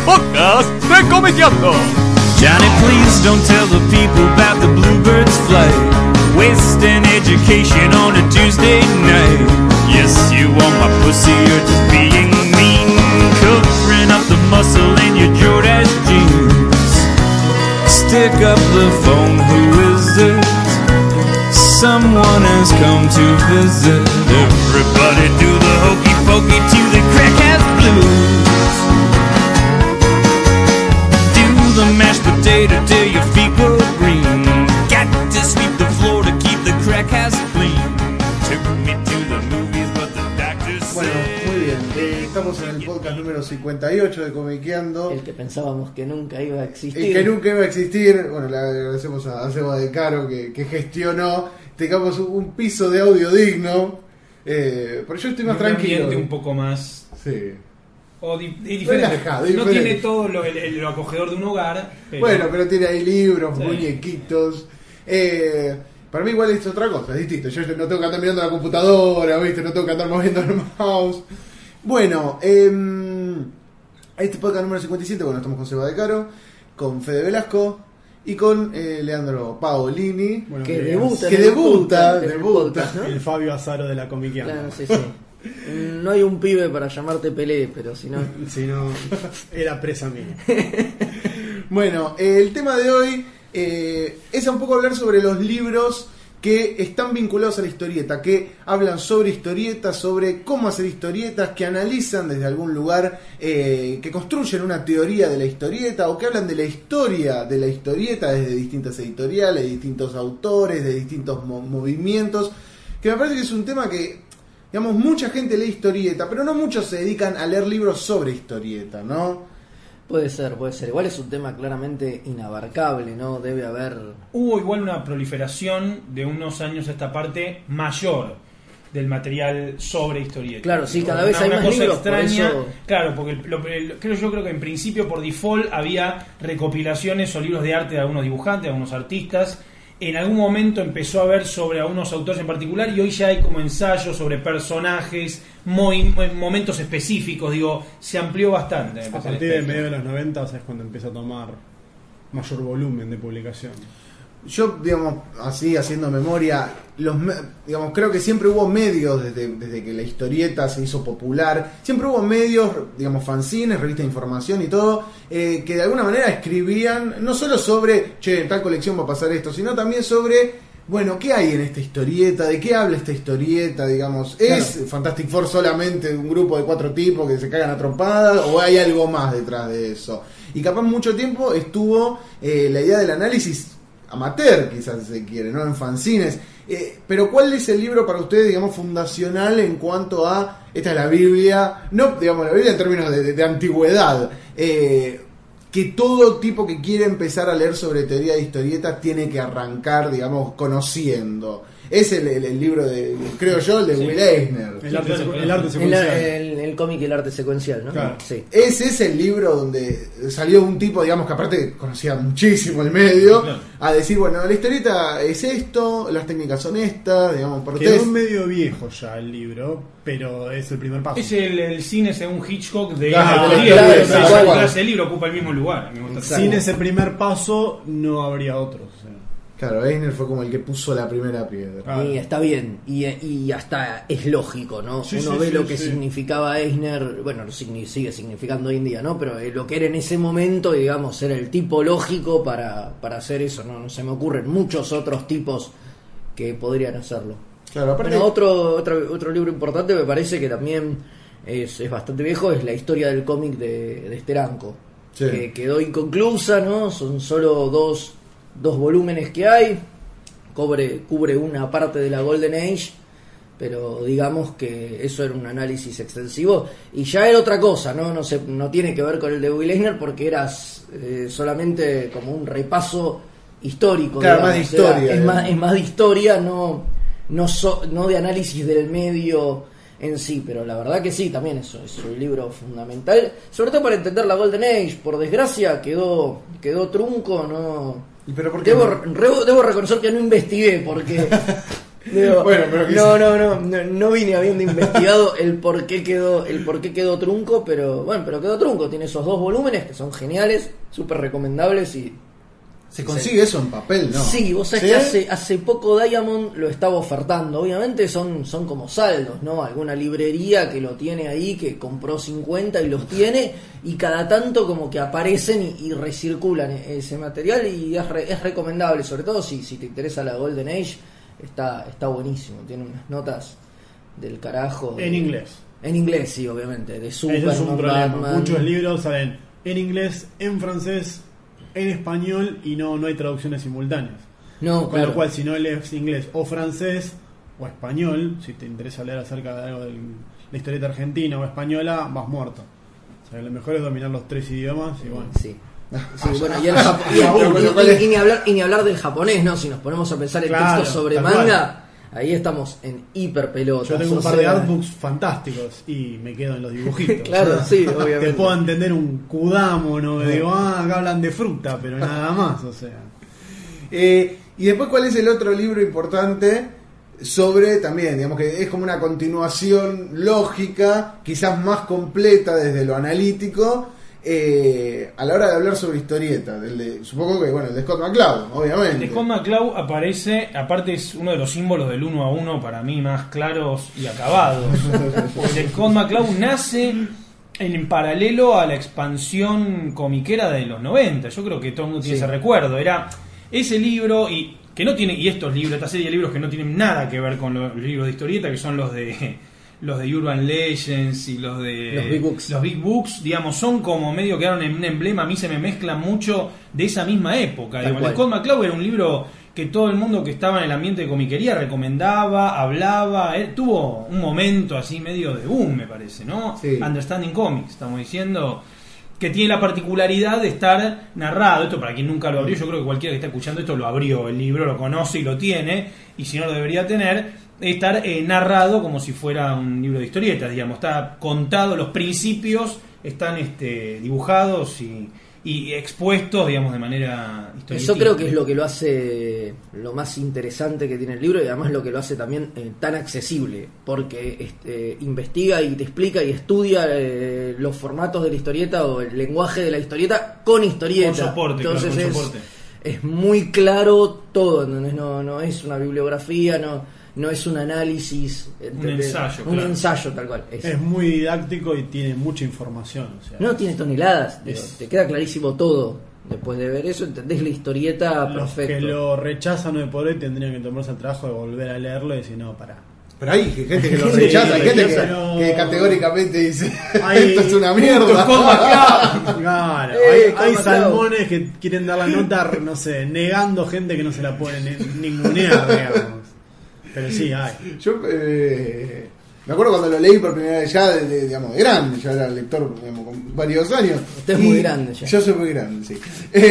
podcast de Comiqueando. Johnny, please don't tell the people about the bluebirds flight. Wasting education on a Tuesday night. Yes, you want my pussy, you're just being mean. Covering up the muscle in your Jordache jeans. Stick up the phone, who is it? Someone has come to visit. Everybody do the hokey pokey to the crack-ass blues. Do the mashed potato till your feet go green. Got to sweep the floor to keep the crack-ass clean. Took me to the movies but the doctor said. Bueno, muy bien. Estamos en el podcast número 58 de Comiqueando. El que pensábamos que nunca iba a existir. El que nunca iba a existir. Bueno, le agradecemos a Seba de Caro que gestionó. Tengamos un piso de audio digno. Pero yo estoy más tranquilo. Un poco más. Sí. O diferente. Relajado, no diferente. tiene todo lo acogedor de un hogar. Bueno, pero tiene ahí libros, Sí. muñequitos. Para mí igual es otra cosa, es distinto. Yo no tengo que andar mirando la computadora, ¿viste? No tengo que andar moviendo el mouse. Bueno, este podcast número 57, bueno, estamos con Seba de Caro, con Fede Velasco y con Leandro Paolini. Bueno, Que que debuta. que en el debuta, podcast, en el podcast, ¿no? el Fabio Azaro de la Comiqueando. Claro, sí, sí. No hay un pibe para llamarte Pelé, pero si no... Si no, era presa mía. Bueno, el tema de hoy es un poco hablar sobre los libros que están vinculados a la historieta, que hablan sobre historietas, sobre cómo hacer historietas, que analizan desde algún lugar, que construyen una teoría de la historieta o que hablan de la historia de la historieta desde distintas editoriales, de distintos autores, de distintos movimientos, que me parece que es un tema que, digamos, mucha gente lee historieta, pero no muchos se dedican a leer libros sobre historieta, ¿no? Puede ser. Igual es un tema claramente inabarcable, ¿no? Debe haber... Hubo igual una proliferación de unos años a esta parte mayor del material sobre historieta. Claro, sí, cada vez hay Una más cosa libros, por extraña. eso... Claro, porque yo creo que en principio por default había recopilaciones o libros de arte de algunos dibujantes, de algunos artistas. En algún momento empezó a haber sobre algunos autores en particular y hoy ya hay como ensayos sobre personajes, momentos específicos, digo, se amplió bastante. A partir de medio de los 90 es cuando empieza a tomar mayor volumen de publicación. Yo, digamos, así haciendo memoria, digamos, creo que siempre hubo medios desde que la historieta se hizo popular, siempre hubo medios, digamos, fanzines, revistas de información y todo, que de alguna manera escribían no solo sobre, che, en tal colección va a pasar esto, sino también sobre, bueno, ¿qué hay en esta historieta? ¿De qué habla esta historieta? Digamos, ¿es Claro. Fantastic Four solamente un grupo de 4 tipos que se cagan a trompadas o hay algo más detrás de eso? Y capaz mucho tiempo estuvo la idea del análisis amateur, quizás si se quiere, ¿no? En fanzines. Pero ¿cuál es el libro para ustedes, digamos, fundacional en cuanto a, esta es la Biblia, no, digamos, la Biblia en términos de antigüedad, que todo tipo que quiere empezar a leer sobre teoría de historietas tiene que arrancar, digamos, conociendo? Es el libro de, creo yo, el de Will Eisner. El arte secuencial. El cómic y el arte secuencial, ¿no? Claro. Sí. Ese es el libro donde salió un tipo, digamos, que aparte conocía muchísimo el medio, Claro. a decir, bueno, la historieta es esto, las técnicas son estas, digamos, para Quedó ustedes. medio viejo ya el libro, pero es el primer paso. Es el cine según Hitchcock de Claro, la claro, teoría, claro. la clase de libro ocupa el mismo lugar. Me gusta. Sin ese primer paso no habría otros. O sea. Claro, Eisner fue como el que puso la primera piedra. Ah. Y está bien, y hasta es lógico, ¿no? Sí, Uno sí, ve sí, lo que sí. significaba Eisner, bueno, sigue significando hoy en día, ¿no? Pero lo que era en ese momento, digamos, era el tipo lógico para hacer eso, ¿no? No se me ocurren muchos otros tipos que podrían hacerlo. Claro, aparte, Bueno, otro libro importante me parece que también es bastante viejo, es la historia del cómic de Steranko, Sí. que quedó inconclusa, ¿no? Son solo dos volúmenes que hay, cubre una parte de la Golden Age, pero digamos que eso era un análisis extensivo y ya era otra cosa, no tiene que ver con el de Will Eisner porque era solamente como un repaso histórico, Claro, digamos. más de historia, es más de historia, no de análisis del medio en sí, pero la verdad que sí, también eso es un libro fundamental, sobre todo para entender la Golden Age. Por desgracia quedó trunco, no. ¿y pero por qué Debo no? reconocer que no investigué porque Digo, Bueno, pero no vine habiendo investigado el por qué quedó trunco, pero quedó trunco. Tiene esos 2 volúmenes que son geniales, súper recomendables y ¿Se consigue eso en papel, no? Sí, vos sabés que hace poco Diamond lo estaba ofertando. Obviamente son como saldos, ¿no? Alguna librería que lo tiene ahí, que compró 50 y los tiene, y cada tanto como que aparecen y recirculan ese material, y es recomendable, sobre todo si te interesa la Golden Age, está buenísimo. Tiene unas notas del carajo. En inglés. En inglés, sí, obviamente. De Eso es un Superman, problema. Batman. Muchos libros salen en inglés, en francés, en español, y no hay traducciones simultáneas. No, Con lo cual, si no lees inglés o francés o español, si te interesa leer acerca de algo de la historieta argentina o española, vas muerto. O sea, lo mejor es dominar los 3 idiomas y bueno. Sí. Sí, bueno, y ni hablar del japonés, ¿no? Si nos ponemos a pensar en Claro, textos sobre tal manga, ahí estamos en hiper pelota. Yo tengo un par de artbooks fantásticos y me quedo en los dibujitos. Claro, sí, obviamente. Te puedo entender un Kudamo, ¿no? Digo, acá hablan de fruta, pero nada más, o sea. Y después, ¿cuál es el otro libro importante sobre también, digamos que es como una continuación lógica, quizás más completa desde lo analítico, a la hora de hablar sobre historieta? Supongo que, bueno, el de Scott McCloud, obviamente. El de Scott McCloud aparece, aparte es uno de los símbolos del 1 a 1 para mí más claros y acabados. El de Scott McCloud nace en paralelo a la expansión comiquera de los 90. Yo creo que todo el mundo tiene ese recuerdo. Era ese libro y que no tiene, y estos libros, esta serie de libros que no tienen nada que ver con los libros de historieta, que son los de Urban Legends y los Big Books, digamos, son como medio quedaron en un emblema. A mí se me mezclan mucho de esa misma época. Digamos, el Scott McCloud era un libro que todo el mundo que estaba en el ambiente de comiquería recomendaba, hablaba. Tuvo un momento así medio de boom, me parece, ¿no? Sí. Understanding Comics, estamos diciendo, que tiene la particularidad de estar narrado. Esto para quien nunca lo abrió, yo creo que cualquiera que está escuchando esto lo abrió, el libro lo conoce y lo tiene, y si no lo debería tener, estar narrado como si fuera un libro de historietas, digamos, está contado, los principios están dibujados y expuestos, digamos, de manera histórica. Eso creo que es lo que lo hace lo más interesante que tiene el libro, y además lo que lo hace también tan accesible, porque investiga y te explica y estudia los formatos de la historieta o el lenguaje de la historieta con historieta. Con soporte, entonces claro, con soporte. Es muy claro todo, no es una bibliografía, no es un análisis, un ensayo, un claro. ensayo tal cual. Es muy didáctico y tiene mucha información. O sea, no tiene toneladas, te queda clarísimo todo. Después de ver eso, entendés la historieta los perfecto. que lo rechazan hoy por hoy tendrían que tomarse el trabajo de volver a leerlo y decir, no, pará. Pero hay gente que lo rechaza, hay gente que categóricamente dice esto es una mierda. Claro, hay ¿cómo salmones que quieren dar la nota, no sé, negando gente que no se la pueden ningunear, digamos. Pero sí, hay. Yo me acuerdo cuando lo leí por primera vez ya, digamos, de grande, ya era lector, digamos, con varios años. Usted es muy grande ya. Yo soy muy grande, sí.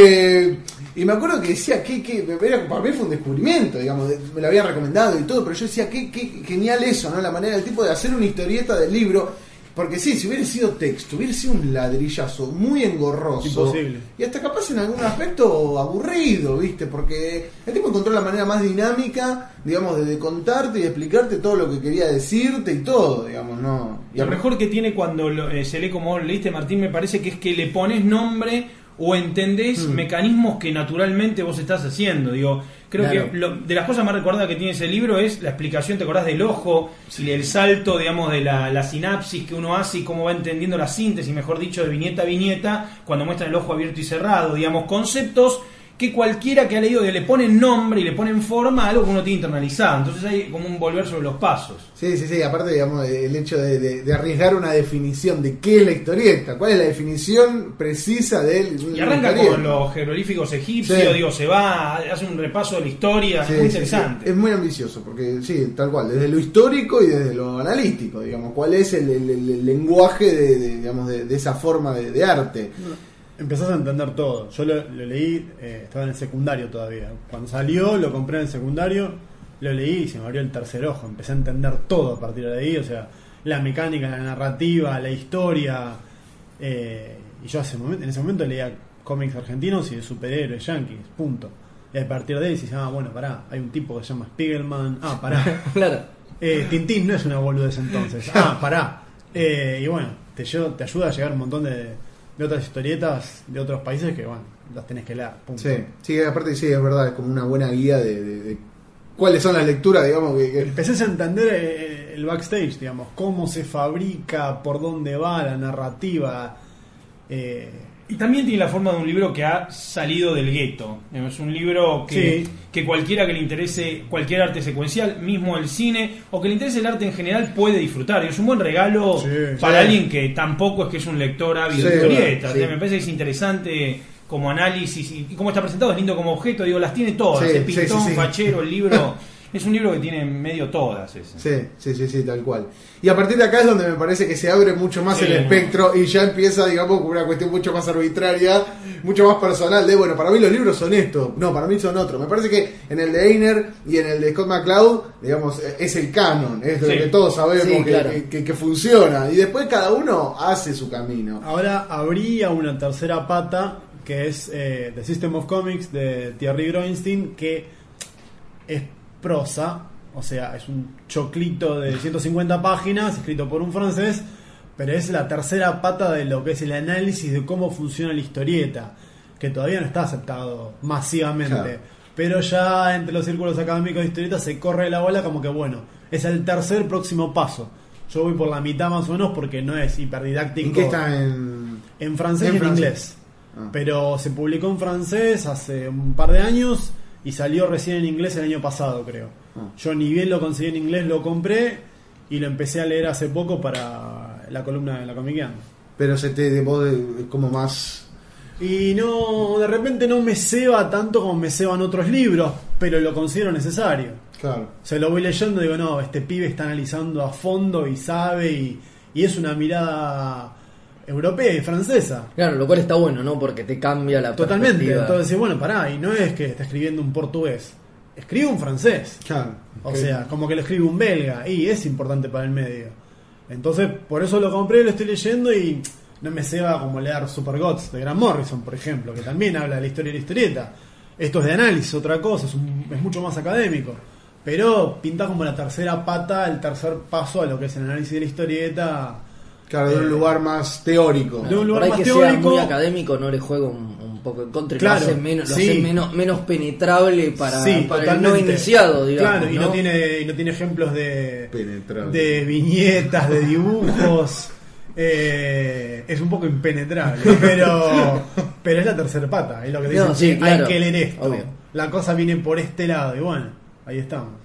Y me acuerdo que decía para mí fue un descubrimiento, digamos, me lo habían recomendado y todo, pero yo decía qué genial eso, ¿no? La manera del tipo de hacer una historieta del libro. Porque sí, si hubiera sido texto, hubiera sido un ladrillazo muy engorroso. Imposible. Y hasta capaz en algún aspecto aburrido, ¿viste? Porque el tipo encontró la manera más dinámica, digamos, de contarte y de explicarte todo lo que quería decirte y todo, digamos, ¿no? Y lo mejor que tiene cuando se lee como vos leíste, Martín, me parece que es que le pones nombre o entendés mecanismos que naturalmente vos estás haciendo. Digo, creo claro. que de las cosas más recordadas que tiene ese libro es la explicación, ¿te acordás del ojo? Y el salto, digamos, de la sinapsis que uno hace y cómo va entendiendo la síntesis, mejor dicho, de viñeta a viñeta, cuando muestran el ojo abierto y cerrado, digamos, conceptos que cualquiera que ha leído le ponen nombre y le ponen forma a algo que uno tiene internalizado. Entonces hay como un volver sobre los pasos. Sí, aparte, digamos, el hecho de arriesgar una definición de qué es la historieta, cuál es la definición precisa de él. Y arranca con los jeroglíficos egipcios, sí. Digo, hace un repaso de la historia, Sí, muy sí, interesante. sí. Es muy ambicioso, porque sí, tal cual, desde lo histórico y desde lo analítico, digamos, cuál es el lenguaje de esa forma de arte. Empezás a entender todo. Yo lo leí, estaba en el secundario todavía. Cuando salió, lo compré en el secundario, lo leí y se me abrió el tercer ojo. Empecé a entender todo a partir de ahí, o sea, la mecánica, la narrativa, la historia. Y yo en ese momento leía cómics argentinos y de superhéroes yankees, punto. Y a partir de ahí se llama, bueno, pará, hay un tipo que se llama Spiegelman. Ah, pará. Claro. Tintín no es una boludez entonces. Pará. Y bueno, te ayuda a llegar a un montón de otras historietas de otros países que, bueno, las tenés que leer. Punto. Sí, aparte sí, es verdad, es como una buena guía de cuáles son las lecturas, digamos. Empecés a entender el backstage, digamos, cómo se fabrica, por dónde va la narrativa. Y también tiene la forma de un libro que ha salido del gueto. Es un libro que cualquiera que le interese cualquier arte secuencial, mismo el cine, o que le interese el arte en general, puede disfrutar. Y es un buen regalo para alguien que tampoco es que es un lector ávido de historietas. Me parece que es interesante como análisis y cómo está presentado, es lindo como objeto. Digo, las tiene todas. Es pintón, fachero, el libro... Es un libro que tiene medio todas esas. Sí, tal cual. Y a partir de acá es donde me parece que se abre mucho más el espectro y ya empieza, digamos, como una cuestión mucho más arbitraria, mucho más personal de, bueno, para mí los libros son esto, no, para mí son otro. Me parece que en el de Einer y en el de Scott McCloud, digamos, es el canon, es lo que todos sabemos que funciona. Y después cada uno hace su camino. Ahora habría una tercera pata, que es The System of Comics de Thierry Groenstein, que es prosa, o sea, es un choclito de 150 páginas escrito por un francés, pero es la tercera pata de lo que es el análisis de cómo funciona la historieta, que todavía no está aceptado masivamente, pero ya entre los círculos académicos de historieta se corre la bola como que bueno, es el tercer próximo paso. Yo voy por la mitad más o menos porque no es hiperdidáctico. ¿En qué está? En francés y en inglés. Pero se publicó en francés hace un par de años y salió recién en inglés el año pasado, creo. Yo ni bien lo conseguí en inglés, lo compré y lo empecé a leer hace poco para la columna de la Comiqueando. Pero vos como más... Y no, de repente no me ceba tanto como me ceban otros libros, pero lo considero necesario. Claro. Se lo voy leyendo y digo, no, este pibe está analizando a fondo y sabe y es una mirada europea y francesa. Claro, lo cual está bueno, ¿no? Porque te cambia la totalmente. perspectiva. Entonces, bueno, pará, y no es que está escribiendo un portugués, escribe un francés. Claro. O sea, como que lo escribe un belga y es importante para el medio. Entonces, por eso lo compré, lo estoy leyendo y no me ceba como leer Super Gods de Grant Morrison, por ejemplo, que también habla de la historia de la historieta. Esto es de análisis, otra cosa, es mucho más académico. Pero pinta como la tercera pata, el tercer paso a lo que es el análisis de la historieta. Claro, de un lugar más teórico. De un lugar más teórico. Sea muy académico, no le juego un poco en contra, claro, lo hace menos penetrable para el no iniciado, digamos. Claro, y no tiene ejemplos de viñetas, de dibujos. Es un poco impenetrable, pero es la tercera pata, es lo que dicen, hay que leer esto. Obvio. La cosa viene por este lado, y bueno, ahí estamos.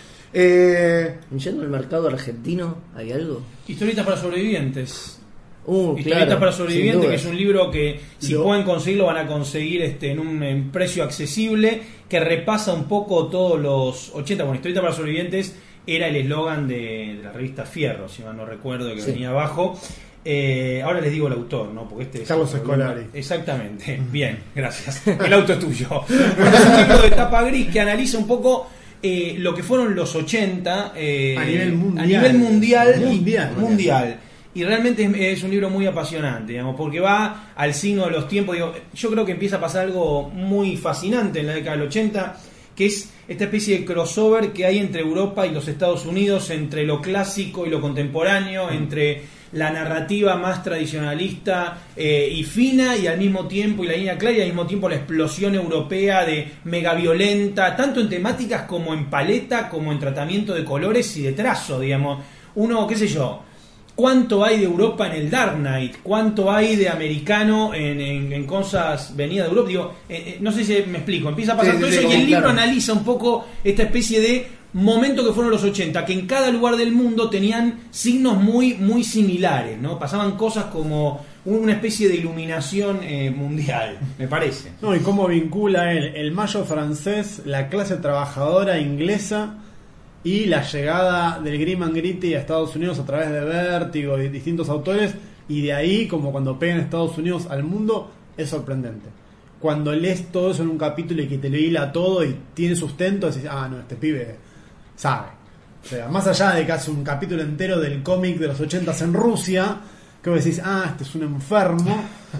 Yendo al mercado argentino, ¿hay algo? Historietas para sobrevivientes. Historietas para sobrevivientes, que es un libro que si pueden conseguirlo van a conseguir en un precio accesible, que repasa un poco todos los 80. Bueno, Historietas para sobrevivientes era el eslogan de la revista Fierro, si mal no recuerdo, que venía abajo. Ahora les digo el autor, ¿no? Porque este es Carlos Escolari. Exactamente. Bien, gracias. El auto es tuyo. Bueno, es un libro de tapa gris que analiza un poco lo que fueron los 80 a nivel mundial. Y realmente es un libro muy apasionante, digamos, porque va al signo de los tiempos. Yo creo que empieza a pasar algo muy fascinante en la década del 80, que es esta especie de crossover que hay entre Europa y los Estados Unidos, entre lo clásico y lo contemporáneo, entre la narrativa más tradicionalista y fina, y al mismo tiempo, y la línea clara, y al mismo tiempo la explosión europea de mega violenta, tanto en temáticas como en paleta, como en tratamiento de colores y de trazo, digamos. Uno, qué sé yo, ¿cuánto hay de Europa en el Dark Knight? ¿Cuánto hay de americano en cosas venidas de Europa? Digo, no sé si me explico. Empieza a pasar todo eso y el libro analiza un poco esta especie de momento que fueron los 80, que en cada lugar del mundo tenían signos muy, muy similares, ¿no? Pasaban cosas como una especie de iluminación mundial, me parece. No, y cómo vincula el mayo francés, la clase trabajadora inglesa y la llegada del Grim and Gritty a Estados Unidos a través de Vértigo y distintos autores, y de ahí, como cuando pegan Estados Unidos al mundo, es sorprendente. Cuando lees todo eso en un capítulo y que te lo hila todo y tiene sustento, decís, no, este pibe sabe. O sea, más allá de que hace un capítulo entero del cómic de los 80s en Rusia, que vos decís, este es un enfermo,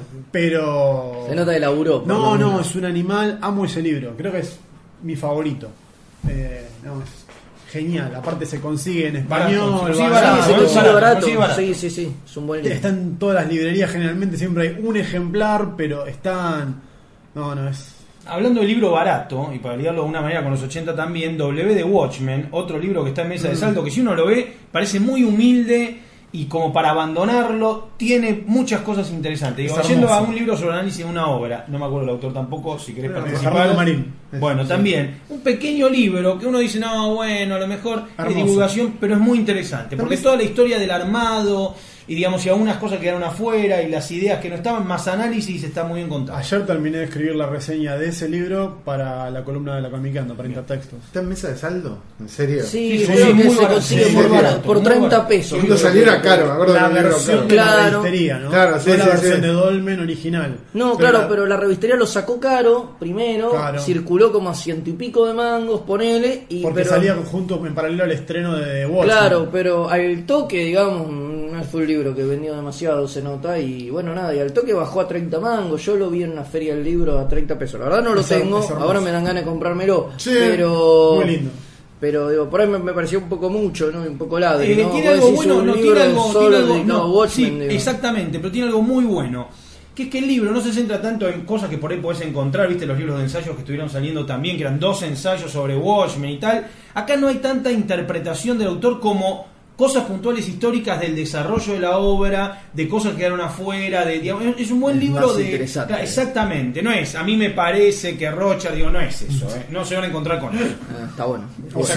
pero... Se nota que laburó. No, es un animal, amo ese libro, creo que es mi favorito. Es genial, aparte se consigue en español, barato. Sí, es un buen libro. Está en todas las librerías, generalmente siempre hay un ejemplar, pero están... No, es... Hablando de libro barato, y para ligarlo de una manera con los 80 también, W de Watchmen, otro libro que está en mesa de saldo, que si uno lo ve, parece muy humilde y como para abandonarlo, tiene muchas cosas interesantes. Digo, yendo a un libro sobre análisis de una obra, no me acuerdo el autor tampoco, si querés participar. Marín. Bueno, también, un pequeño libro que uno dice, no, bueno, a lo mejor es divulgación, pero es muy interesante, porque toda la historia del armado... Y digamos, si algunas cosas quedaron afuera y las ideas que no estaban, más análisis, está muy bien contado. Ayer terminé de escribir la reseña de ese libro para la columna de la Comiqueando, para Intertextos. ¿Está en mesa de saldo? ¿En serio? Sí, creo que se consigue muy barato, por 30 pesos. Cuando salió era caro, me acuerdo. La versión de la revistería, ¿no? Claro, sí, la versión de Dolmen original. No, pero la revistería lo sacó caro primero, circuló como a 100 y pico de mangos, ponele. Porque salía junto en paralelo al estreno de Watchmen. Claro, pero al toque, digamos, no fue un libro que vendió demasiado, se nota, y bueno, nada, y al toque bajó a 30 mangos. Yo lo vi en una feria del libro a 30 pesos. La verdad no lo tengo, ahora me dan ganas de comprármelo. Sí, pero muy lindo. Pero digo, por ahí me pareció un poco mucho, ¿no? Un poco ladre, ¿no? Tiene algo bueno, no tiene algo no, Watchmen, sí, exactamente, pero tiene algo muy bueno. Que es que el libro no se centra tanto en cosas que por ahí podés encontrar, viste, los libros de ensayos que estuvieron saliendo también, que eran 2 ensayos sobre Watchmen y tal. Acá no hay tanta interpretación del autor como cosas puntuales históricas del desarrollo de la obra, de cosas que quedaron afuera, digamos, es un buen libro de... Interesante. Exactamente, no es, a mí me parece que Rocha, no es eso, no se van a encontrar con él. Está bueno.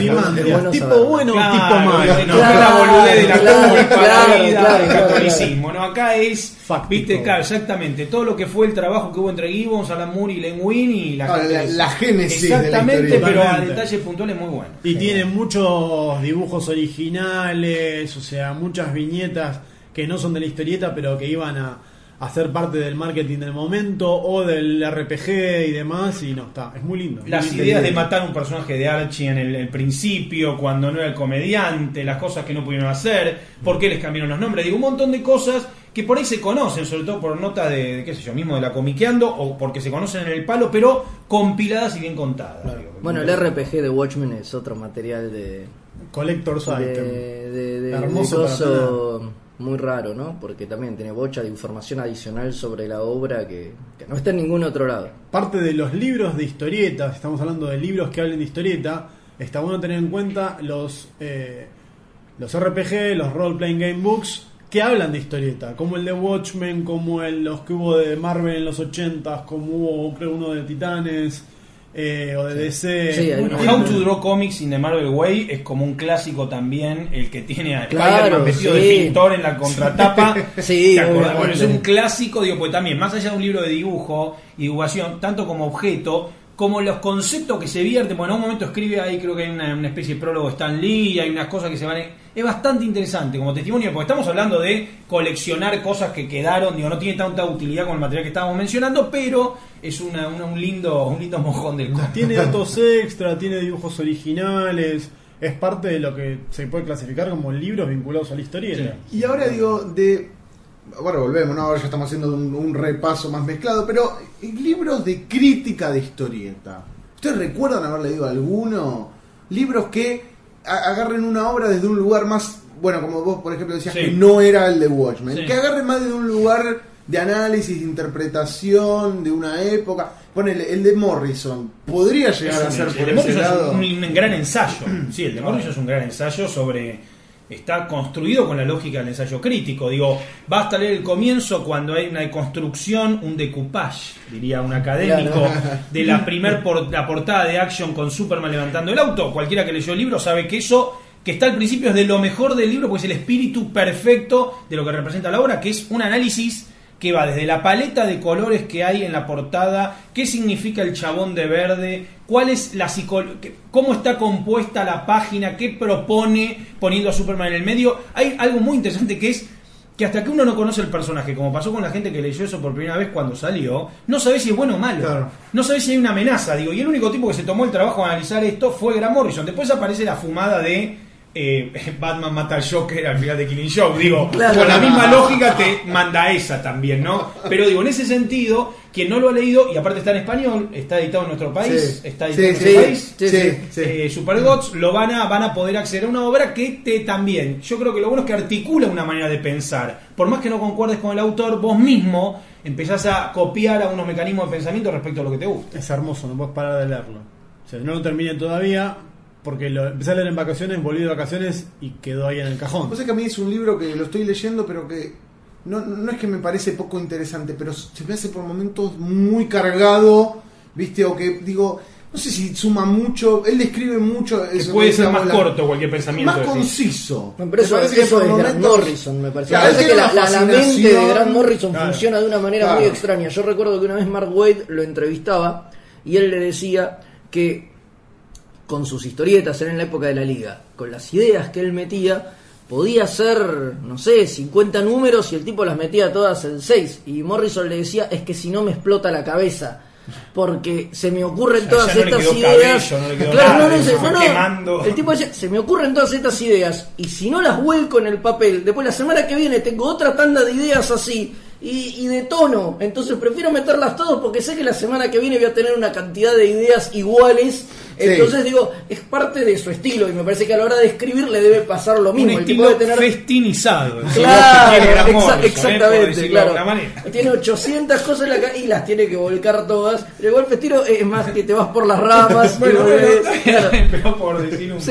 Tipo bueno o tipo malo. No, la boludez de la culpa, el catolicismo, ¿no? Acá es, fáctico. Viste, claro, exactamente, todo lo que fue el trabajo que hubo entre Gibbons, Alan Moore y Len Wein y la génesis exactamente, de la historia. pero a detalles puntuales muy buenos. Y tiene muchos dibujos originales, o sea, muchas viñetas que no son de la historieta, pero que iban a ser parte del marketing del momento o del RPG y demás, y es muy lindo. Las ideas de matar un personaje de Archie en el principio, cuando no era el comediante, las cosas que no pudieron hacer, por qué les cambiaron los nombres, digo, un montón de cosas que por ahí se conocen, sobre todo por notas de qué sé yo, mismo de la Comiqueando, o porque se conocen en el palo, pero compiladas y bien contadas. Claro. Bueno, el RPG de Watchmen es otro material de Collector's Item. De hermoso coso muy raro, ¿no? Porque también tiene bocha de información adicional sobre la obra que no está en ningún otro lado. Parte de los libros de historietas, estamos hablando de libros que hablen de historieta, está bueno tener en cuenta los RPG, los Role Playing Game Books, que hablan de historieta, como el de Watchmen, como los que hubo de Marvel en los 80s, como hubo, creo, uno de Titanes, o de DC. Sí, How to Draw Comics in the Marvel Way es como un clásico también, el que tiene a Spider-Man Spider-Man vestido de pintor en la contratapa. Sí, ¿te acordás? Bueno, es un clásico, pues también, más allá de un libro de dibujo y divulgación, tanto como objeto, como los conceptos que se vierten. Bueno, en un momento escribe ahí, creo que hay una especie de prólogo de Stan Lee, hay unas cosas que se van... Es bastante interesante como testimonio, porque estamos hablando de coleccionar cosas que quedaron, no tiene tanta utilidad con el material que estábamos mencionando, pero es un lindo mojón del cómic. Tiene datos extra, tiene dibujos originales, es parte de lo que se puede clasificar como libros vinculados a la historieta. Sí. Y ahora digo, bueno, volvemos, ¿no? Ahora ya estamos haciendo un repaso más mezclado, pero libros de crítica de historieta. ¿Ustedes recuerdan haber leído alguno? Libros que agarren una obra desde un lugar más, bueno, como vos por ejemplo decías, que no era el de Watchmen, que agarren más desde un lugar de análisis, de interpretación de una época. Ponele, el de Morrison podría llegar a ser por ese lado. Es un gran ensayo. Sí, el de Morrison es un gran ensayo sobre... Está construido con la lógica del ensayo crítico. Digo, basta leer el comienzo cuando hay una deconstrucción, un decoupage, diría un académico, de la la portada de Action con Superman levantando el auto. Cualquiera que leyó el libro sabe que eso que está al principio es de lo mejor del libro, porque es el espíritu perfecto de lo que representa la obra, que es un análisis que va desde la paleta de colores que hay en la portada, qué significa el chabón de verde, cuál es cómo está compuesta la página, qué propone poniendo a Superman en el medio. Hay algo muy interesante que es que hasta que uno no conoce el personaje, como pasó con la gente que leyó eso por primera vez cuando salió, no sabe si es bueno o malo, claro. No sabe si hay una amenaza, y el único tipo que se tomó el trabajo de analizar esto fue Grant Morrison. Después aparece la fumada de Batman mata al Joker al final de Killing Joke, digo, Claro. con la misma lógica te manda esa también, ¿no? Pero digo, en ese sentido, quien no lo ha leído, y aparte está en español, está editado en nuestro país, Sí. está editado en Sí, nuestro país, sí. Supergods, van a poder acceder a una obra que también, yo creo que lo bueno es que articula una manera de pensar. Por más que no concuerdes con el autor, vos mismo empezás a copiar a unos mecanismos de pensamiento respecto a lo que te gusta. Es hermoso, no puedes parar de leerlo. O sea, no lo terminé todavía porque lo empecé a leer en vacaciones, volví de vacaciones y quedó ahí en el cajón. O sea que a mí es un libro que lo estoy leyendo, pero que no es que me parece poco interesante, pero se me hace por momentos muy cargado, ¿viste? O que digo, no sé si suma mucho, él describe mucho. Que eso, puede ser digamos, más corto cualquier pensamiento. más decís. conciso. No, pero Me parece que eso por es Grant momentos- Morrison, me parece. Claro, Me parece tiene que una la mente de fascinación. Grant Morrison Claro. funciona de una manera Claro. muy extraña. Yo recuerdo que una vez Mark Waid lo entrevistaba y él le decía que con sus historietas, era en la época de la Liga, con las ideas que él metía, podía hacer, no sé, 50 números y el tipo las metía todas en 6. Y Morrison le decía, es que si no me explota la cabeza, porque se me ocurren O sea, todas ya no le estas quedó ideas. cabello, no le quedó Claro, nada, no, se fue no. quemando. El tipo decía, se me ocurren todas estas ideas y si no las vuelco en el papel, después la semana que viene tengo otra tanda de ideas así y de tono, entonces prefiero meterlas todas porque sé que la semana que viene voy a tener una cantidad de ideas iguales. Sí. Entonces digo, es parte de su estilo y me parece que a la hora de escribir le debe pasar lo mismo. Un El tipo estilo debe tener... festinizado. Claro, exactamente, Por claro. de alguna manera. Tiene 800 cosas en la cara y las tiene que volcar todas. Pero igual Festino es más que te vas por las ramas. Bueno, y claro. pero por decir un... Sí.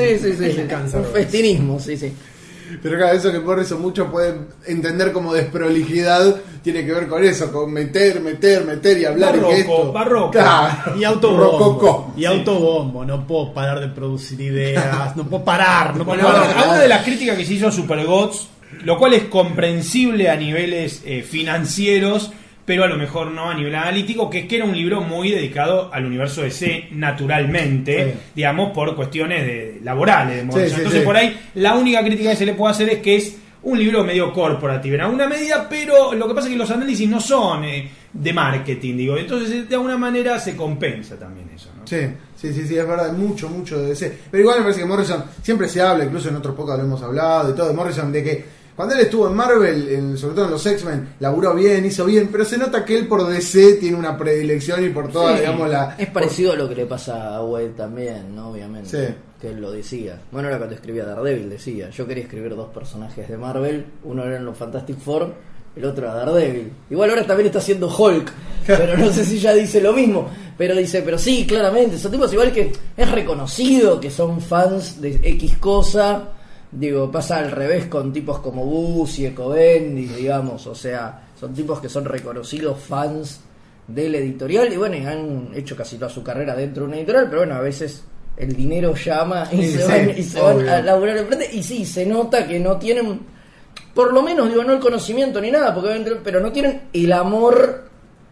Un festinismo, sí. Pero claro, eso que Morrison muchos pueden entender como desprolijidad tiene que ver con eso, con meter y hablar y que esto. Barroco. Claro. Y autobombo. Rococó. Y autobombo. No puedo parar de producir ideas. No puedo parar. No puedo Bueno, parar. una de las críticas que se hizo a Supergods, lo cual es comprensible a niveles financieros, pero a lo mejor no a nivel analítico, que es que era un libro muy dedicado al universo DC naturalmente, Sí. digamos, por cuestiones laborales de Morrison. Sí, sí, Entonces sí. por ahí la única crítica que se le puede hacer es que es un libro medio corporativo en alguna medida, pero lo que pasa es que los análisis no son de marketing, digo, entonces de alguna manera se compensa también eso, ¿no? Sí, es verdad, mucho de DC. Pero igual me parece que Morrison, siempre se habla, incluso en otros podcasts lo hemos hablado, de todo de Morrison, de que cuando él estuvo en Marvel, sobre todo en los X-Men, laburó bien, hizo bien, pero se nota que él por DC tiene una predilección y por toda, Sí, digamos, Es parecido a lo que le pasa a Wade también, ¿no? Obviamente. Sí. Que él lo decía. Bueno, era cuando escribía Daredevil, decía. Yo quería escribir 2 personajes de Marvel. Uno era en los Fantastic Four, el otro era Daredevil. Igual ahora también está haciendo Hulk, pero no sé si ya dice lo mismo. Pero dice, pero sí, claramente, son tipos igual que es reconocido que son fans de X cosa. Digo, pasa al revés con tipos como Bus y Ecobendis, digamos. O sea, son tipos que son reconocidos fans del editorial y bueno, y han hecho casi toda su carrera dentro de una editorial, pero bueno, a veces el dinero llama y Sí, se van obvio. a laburar enfrente y sí, se nota que no tienen, por lo menos digo, no el conocimiento ni nada, porque pero no tienen el amor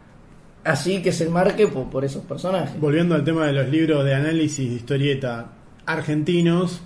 así que se marque por esos personajes. Volviendo al tema de los libros de análisis de historieta argentinos,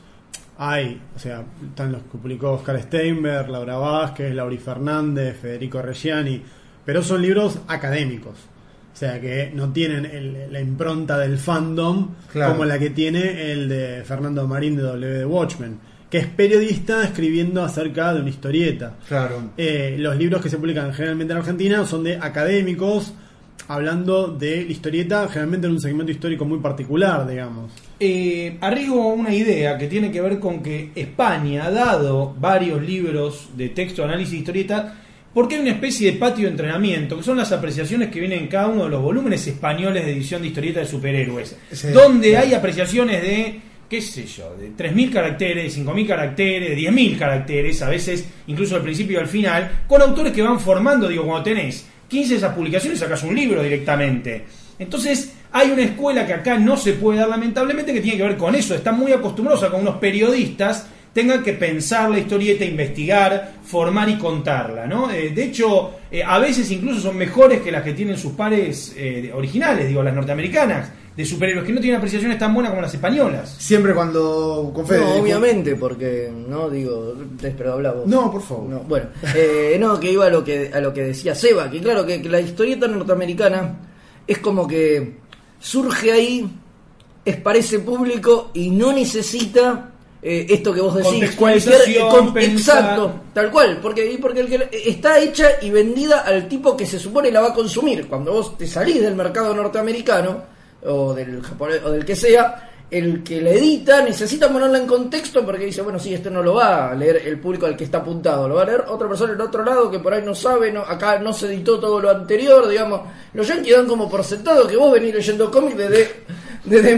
están los que publicó Oscar Steinberg, Laura Vázquez, Lauri Fernández, Federico Reggiani, pero son libros académicos. O sea que no tienen la impronta del fandom Claro. como la que tiene el de Fernando Marín de W de Watchmen, que es periodista escribiendo acerca de una historieta. Claro. Los libros que se publican generalmente en Argentina son de académicos hablando de la historieta, generalmente en un segmento histórico muy particular, digamos. Arrigo una idea que tiene que ver con que España ha dado varios libros de texto, análisis de historieta, porque hay una especie de patio de entrenamiento, que son las apreciaciones que vienen en cada uno de los volúmenes españoles de edición de historieta de superhéroes, Sí, donde sí. hay apreciaciones de, qué sé yo, de 3.000 caracteres, de 5.000 caracteres, de 10.000 caracteres, a veces incluso al principio y al final, con autores que van formando, digo, cuando tenés 15 de esas publicaciones sacas un libro directamente. Entonces hay una escuela que acá no se puede dar lamentablemente, que tiene que ver con eso. Están muy acostumbrados a que unos periodistas tengan que pensar la historieta, investigar, formar y contarla, ¿no? De hecho, a veces incluso son mejores que las que tienen sus pares originales, digo, las norteamericanas, de superhéroes, que no tienen apreciaciones tan buenas como las españolas. Siempre cuando con Fede No, dijo- obviamente, porque no digo, pero habla vos. No, por favor. No, bueno, no, que iba a lo que decía Seba, que claro que la historieta norteamericana es como que surge ahí, es para ese público y no necesita esto que vos decís, contextualización, pensar. exacto, tal cual, porque el que está hecha y vendida al tipo que se supone la va a consumir. Cuando vos te salís del mercado norteamericano o del japonés o del que sea, el que la edita necesita ponerla en contexto, porque dice, bueno, sí, esto no lo va a leer el público al que está apuntado, lo va a leer otra persona en otro lado que por ahí no sabe, acá no se editó todo lo anterior, digamos. Los yankees dan como por sentado que vos venís leyendo cómics desde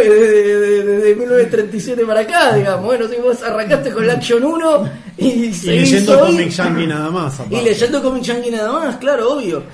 1937 para acá, digamos. Bueno, si vos arrancaste con la Action 1 y leyendo cómic yankee nada más, aparte. y leyendo cómic yankee nada más, claro, obvio.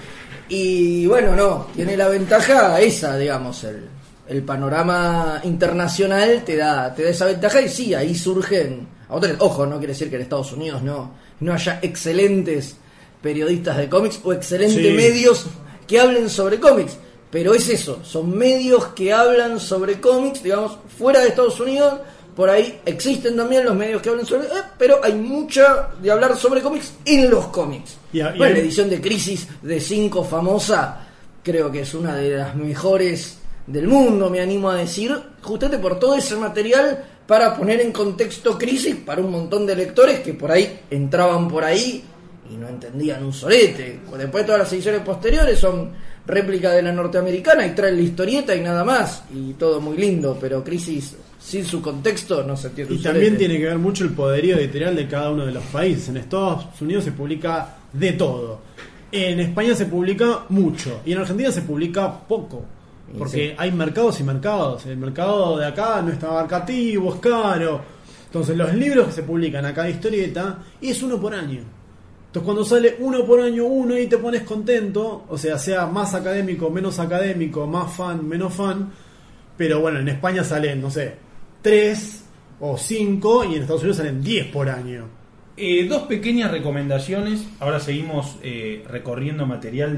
Y bueno, no, tiene la ventaja esa, digamos, el panorama internacional te da esa ventaja, y sí, ahí surgen autores. Ojo, no quiere decir que en Estados Unidos no haya excelentes periodistas de cómics o excelentes medios que hablen sobre cómics, pero es eso, son medios que hablan sobre cómics, digamos, fuera de Estados Unidos. Por ahí existen también los medios que hablan sobre... pero hay mucha de hablar sobre cómics en los cómics. Bueno, la edición de Crisis de 5 famosa, creo que es una de las mejores del mundo, me animo a decir, justamente por todo ese material para poner en contexto Crisis para un montón de lectores que por ahí entraban por ahí y no entendían un solete. Después todas las ediciones posteriores son réplica de la norteamericana y traen la historieta y nada más, y todo muy lindo, pero Crisis sin su contexto no se entiende. Y también tiene que ver mucho el poderío editorial de cada uno de los países. En Estados Unidos se publica de todo, en España se publica mucho y en Argentina se publica poco, porque hay mercados y mercados. El mercado de acá no es tan abarcativo, es caro. Entonces los libros que se publican acá de historieta es uno por año. Entonces cuando sale uno por año uno y te pones contento, o sea más académico, menos académico, más fan, menos fan. Pero bueno, en España salen, no sé, 3 o 5, y en Estados Unidos salen 10 por año. Dos pequeñas recomendaciones. Ahora seguimos recorriendo material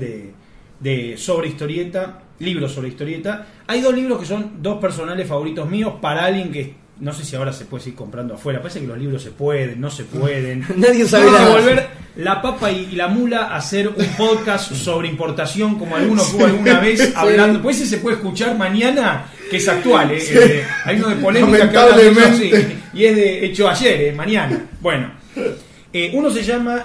de sobre historieta, libros sobre historieta. Hay 2 libros que son 2 personales favoritos míos para alguien que no sé si ahora se puede seguir comprando afuera. Parece que los libros se pueden, no se pueden. Nadie sabe Vamos nada. a volver La Papa y la Mula a hacer un podcast sobre importación, como alguno tuvo alguna vez hablando. Pues ese se puede escuchar mañana, que es actual. Hay uno de polémica que habla de eso, sí, y es de hecho ayer, mañana. Bueno, uno se llama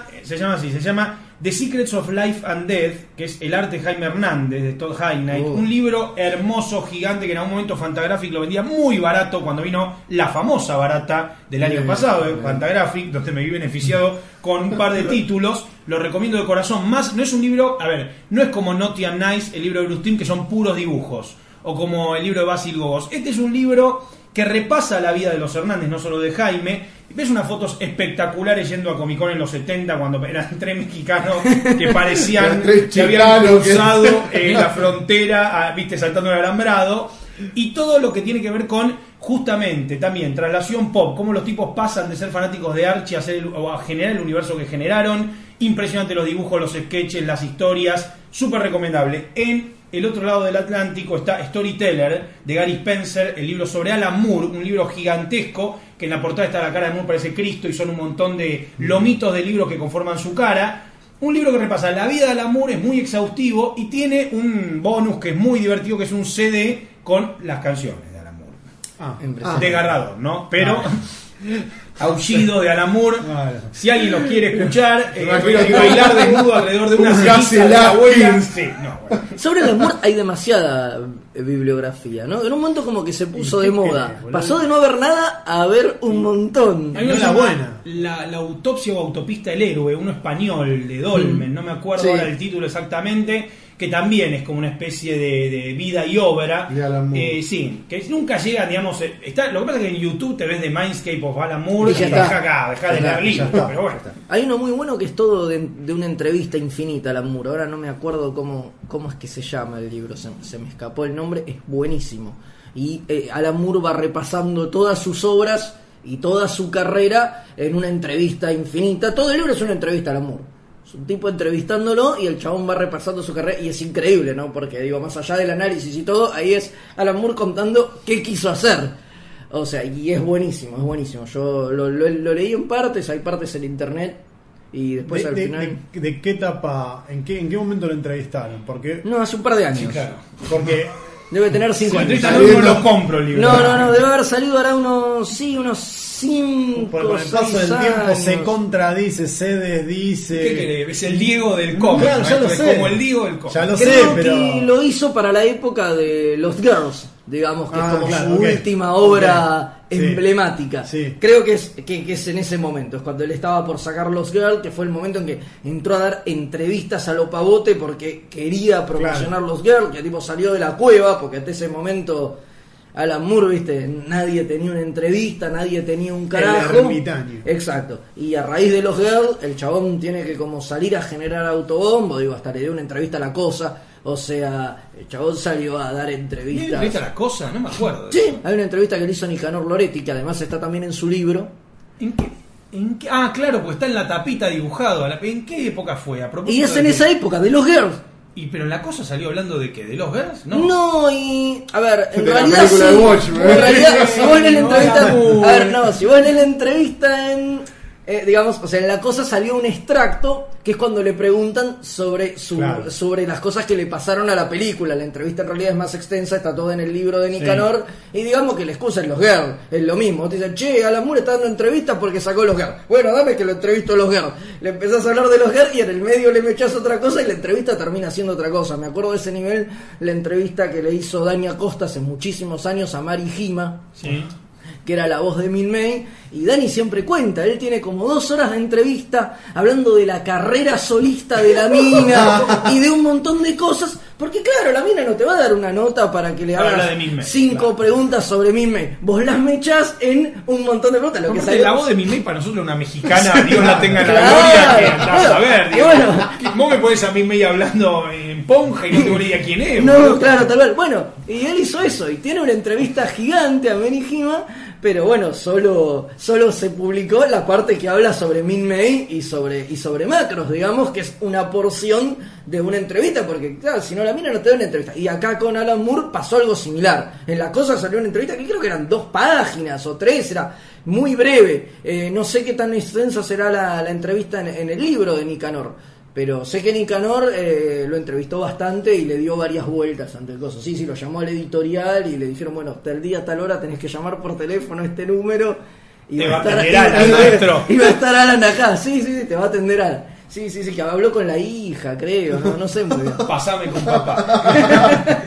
The Secrets of Life and Death, que es el arte de Jaime Hernández, de Todd Highnight. Un libro hermoso, gigante, que en algún momento Fantagraphic lo vendía muy barato cuando vino la famosa barata del año pasado de Fantagraphic, donde me vi beneficiado con un par de títulos. Lo recomiendo de corazón. Más, no es un libro, a ver, no es como Naughty and Nice, el libro de Bruce Timm, que son puros dibujos, o como el libro de Basil Gogos. Este es un libro que repasa la vida de los Hernández, no solo de Jaime. Ves unas fotos espectaculares yendo a Comic Con en los 70, cuando eran 3 mexicanos que parecían que habían cruzado la frontera, viste, saltando el alambrado. Y todo lo que tiene que ver con, justamente, también, traslación pop, cómo los tipos pasan de ser fanáticos de Archie a generar el universo que generaron. Impresionante los dibujos, los sketches, las historias, súper recomendable. En el otro lado del Atlántico está Storyteller, de Gary Spencer, el libro sobre Alan Moore, un libro gigantesco, que en la portada está la cara de Moore, parece Cristo, y son un montón de lomitos de libros que conforman su cara. Un libro que repasa la vida de Alan Moore, es muy exhaustivo, y tiene un bonus que es muy divertido, que es un CD con las canciones de Alan Moore. Desgarrador, ¿no? Pero... Aullido de Alan Moore. Si alguien los quiere escuchar, y bailar desnudo alrededor de una ceniza de la abuela. Sí, no, bueno. Sobre Alan Moore hay demasiada bibliografía, ¿no? En un momento como que se puso de moda. Pasó de no haber nada a haber un montón. Hay una buena. La autopsia o autopista del héroe, uno español de Dolmen, no me acuerdo ahora el título exactamente, que también es como una especie de vida y obra. Sí, que nunca llega, digamos, lo que pasa es que en YouTube te ves de Mindscape of Alan Moore y dejá de leer libros, pero bueno. Hay uno muy bueno que es todo de una entrevista infinita a Alan Moore. Ahora no me acuerdo cómo es que se llama el libro, se me escapó el nombre, es buenísimo. Y Alan Moore va repasando todas sus obras y toda su carrera en una entrevista infinita. Todo el libro es una entrevista a Alan Moore. Es un tipo entrevistándolo y el chabón va repasando su carrera, y es increíble, ¿no? Porque digo, más allá del análisis y todo, ahí es Alan Moore contando qué quiso hacer. O sea, y es buenísimo, es buenísimo. Yo lo leí en partes, hay partes en internet, y después al final... ¿De qué etapa, en qué momento lo entrevistaron? Porque... No, hace un par de años. Sí, claro. Porque... Debe tener 5 años. No lo compro el libro. No, debe haber salido ahora unos 5 Porque con el paso del tiempo se contradice, se desdice. ¿Qué querés? Es el Diego del cómic. Claro, ya lo Es sé. como el Diego del cómic. Ya lo sé, Creo pero. que lo hizo para la época de Lost Girls, digamos, que es como claro, su ok. última obra Sí. emblemática. Sí. Creo que es en ese momento, es cuando él estaba por sacar Lost Girls, que fue el momento en que entró a dar entrevistas a lo pavote porque quería promocionar Lost Girls, que tipo salió de la cueva, porque hasta ese momento Alan Moore, viste, nadie tenía una entrevista, nadie tenía un carajo. El ermitaño. Exacto. Y a raíz de Los Girls, el chabón tiene que como salir a generar autobombo, digo, hasta le dio una entrevista a La Cosa. O sea, el chabón salió a dar entrevistas. ¿Viste la cosa? No me acuerdo. Sí, hay una entrevista que le hizo Nicanor Loretti, que además está también en su libro. ¿En qué? Ah, claro, porque está en la tapita dibujado. ¿En qué época fue? A propósito Y es de en que- esa época, de Los Girls. Pero la cosa salió hablando de qué, ¿de los Girls? No, y. A ver, en De la realidad. película Sí, de Watchmen. en realidad, si vos lees la No, entrevista. no. A ver, no, si vos lees la entrevista en. Digamos, o sea, en La Cosa salió un extracto que es cuando le preguntan sobre Claro. sobre las cosas que le pasaron a la película. La entrevista en realidad es más extensa, está toda en el libro de Nicanor. Y digamos que la excusa es Los Girls, es lo mismo. Te dicen, che, Alan Moore está dando entrevistas porque sacó Los Girls. Bueno, dame que lo entrevisto a Los Girls. Le empezás a hablar de Los Girls y en el medio le mechás otra cosa y la entrevista termina siendo otra cosa. Me acuerdo de ese nivel, la entrevista que le hizo Dani Acosta hace muchísimos años a Mari Hima. Sí. Que era la voz de Min May, y Dani siempre cuenta, él tiene como 2 horas de entrevista hablando de la carrera solista de la mina y de un montón de cosas, porque claro, la mina no te va a dar una nota para que le Para hagas hablar de Min May, 5 claro. preguntas sobre Min May, vos las mechás en un montón de preguntas, lo que Aparte, salió- la voz de Min para nosotros una mexicana, Dios la tenga en la Claro, gloria, que andás a claro. ver, Y digo, bueno. vos me pones a Min May hablando en Ponja y no tengo ni idea quién es. No, boludo. claro, tal vez. Bueno, y él hizo eso, y tiene una entrevista gigante a Mary Hima, pero bueno, solo se publicó la parte que habla sobre Min May y sobre Macros, digamos, que es una porción de una entrevista, porque claro, si no la mina no te da una entrevista. Y acá con Alan Moore pasó algo similar. En La Cosa salió una entrevista que creo que eran 2 páginas o 3, era muy breve. No sé qué tan extensa será la entrevista en el libro de Nicanor. Pero sé que Nicanor lo entrevistó bastante y le dio varias vueltas ante el coso. Sí, lo llamó al editorial y le dijeron, bueno, hasta el día, tal hora tenés que llamar por teléfono a este número. Y Te va a estar- atender Alan, y- maestro. y va a estar Alan acá. Sí, te va a atender Alan. Sí, que habló con la hija, creo. No sé muy bien. Pasame con papá.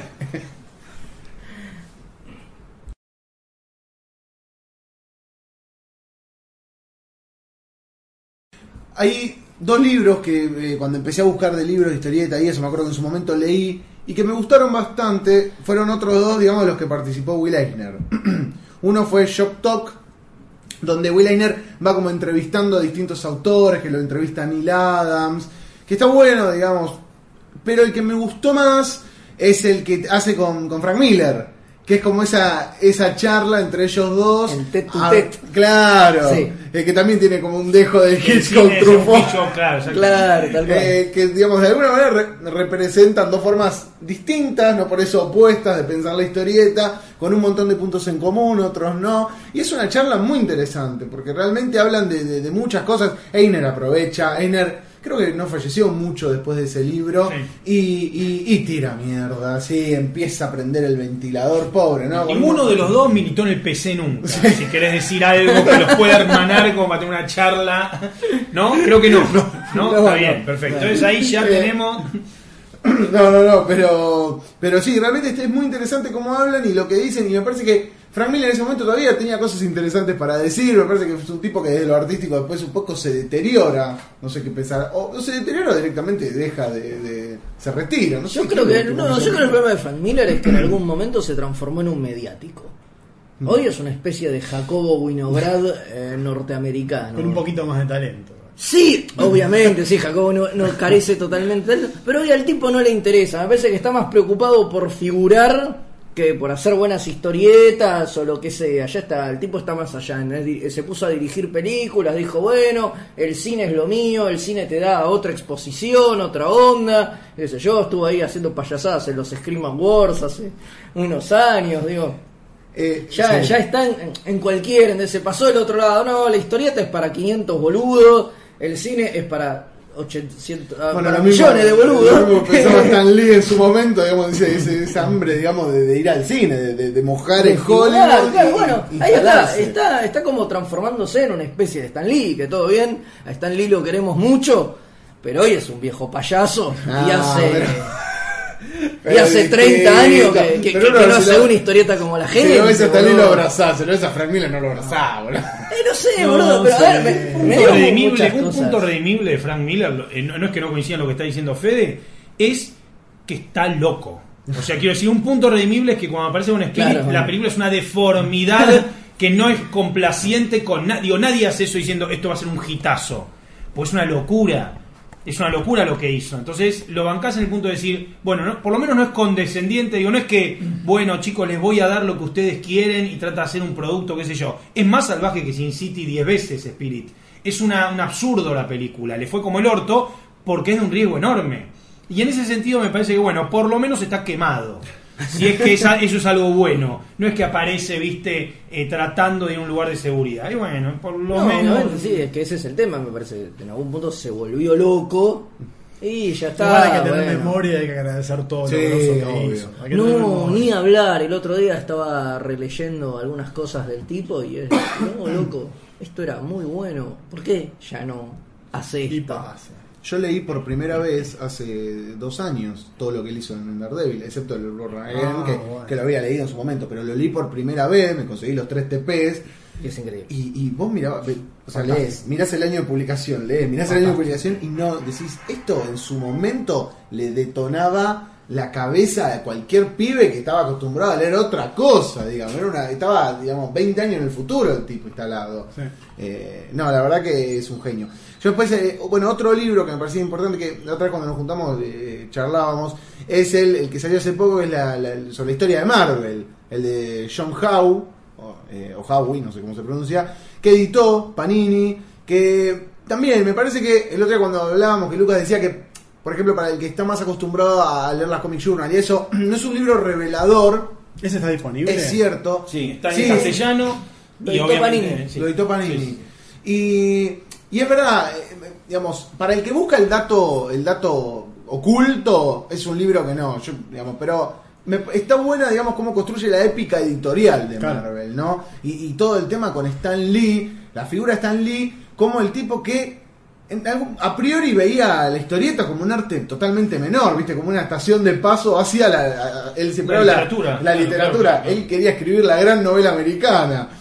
Hay 2 libros que cuando empecé a buscar de libros de historieta y eso, me acuerdo que en su momento leí y que me gustaron bastante. Fueron otros 2, digamos, de los que participó Will Eisner. Uno fue Shop Talk, donde Will Eisner va como entrevistando a distintos autores, que lo entrevista a Neil Adams, que está bueno, digamos. Pero el que me gustó más es el que hace con Frank Miller, que es como esa charla entre ellos dos. El tete Ah, a tete. Claro. Sí. Que también tiene como un dejo de El Hitchcock cine es un Truffaut. bicho, claro, exacto. Claro, tal cual. Que digamos de alguna manera representan 2 formas distintas, no por eso opuestas, de pensar la historieta, con un montón de puntos en común, otros no, y es una charla muy interesante porque realmente hablan de muchas cosas. Einer aprovecha, creo que no falleció mucho después de ese libro, y tira mierda, sí, empieza a prender el ventilador, pobre, ¿no? Ninguno de los 2 militó en el PC nunca. Si querés decir algo que los pueda hermanar como para tener una charla. ¿No? Creo que no. ¿No? Está bien, perfecto. Entonces ahí ya tenemos. No, pero sí, realmente es muy interesante cómo hablan y lo que dicen, y me parece que Frank Miller en ese momento todavía tenía cosas interesantes para decir. Me parece que es un tipo que desde lo artístico después un poco se deteriora, no sé qué pensar, o se deteriora o directamente deja se retira, no sé. Yo creo que el problema de Frank Miller es que en algún momento se transformó en un mediático. Hoy es una especie de Jacobo Winograd norteamericano. Con un poquito más de talento. Sí, obviamente, sí, Jacobo no carece totalmente de eso, pero hoy al tipo no le interesa. Me parece que está más preocupado por figurar que por hacer buenas historietas o lo que sea. Ya está, el tipo está más allá. Se puso a dirigir películas, dijo, bueno, el cine es lo mío, el cine te da otra exposición, otra onda. Qué sé yo, estuve ahí haciendo payasadas en los Scream Awards hace unos años, digo. Ya está en cualquiera, se pasó del otro lado. No, la historieta es para 500 boludos, el cine es para Bueno, lo millones de boludos. Lo mismo pensaba Stan Lee en su momento, digamos, esa hambre, digamos, de ir al cine, de mojar en Hollywood. Claro, bueno, ahí está como transformándose en una especie de Stan Lee, que todo bien, a Stan Lee lo queremos mucho, pero hoy es un viejo payaso y hace 30 años que no hace una historieta como la gente. Si lo ves a Stan Lee lo abrazás, si lo ves a Frank Miller no lo abrazás, boludo. No sé, boludo, pero a ver, un punto redimible de Frank Miller, no es que no coincida en lo que está diciendo Fede, es que está loco. O sea, quiero decir, un punto redimible es que cuando aparece un Spirit, claro, la película es una deformidad que no es complaciente con nadie. Digo, nadie hace eso diciendo esto va a ser un hitazo. Pues es una locura. Es una locura lo que hizo. Entonces lo bancás en el punto de decir, bueno, no, por lo menos no es condescendiente. Digo, no es que, bueno, chicos, les voy a dar lo que ustedes quieren y trata de hacer un producto, qué sé yo. Es más salvaje que Sin City 10 veces, Spirit. Es un absurdo la película. Le fue como el orto porque es de un riesgo enorme. Y en ese sentido me parece que, bueno, por lo menos está quemado. Si es que eso es algo bueno. No es que aparece, viste, tratando de ir a un lugar de seguridad. Y bueno, por lo menos... sí, es que ese es el tema, me parece. En algún punto se volvió loco y ya está. Igual hay que tener memoria y hay que agradecer todo lo que hizo. No, ni hablar. El otro día estaba releyendo algunas cosas del tipo y es, no, loco, esto era muy bueno. ¿Por qué ya no hace esto? Y pasa. Yo leí por primera vez hace 2 años todo lo que él hizo en Daredevil, excepto el Run Again, que lo había leído en su momento, pero lo leí por primera vez, me conseguí los 3 TPs. Y es increíble. Y vos mirás el año de publicación, mirás el año de publicación y no decís, esto en su momento le detonaba la cabeza de cualquier pibe que estaba acostumbrado a leer otra cosa, digamos. Estaba, digamos, 20 años en el futuro el tipo instalado. Sí. No, la verdad que es un genio. Yo después, otro libro que me parecía importante, que la otra vez cuando nos juntamos charlábamos, es el que salió hace poco, es sobre la historia de Marvel, el de John Howe, o Howe, no sé cómo se pronuncia, que editó Panini, que también me parece que el otro día cuando hablábamos, que Lucas decía que, por ejemplo, para el que está más acostumbrado a leer las Comic Journal y eso, no es un libro revelador. ¿Ese está disponible? Es cierto. Sí, está en castellano. Lo editó Panini. Lo editó Panini. Sí. Y es verdad, digamos, para el que busca el dato oculto, es un libro que no, pero está buena, digamos, cómo construye la épica editorial de Marvel, ¿no? Y todo el tema con Stan Lee, la figura de Stan Lee, como el tipo que a priori veía la historieta como un arte totalmente menor, ¿viste? Como una estación de paso hacia él siempre habla la literatura. Él quería escribir la gran novela americana.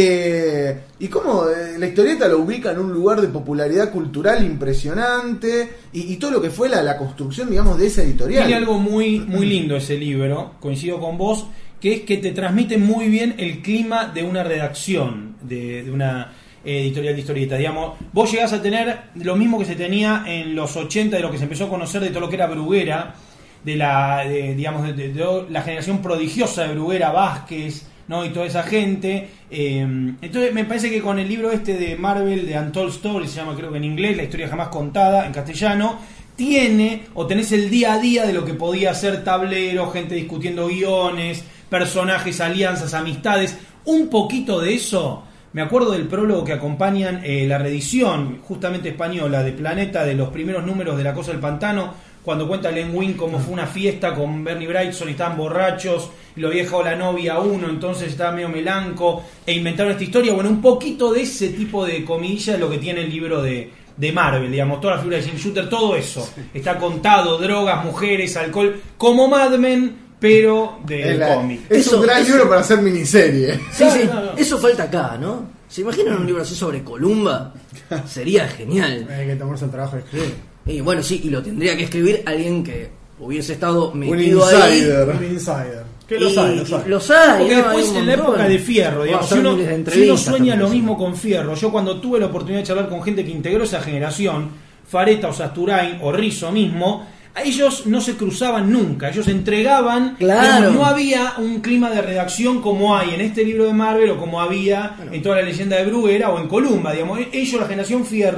Y como la historieta lo ubica en un lugar de popularidad cultural impresionante y todo lo que fue la construcción, digamos, de esa editorial. Tiene algo muy, muy lindo ese libro, coincido con vos, que es que te transmite muy bien el clima de una redacción, de una editorial de historietas. Digamos, vos llegás a tener lo mismo que se tenía en los 80, de lo que se empezó a conocer de todo lo que era Bruguera, de la generación prodigiosa de Bruguera, Vázquez, ¿no? Y toda esa gente. Entonces me parece que con el libro este de Marvel, de Untold Stories, se llama creo que en inglés, la historia jamás contada, en castellano, tenés el día a día de lo que podía ser tablero, gente discutiendo guiones, personajes, alianzas, amistades, un poquito de eso. Me acuerdo del prólogo que acompañan la reedición justamente española de Planeta, de los primeros números de La Cosa del Pantano, cuando cuenta Len Wein cómo fue una fiesta con Bernie Wrightson y estaban borrachos y lo había dejado la novia a uno, entonces estaba medio melanco e inventaron esta historia. Bueno, un poquito de ese tipo de comidilla es lo que tiene el libro de Marvel, digamos, toda la figura de Jim Shooter, todo eso está contado, drogas, mujeres, alcohol, como Mad Men, pero de cómic. Es un gran libro para hacer miniserie. Sí, no. Eso falta acá, ¿no? ¿Se imaginan un libro así sobre Columba? Sería genial. Hay que tomarse el trabajo de escribir. Y bueno, sí, y lo tendría que escribir alguien que hubiese estado metido ahí. Un insider. Que los hay. Porque después en la época de Fierro, digamos, si uno sueña lo mismo con Fierro. Yo cuando tuve la oportunidad de charlar con gente que integró esa generación, Fareta o Sasturain o Rizzo mismo, a ellos no se cruzaban nunca, ellos entregaban, claro. No había un clima de redacción como hay en este libro de Marvel o como había en toda la leyenda de Bruguera o en Columba, digamos. Ellos, la generación Fierro,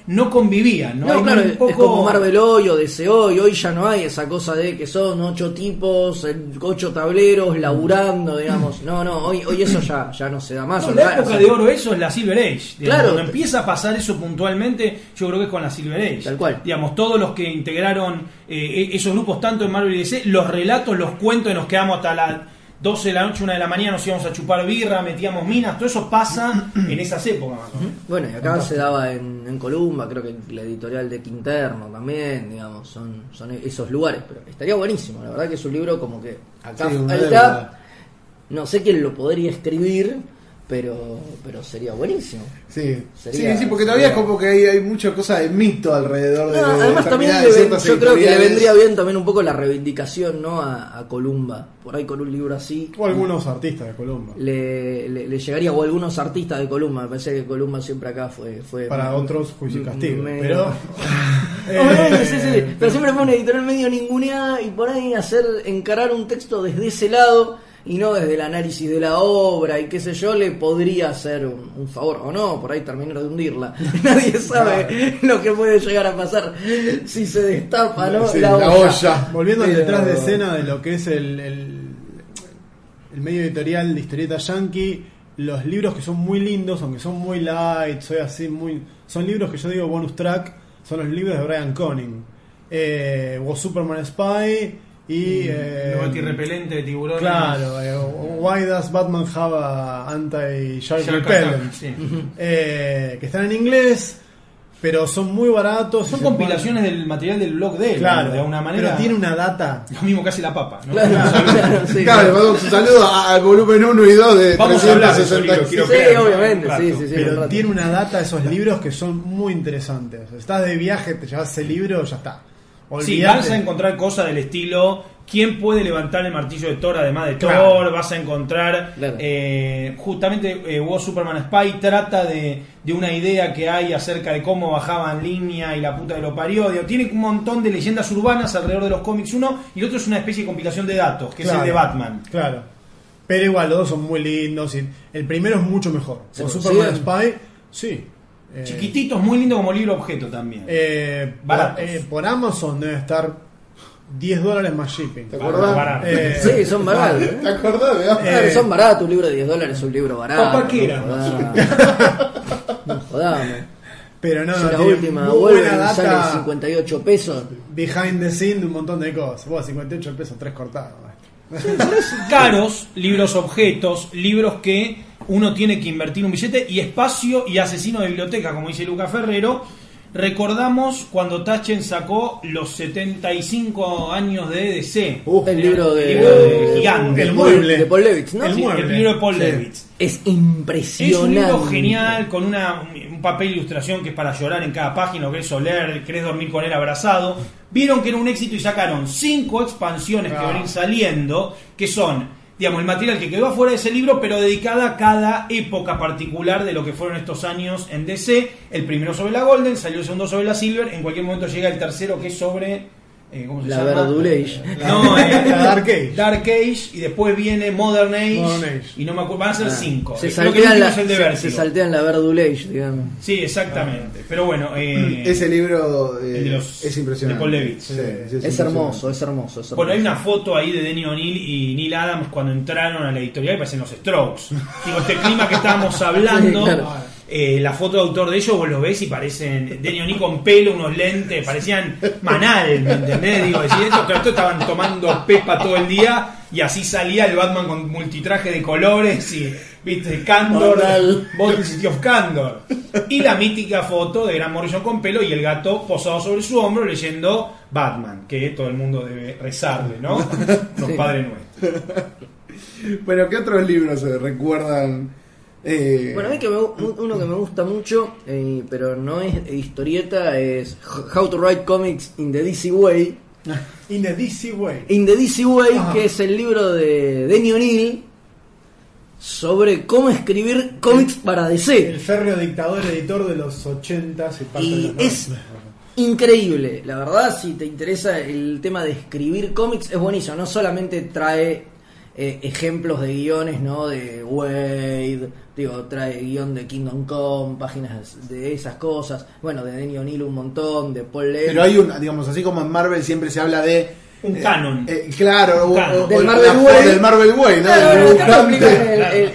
no convivían, ¿no? No, Hay claro, un poco... es como Marvel hoy o DC hoy ya no hay esa cosa de que son 8 tipos, 8 tableros, laburando, digamos. No, hoy eso ya no se da más. No, la época de oro eso es la Silver Age. Digamos. Claro. Cuando empieza a pasar eso puntualmente, yo creo que es con la Silver Age. Tal cual. Digamos, todos los que integraron esos grupos, tanto en Marvel y DC, los relatos, los cuentos, y nos quedamos hasta las 12 de la noche, 1 de la mañana, nos íbamos a chupar birra, metíamos minas, todo eso pasa en esas épocas más o menos. Bueno, y acá se daba en Columba, creo que la editorial de Quinterno también, digamos, son esos lugares, pero estaría buenísimo, la verdad que es un libro como que acá Sí, falta, no sé quién lo podría escribir, pero sería buenísimo. Sí, Sería- sí, porque todavía sería- es como que hay mucha cosa de mito alrededor de Además también determinadas ciertas yo creo que le editoriales. vendría bien también un poco la reivindicación, ¿no? a Columba, por ahí con un libro así. O algunos artistas de Columba. Le llegaría, o algunos artistas de Columba, me parece que Columba siempre acá fue Para otros, juicio y castigo. medio- Pero. sí, pero siempre fue una editorial medio ninguneada y por ahí encarar un texto desde ese lado y no desde el análisis de la obra y qué sé yo, le podría hacer un favor o no, por ahí terminar de hundirla. Nadie sabe lo que puede llegar a pasar si se destapa, ¿no? Sí, la la olla. Volviendo al Pero- detrás de escena de lo que es el medio editorial de historieta yankee, los libros que son muy lindos, aunque son muy light, son libros que yo digo bonus track, son los libros de Brian Conning. Was Superman Spy y Lo antirrepelente de tiburones. claro, Why Does Batman Have a Anti-Shark Shark Repellent, Attack, sí. que están en inglés, pero son muy baratos. Son y se compilaciones del material del blog de él, Claro, ¿no? De alguna manera. pero tiene una data. Lo mismo que hace la papa, ¿no? Claro, sí. Claro, le mandamos un saludo al volumen 1 y 2 de Vamos a hablar de esos 365. libros, Sí, quiero creer, obviamente, ¿no? sí, Rato. un Pero rato. tiene una data esos libros que son muy interesantes. Estás de viaje, te llevas ese libro, ya está. Sí, Olvídate. vas a encontrar cosas del estilo ¿quién puede levantar el martillo de Thor además de Claro. Thor? Vas a encontrar Claro. justamente Was Superman Spy trata de una idea que hay acerca de cómo bajaban línea y la puta de lo parió. Digo, tiene un montón de leyendas urbanas alrededor de los cómics uno, y el otro es una especie de compilación de datos, que Claro, es el de Batman. Claro. Pero igual, los dos son muy lindos. Y el primero es mucho mejor. ¿Se O Superman consiguen? Spy, sí. Chiquititos, muy lindo como libro objeto también. Baratos. Por Amazon debe estar $10 más shipping. ¿Te acordás? Barato. Sí, son baratos. ¿eh? ¿Te acordás? ¿verdad? Claro, son baratos, un libro de $10 es un libro barato. Papá, ¿qué era? No jodame. Pero no, Si no, la tiene última muy vuelve buena y sale data 58 pesos. behind the scene de un montón de cosas. Vos, 58 pesos, 3 cortados. Caros, libros objetos, libros que uno tiene que invertir un billete y espacio y asesino de biblioteca, como dice Luca Ferrero. Recordamos cuando Taschen sacó los 75 años de DC. El libro de, libro de Gigante. El mueble. de Paul Levitz, ¿no? El Sí, mueble. el libro de Paul Sí. Levitz. Es Es un impresionante. libro genial, con un papel de ilustración que es para llorar en cada página, lo querés oler, querés dormir con él abrazado. Vieron que era un éxito y sacaron 5 expansiones que van a ir saliendo, que son, digamos, el material que quedó afuera de ese libro, pero dedicada a cada época particular de lo que fueron estos años en DC. El primero sobre la Golden, salió el segundo sobre la Silver, en cualquier momento llega el tercero que es sobre... ¿cómo se La llama? Verdule Age. No, La Dark Age. Dark Age, y después viene Modern Age, Modern Age. y no me acuerdo, van a ser 5. Se Creo que el saltean, último la, es el de se Vértigo. saltean la Verdule Age, digamos. Sí, exactamente. Pero bueno, Ese libro el de los- es impresionante. de Paul Levitz. Sí, Es hermoso, es hermoso. bueno, hay una foto ahí de Denny O'Neil y Neil Adams cuando entraron a la editorial y parecen los Strokes. Digo, este clima que estábamos hablando, Sí, claro. la foto de autor de ellos, vos lo ves y parecen Denny O'Neil con pelo, unos lentes, parecían Manal, ¿me entendés? Digo, decir, estos estaban tomando pepa todo el día y así salía el Batman con multitraje de colores y, viste, Candor, Manal. Battle City of Candor. Y la mítica foto de Grant Morrison con pelo y el gato posado sobre su hombro leyendo Batman, que todo el mundo debe rezarle, ¿no? Los Sí. padres nuestros. Bueno, ¿qué otros libros se recuerdan? Bueno, a mí uno que me gusta mucho, pero no es historieta, es How to Write Comics in the DC Way. In the DC way. In the DC Way, Ajá. que es el libro de Denny O'Neil sobre cómo escribir cómics para El DC. férreo dictador editor de los 80s y parte Y de los es 90s. increíble, la verdad, si te interesa el tema de escribir cómics, es buenísimo. No solamente trae ejemplos de guiones, ¿no? De Wade, digo, trae guión de Kingdom Come, páginas de esas cosas, bueno, de Denny O'Neil un montón, de Paul Levy. Pero hay digamos, así como en Marvel siempre se habla de un canon. Claro, canon. Del Marvel Way, ¿no? Claro, acá lo aplican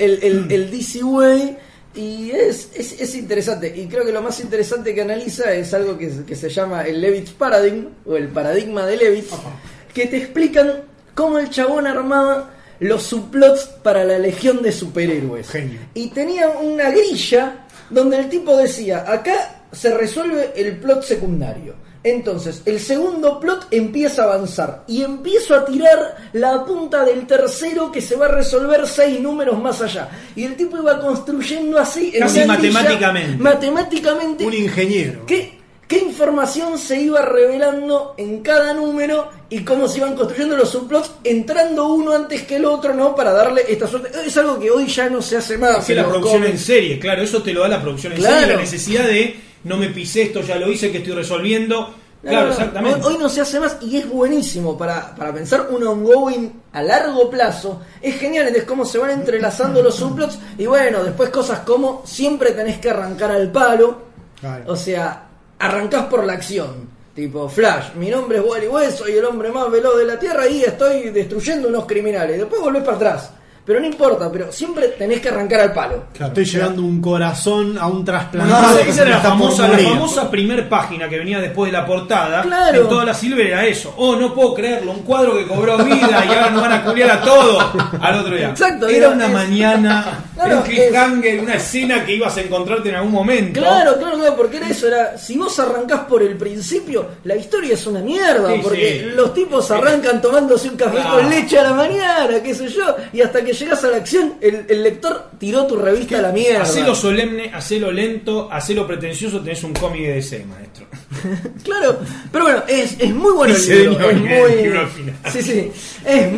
el DC Way. Y es interesante, y creo que lo más interesante que analiza es algo que se llama el Levitt Paradigm, o el paradigma de Levitt, que te explican cómo el chabón armaba los subplots para la legión de superhéroes. Genio. Y tenía una grilla donde el tipo decía, acá se resuelve el plot secundario. Entonces, el segundo plot empieza a avanzar y empiezo a tirar la punta del tercero que se va a resolver 6 números más allá. Y el tipo iba construyendo así, casi en matemáticamente. Un ingeniero. ¿Qué información se iba revelando en cada número y cómo se iban construyendo los subplots, entrando uno antes que el otro, ¿no? Para darle esta suerte. Es algo que hoy ya no se hace más. Es la producción en serie, claro, eso te lo da la producción en Claro. serie, la necesidad de no me pisé esto, ya lo hice, que estoy resolviendo. Claro, exactamente. Hoy no se hace más y es buenísimo para pensar un ongoing a largo plazo. Es genial, es cómo se van entrelazando los subplots y bueno, después cosas como siempre tenés que arrancar al palo. Claro. O sea, arrancás por la acción. Tipo, Flash, mi nombre es Wally West, soy el hombre más veloz de la Tierra y estoy destruyendo unos criminales. Después volvés para atrás. Pero no importa, pero siempre tenés que arrancar al palo. Claro, estoy llevando un corazón a un trasplantado. Esa era la está por morir. famosa primer página que venía después de la portada. Claro. En toda la Silver era eso. Oh, no puedo creerlo, un cuadro que cobró vida y ahora nos van a culiar a todos al otro día. Exacto, Era una mañana, Claro, un cliffhanger, una escena que ibas a encontrarte en algún momento. Claro, porque era eso, si vos arrancás por el principio, la historia es una mierda, Sí, porque sí. los tipos arrancan tomándose un café con leche a la mañana, qué sé yo, y hasta que llegás a la acción, el lector tiró tu revista a la mierda. Hacelo solemne, hacelo lento, hacelo pretencioso, tenés un cómic de DC, maestro. Claro, pero bueno, es muy bueno el Dice libro, Denis O'Neill, el es libro al final. sí, es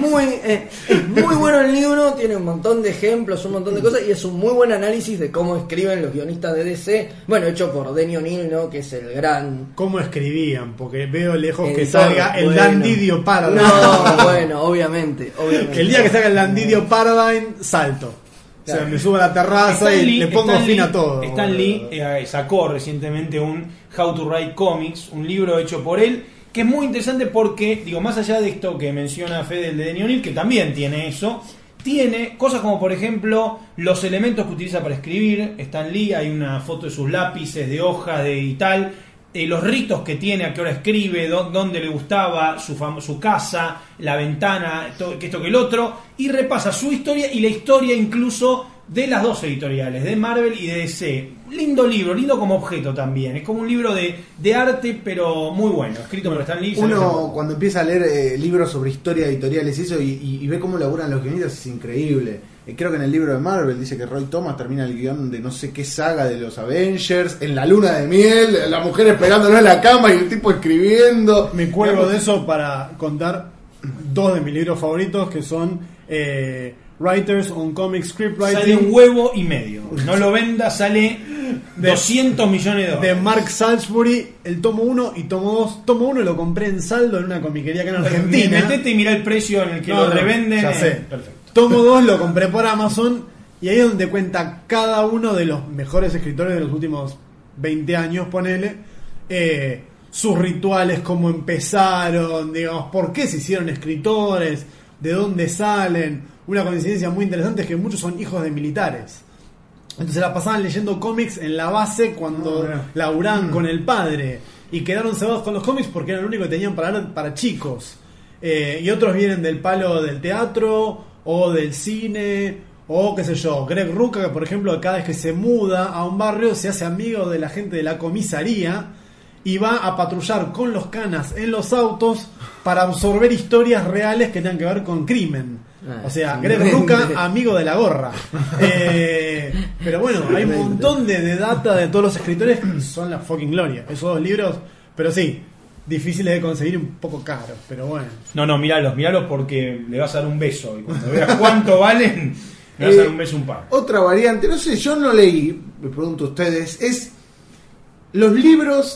muy bueno el libro, tiene un montón de ejemplos, un montón de cosas, y es un muy buen análisis de cómo escriben los guionistas de DC, bueno, hecho por Denny O'Neill, ¿no? Que es el gran... ¿Cómo escribían? Porque veo lejos que editor. salga el Bueno. Dandidio Paradigm. No, bueno, obviamente. El día que salga el Dandidio Paradigm, salto. O sea, me subo a la terraza y le pongo fin a todo. Stan Lee sacó recientemente un How to Write Comics, un libro hecho por él, que es muy interesante porque, digo, más allá de esto que menciona Fede, el de Denny O'Neill, que también tiene eso, tiene cosas como, por ejemplo, los elementos que utiliza para escribir. Stan Lee, hay una foto de sus lápices, de hojas y tal, los ritos que tiene, a qué hora escribe, dónde le gustaba, su casa, la ventana, que esto que el otro, y repasa su historia y la historia incluso de las dos editoriales, de Marvel y de DC. Lindo libro, lindo como objeto también. Es como un libro de arte, pero muy bueno, escrito por Stan Lee. Uno cuando empieza a leer libros sobre historia editoriales y ve cómo laburan los guionistas es increíble. Creo que en el libro de Marvel dice que Roy Thomas termina el guión de no sé qué saga de los Avengers en la luna de miel, la mujer esperándolo en la cama y el tipo escribiendo. Me cuelgo de eso para contar dos de mis libros favoritos, que son Writers on Comic Script Writing. Sale un huevo y medio. No lo venda, sale 200 millones de de dólares. Mark Salisbury, el tomo 1 y tomo 2. Tomo 1 lo compré en saldo en una comiquería acá en Argentina. Metete y mirá el precio en el que lo revenden. Ya sé. Perfecto. Tomo 2 lo compré por Amazon y ahí es donde cuenta cada uno de los mejores escritores de los últimos 20 años, ponele, sus rituales, cómo empezaron, digamos, por qué se hicieron escritores, de dónde salen. Una coincidencia muy interesante es que muchos son hijos de militares. Entonces la pasaban leyendo cómics en la base cuando laburaban con el padre y quedaron cebados con los cómics porque era lo único que tenían para chicos. Y otros vienen del palo del teatro o del cine, o qué sé yo, Greg Rucka, que por ejemplo cada vez que se muda a un barrio se hace amigo de la gente de la comisaría y va a patrullar con los canas en los autos para absorber historias reales que tengan que ver con crimen. O sea, Greg Rucka, amigo de la gorra. Pero bueno, hay un montón de data de todos los escritores que son la fucking gloria. Esos dos libros, pero sí, difíciles de conseguir, un poco caros, pero bueno. No, míralos porque le vas a dar un beso. Y cuando veas cuánto valen, le vas a dar un beso un par. Otra variante, no sé, yo no leí, me pregunto a ustedes, es los libros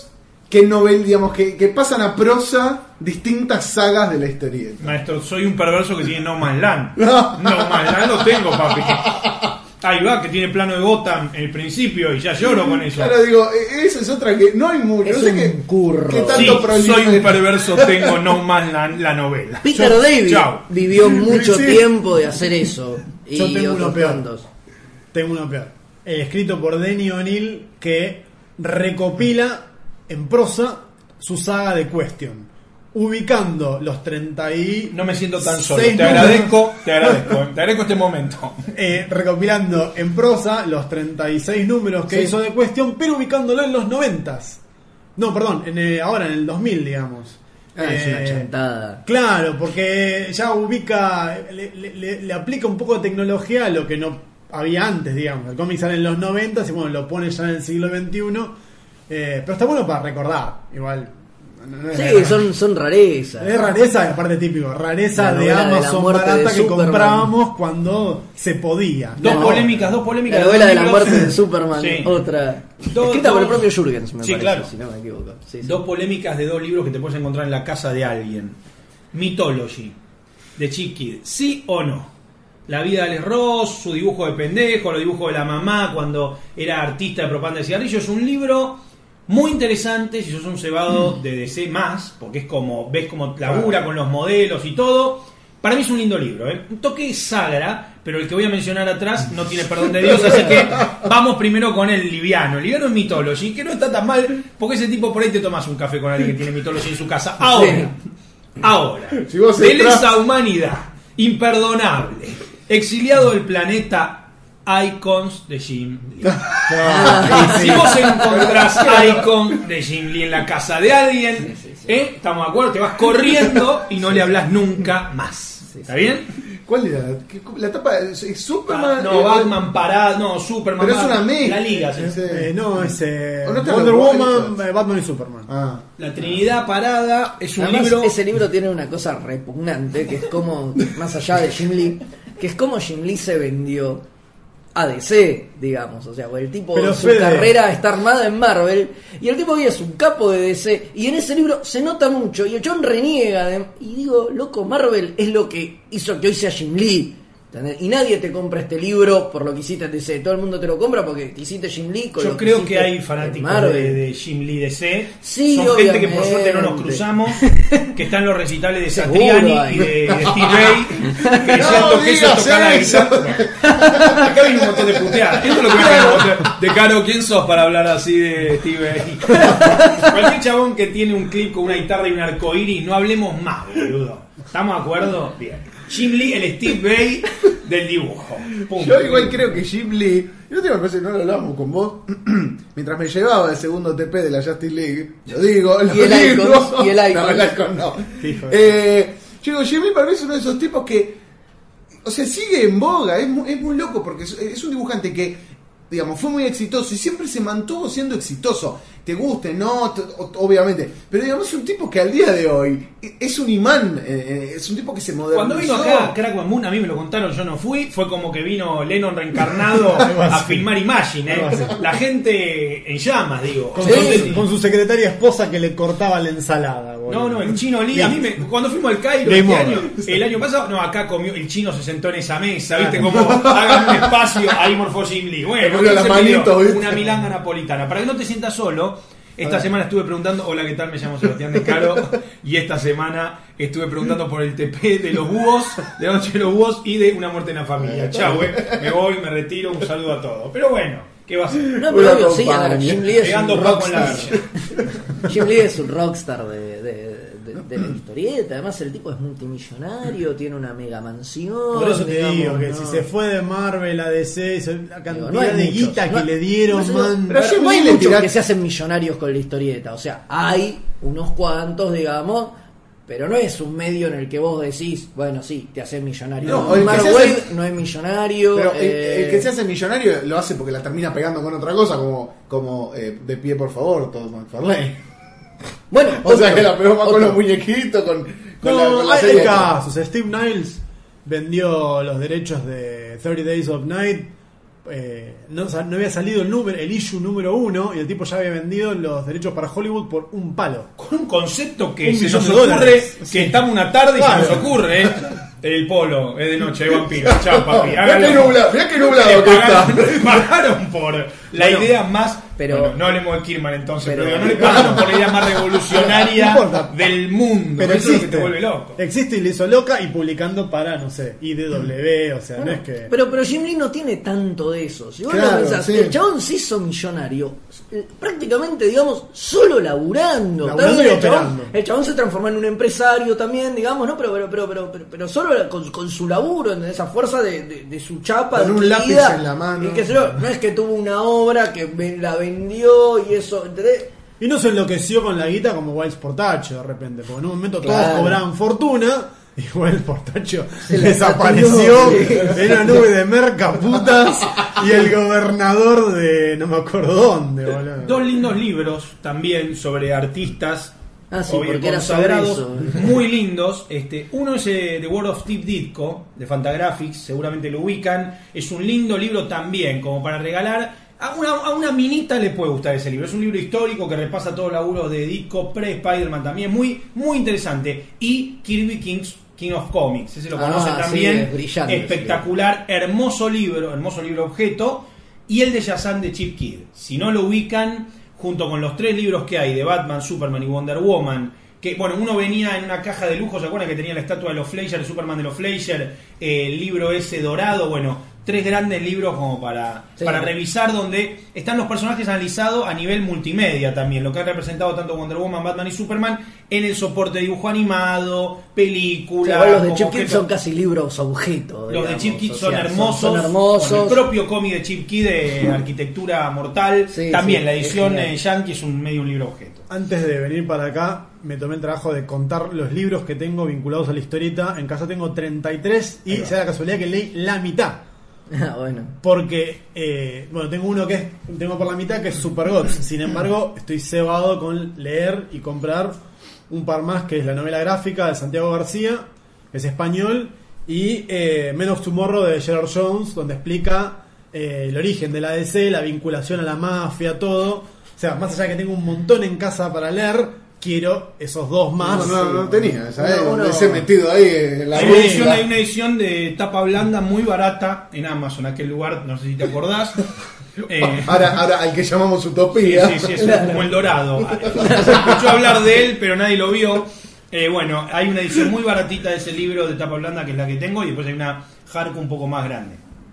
que novel, digamos, que pasan a prosa distintas sagas de la historieta. Maestro, soy un perverso que tiene No Man's Land. No Man's Land lo tengo, papi. Ahí va, que tiene plano de Gotham en el principio y ya lloro con eso. Claro, digo, esa es otra que no hay mucho. Es no sé un curro. qué Sí, tanto problema soy un hay. perverso, tengo No Man's Land, la novela. Peter David Chao. vivió mucho Sí. tiempo de hacer eso. Yo Y tengo uno otros peor. tantos. Tengo uno peor. Escrito por Denny O'Neil, que recopila en prosa su saga de Question, ubicando los 30 y... No me siento tan solo. 6 Te agradezco este momento. recopilando en prosa los 36 números que Sí. hizo de Question, pero ubicándolo en los 90s. No, perdón, ahora en el 2000, digamos. Es una chantada. Claro, porque ya ubica, le aplica un poco de tecnología a lo que no había antes, digamos. El cómic sale en los 90 y bueno, lo pone ya en el siglo XXI. Pero está bueno para recordar, igual. No es Sí, son rarezas. es rareza, aparte típico, rareza La de novela de la Amazon muerte barata de que Superman. comprábamos cuando se podía. Dos No, polémicas. La novela de la dos muerte de libros. Superman, Sí. otra. Dos- Escrita por el dos- propio Jurgens, me Sí, parece, claro. si no me equivoco. Sí, sí. Dos polémicas de dos libros que te puedes encontrar en la casa de alguien. Mythology, de Chip Kidd. ¿Sí o no? La vida de Alex Ross, su dibujo de pendejo, los dibujos de la mamá cuando era artista de propaganda de cigarrillos. Es un libro muy interesante si sos un cebado de DC más, porque es como, ves como labura con los modelos y todo. Para mí es un lindo libro, ¿eh? Un toque sagra, pero el que voy a mencionar atrás no tiene perdón de Dios, así que vamos primero con el liviano. El liviano es Mythology, que no está tan mal, porque ese tipo por ahí te tomas un café con alguien que tiene Mythology en su casa. Ahora, Si vos de entras- lesa humanidad, imperdonable, exiliado del planeta, Icons de Jim Lee. Si vos encontrás Icon de Jim Lee en la casa de alguien, estamos de acuerdo, te vas corriendo y no le hablas nunca más. ¿Está bien? ¿Cuál era? La tapa es Superman. No, Batman parado, no, Superman. Pero es una mezcla. La liga, sí. no, es ¿O no te Wonder lo Woman, puedo Batman y Superman. Ah. La Trinidad parada es un Además, libro. ese libro tiene una cosa repugnante, que es como, más allá de Jim Lee, que es como Jim Lee se vendió a DC, digamos. O sea, porque el tipo, Pero su Fede, carrera está armada en Marvel, y el tipo hoy es un capo de DC, y en ese libro se nota mucho, y el John reniega y digo, loco, Marvel es lo que hizo que hoy sea Jim Lee. ¿Entendés? Y nadie te compra este libro por lo que hiciste en DC. Todo el mundo te lo compra porque te hiciste Jim Lee. Con Yo lo creo hiciste que hay en fanáticos Marvel. de Jim Lee DC. Sí, son gente que por suerte no nos obviamente. cruzamos, que están en los recitales de Seguro Satriani hay. y de Steve Vai, que es No cierto que eso digas tocar la eso. guitarra. Acá viene un montón de puteadas. Esto es lo que me de Caro, ¿quién sos para hablar así de Steve Vai? Cualquier chabón que tiene un clip con una guitarra y un arcoíris, no hablemos más, boludo. ¿Estamos de acuerdo? Bien. Jim Lee, el Steve Vai del dibujo. Punto. Yo igual creo que Jim Lee, yo te parece que no lo hablamos con vos, mientras me llevaba el segundo TP de la Justice League, lo digo, Y el Icons, y el Icons. No, el Icons no. Yo digo, Jim Lee para mí es uno de esos tipos que, o sea, sigue en boga, es muy loco porque es un dibujante que, digamos, fue muy exitoso y siempre se mantuvo siendo exitoso. Te guste, no, obviamente. Pero digamos, es un tipo que al día de hoy es un imán, es un tipo que se modernizó. Cuando vino acá Crack One Moon, a mí me lo contaron, yo no fui, fue como que vino Lennon reencarnado a filmar Imagine, la gente en llamas, digo. Con su secretaria esposa que le cortaba la ensalada. boludo. No, el chino Lee, a mí cuando fuimos al Cairo Game over. el año pasado, no, acá comió, el chino se sentó en esa mesa, viste, como hagan un espacio, ahí morfó Jim Lee. Bueno, Ponió ¿qué las se pidió? manitos, ¿viste? Una milanga napolitana. Para que no te sientas solo, esta semana estuve preguntando, hola, ¿qué tal? Me llamo Sebastián de Caro, y esta semana estuve preguntando por el TP de los búhos, de la noche de los búhos y de Una muerte en la familia. Chau, me voy, me retiro, un saludo a todos. Pero bueno, ¿qué va a ser? No, pero obvio, sí, a ver, Jim Lee es Pegando un paco en la rockstar. villa. Jim Lee es un rockstar de la historieta. Además, el tipo es multimillonario, tiene una mega mansión. Por eso te digamos, digo que ¿no? si se fue de Marvel a DC, la cantidad Digo, no hay de muchos, guita no- que le dieron, por eso- man. Pero Jim no hay Lee le muchos tira- que se hacen millonarios con la historieta. O sea, hay unos cuantos, digamos, pero no es un medio en el que vos decís, bueno, sí, te haces millonario. No, el que Mark se Waid hace- no es millonario. Pero el que se hace millonario lo hace porque la termina pegando con otra cosa, como de pie por favor, Todd McFarlane. Bueno, O sea otro- que la pegó más con otro. los muñequitos, con No, la hay serie. casos. Steve Niles vendió los derechos de 30 Days of Night no había salido el issue número 1 y el tipo ya había vendido los derechos para Hollywood por un palo. Con un concepto que $1 se nos millón. ocurre, que estamos una tarde y Claro. se nos ocurre, el polo, es de noche, hay vampiro, chao papi. Mirá qué nublado Le que está. pagaron por la Bueno, idea más. pero- Bueno, no hablemos de Kirman entonces, pero- pero no le pagaron por la idea más revolucionaria No importa. del mundo. Pero Eso es lo que existe, te vuelve loco. existe y le hizo loca y publicando para, no sé, IDW, o sea, no es que... Pero Jim Lee no tiene tanto de eso. Si vos Claro, lo pensás, sí. el chabón se hizo millonario prácticamente, digamos, solo laburando. Laburando También y el chabón- operando. el chabón se transformó en un empresario también, digamos, ¿no? Pero solo con su laburo, en esa fuerza de su chapa. Con un adquirida, lápiz en la mano. Y qué sé yo, no es que tuvo una obra que la vendió y eso, ¿entendés? Y no se enloqueció con la guita como Wild Portacho de repente, porque en un momento todos Claro. cobraban fortuna y Wild Portacho Se la desapareció saturó, sí. en una nube de mercaputas y el gobernador de no me acuerdo dónde, boludo. Dos lindos libros también sobre artistas. Ah, sí, obvio, porque era sobre consagrados, eso. muy lindos. Uno es The World of Steve Ditko de Fantagraphics, seguramente lo ubican. Es un lindo libro también, como para regalar. A una minita le puede gustar ese libro. Es un libro histórico que repasa todos los laburos de Ditko, pre-Spider-Man también. Muy, muy interesante. Y Kirby King of Comics, ese lo conocen sí, también. es brillante ese Espectacular, hermoso libro objeto. Y el de Shazam de Chip Kidd. Si no lo ubican, junto con los 3 libros que hay de Batman, Superman y Wonder Woman, que bueno, uno venía en una caja de lujo, ¿se acuerdan que tenía la estatua de los Fleischer, el Superman de los Fleischer, el libro ese dorado? Bueno, 3 grandes libros como para revisar, donde están los personajes analizados a nivel multimedia también, lo que han representado tanto Wonder Woman, Batman y Superman en el soporte de dibujo animado, película. Los de como Chip Kidd objeto. son casi libros objeto. Los de digamos, Chip Kidd o son sea, hermosos. Son hermosos. Con el propio cómic de Chip Kidd de Arquitectura Mortal. Sí, también sí, la es edición genial. Yankee es un libro objeto. Antes de venir para acá, me tomé el trabajo de contar los libros que tengo vinculados a la historieta. En casa tengo 33 y se da la casualidad que leí la mitad. Ah, bueno. Porque, bueno, tengo por la mitad que es Super Gods. Sin embargo, estoy cebado con leer y comprar un par más, que es la novela gráfica de Santiago García, que es español, y Men of Tomorrow de Gerard Jones, donde explica el origen de la DC, la vinculación a la mafia, todo. O sea, más allá de que tengo un montón en casa para leer, quiero esos 2 más. No tenía, ¿sabes? Uno- Donde se metido ahí en la Hay una, edición, rueda. hay una edición de tapa blanda muy barata en Amazon, aquel lugar, no sé si te acordás. Ahora al que llamamos Sí, Utopía. sí, es como el Dorado. Se escuchó hablar de él, pero nadie lo vio. Bueno, hay una edición muy baratita de ese libro de tapa blanda, que es la que tengo, y después hay una hardcover un poco más grande.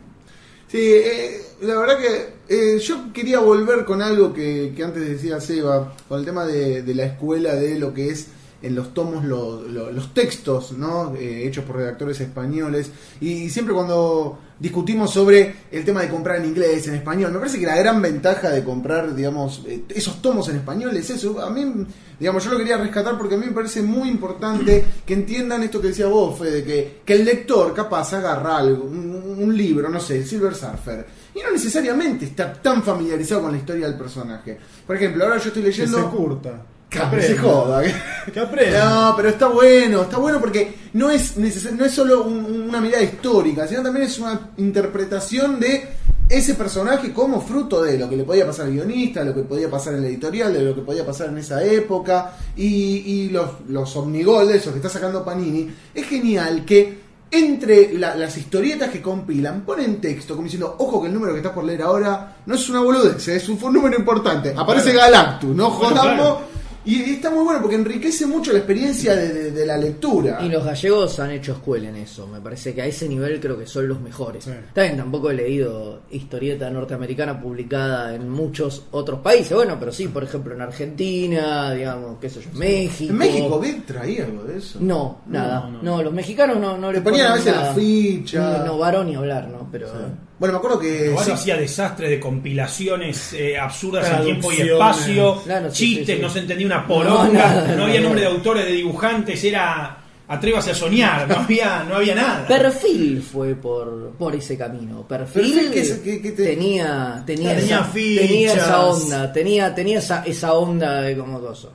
Sí, la verdad que yo quería volver con algo que antes decía Seba, con el tema de la escuela, de lo que es en los tomos los textos, ¿no? Hechos por redactores españoles, y siempre cuando discutimos sobre el tema de comprar en inglés, en español, me parece que la gran ventaja de comprar, digamos, esos tomos en español es eso. A mí, digamos, yo lo quería rescatar porque a mí me parece muy importante que entiendan esto que decía vos, Fede, que el lector capaz agarra algo, un libro, no sé, Silver Surfer, y no necesariamente está tan familiarizado con la historia del personaje. Por ejemplo, ahora yo estoy Que se leyendo... curta. Que se joda. Que aprenda. No, pero está bueno porque no es no es solo una mirada histórica, sino también es una interpretación de ese personaje como fruto de lo que le podía pasar al guionista, lo que podía pasar en la editorial, de lo que podía pasar en esa época, y los omnigol de esos que está sacando Panini. Es genial que entre las historietas que compilan ponen texto como diciendo, ojo que el número que estás por leer ahora no es una boludez, es un número importante, aparece Galactus, no Bueno, jodamos. claro. Y está muy bueno porque enriquece mucho la experiencia de la lectura. Y los gallegos han hecho escuela en eso. Me parece que a ese nivel creo que son los mejores. Sí. También tampoco he leído historieta norteamericana publicada en muchos otros países. Bueno, pero sí, por ejemplo, en Argentina, digamos, qué sé yo, México. ¿En México traía algo de eso? No, nada. No, los mexicanos no Le le ponían a ponen veces nada. la ficha. No, varón ni hablar, ¿no? Pero... Bueno, me acuerdo que... Igual sí, hacía desastres de compilaciones absurdas en tiempo y Traducciones. espacio, Claro, sí, chistes, sí, sí. no se entendía una poronga, nada, no había nada. nombre de autores, de dibujantes, era atrévase a soñar, no había nada. Perfil fue por ese camino. Perfil ¿Qué tenía Tenía esa, fichas. tenía esa onda, tenía esa onda de como cosa.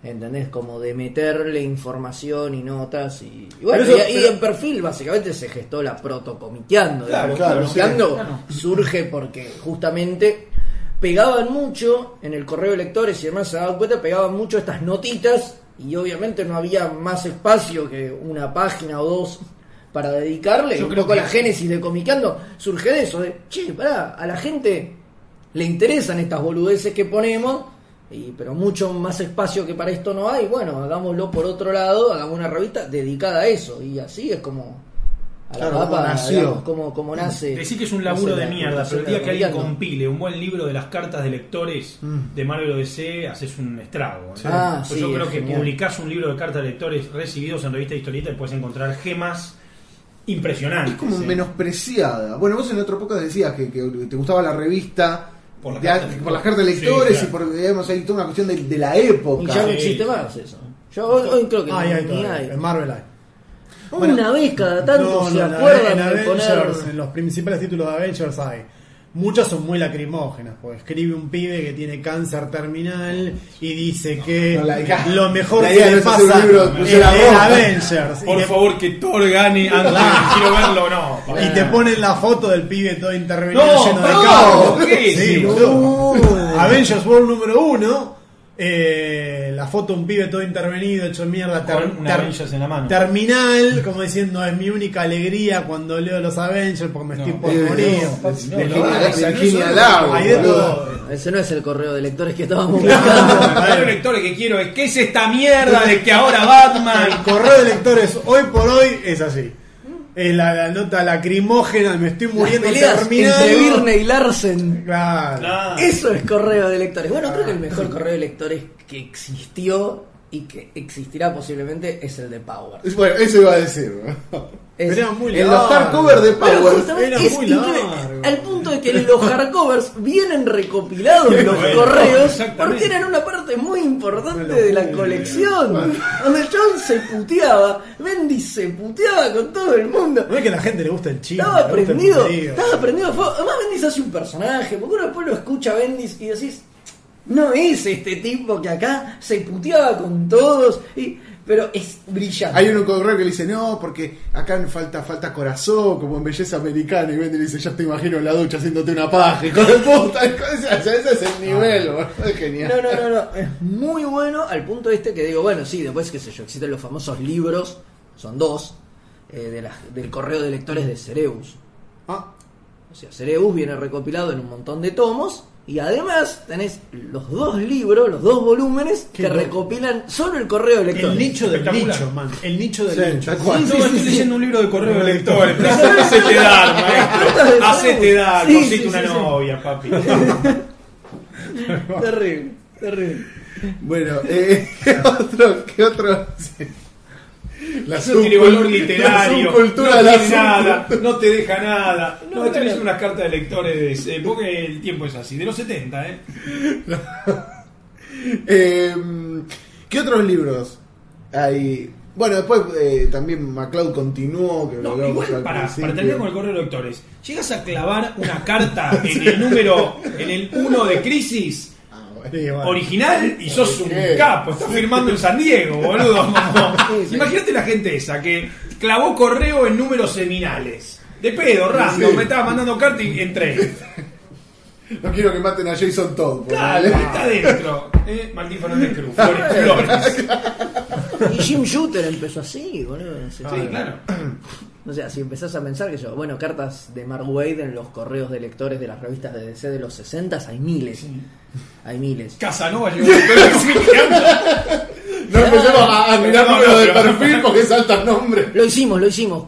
¿entendés? Como de meterle información y notas y Pero en Perfil básicamente se gestó la protocomiqueando. Claro, Comiqueando claro. surge porque justamente pegaban mucho en el correo de lectores y demás, se daban cuenta, pegaban mucho estas notitas y obviamente no había más espacio que una página o dos para dedicarle. Yo Un creo poco que la génesis de Comiqueando surge de eso, de che, pará, a la gente le interesan estas boludeces que ponemos, pero mucho más espacio que para esto no hay. Bueno, hagámoslo por otro lado, hagamos una revista dedicada a eso, y así es como a la Claro, papa, como nació. digamos, como nace. Decir que es un laburo nace de la mierda, pero el día que alguien Comiqueando. compile un buen libro de las cartas de lectores de Marvel o DC, haces un estrago. ¿eh? Ah, Pues sí, yo creo es que genial. publicás un libro de cartas de lectores recibidos en revista de historieta y puedes encontrar gemas impresionantes. Es como ¿eh? menospreciada. Bueno, vos en otro podcast decías que te gustaba la revista Por las de- cartas de por las cartas de lectores. lectores Sí, y por, digamos, hay toda una cuestión de la época. Y ya no Sí. existe más eso. Yo hoy creo que Hay ni todavía, hay. en Marvel hay. Una vez cada tanto No, se no, acuerdan en de poner. Avengers, en los principales títulos de Avengers hay. Muchas son muy lacrimógenas, porque escribe un pibe que tiene cáncer terminal y dice que No, lo mejor la que idea le no es hacer pasa un libro de en Pulsera en Roja. Avengers. Por favor, que Thor gane antes de quiero verlo, no. Y te ponen la foto del pibe todo intervenido No, lleno de no, cabos. ¿qué es Sí, eso? boludo. Avengers World número 1. La foto de un pibe todo intervenido, hecho mierda, Con una Avengers en la mano. terminal, como diciendo es mi única alegría cuando leo los Avengers porque me estoy por morir. Virginia Lago, Hay de boludo. todo. Ese no es el correo de lectores que estábamos buscando. Los lectores que quiero es ¿qué es esta mierda de que ahora Batman? El correo de lectores hoy por hoy es así. Es la nota lacrimógena, me estoy Las muriendo peleas terminal. entre Birne y Larsen. Claro. Claro. Eso es correo de lectores. Bueno, creo que el mejor correo de lectores que existió y que existirá posiblemente es el de Power. Bueno, eso iba a decir. Es- Pero era muy En los largo. hardcover de Pero Power. justamente Era es muy increíble, largo. al punto de que los hardcovers vienen recopilados los Bueno, correos exactamente. porque eran una parte muy importante de la colección, donde el chabón se puteaba, Bendis se puteaba con todo el mundo. No es que a la gente le gusta el chiste. Estaba le gusta el prendido, puterío. estaba prendido a fuego. Además Bendis hace un personaje, porque uno después lo escucha a Bendis y decís, no es este tipo que acá se puteaba con todos, pero es brillante. Hay un correo que le dice, no, porque acá falta corazón, como en belleza americana. Y Bendy le dice, ya te imagino en la ducha haciéndote una paja. Hijo de puta. Ese es el nivel, boludo. Es genial. No, es muy bueno al punto que digo, bueno, sí, después, qué sé yo, existen los famosos libros, son dos, del correo de lectores de Cereus. Ah, O sea, Cereus viene recopilado en un montón de tomos y además tenés los dos libros, los dos volúmenes Qué que loco. recopilan solo el correo de lectores. el nicho del Espectacular. nicho, man. El nicho del Sí, nicho. tal cual. No, estoy leyendo un libro de correo de Correo de lectores. Pero hacete dar, maestro. Hacete dar, Sí, conseguite sí, una sí, sí. novia, papi. Terrible, terrible. Bueno, ¿qué otro? Sí. La No tiene valor literario, la subcultura no de la tiene nada, subcultura. no te deja nada. No, No, estoy no. leyendo unas cartas de lectores, porque el tiempo es así, de los 70, ¿eh? ¿Qué otros libros hay? Bueno, después también MacLeod continuó, que lo No, hablábamos igual al para principio. terminar con el correo de lectores, llegas a clavar una carta en el número, en el 1 de Crisis Ah, bueno. Sí, bueno. original y sos un Sí. capo, estás firmando en San Diego, boludo. Sí, sí. Imagínate la gente esa que clavó correo en números seminales. De pedo, random, Sí. me estaba mandando carta y entré. No quiero que maten a Jason Todd. Claro, ponele. está adentro. Martín Fernández Cruz, Flores. Y Jim Shooter empezó así, boludo. Sí, claro. O sea, si empezás a pensar que yo, bueno, cartas de Mark Waid en los correos de lectores de las revistas de DC de los 60 hay miles. Hay miles. Casanova llegó a No empecemos a mirar No, números de pero- perfil porque saltan nombres. Lo hicimos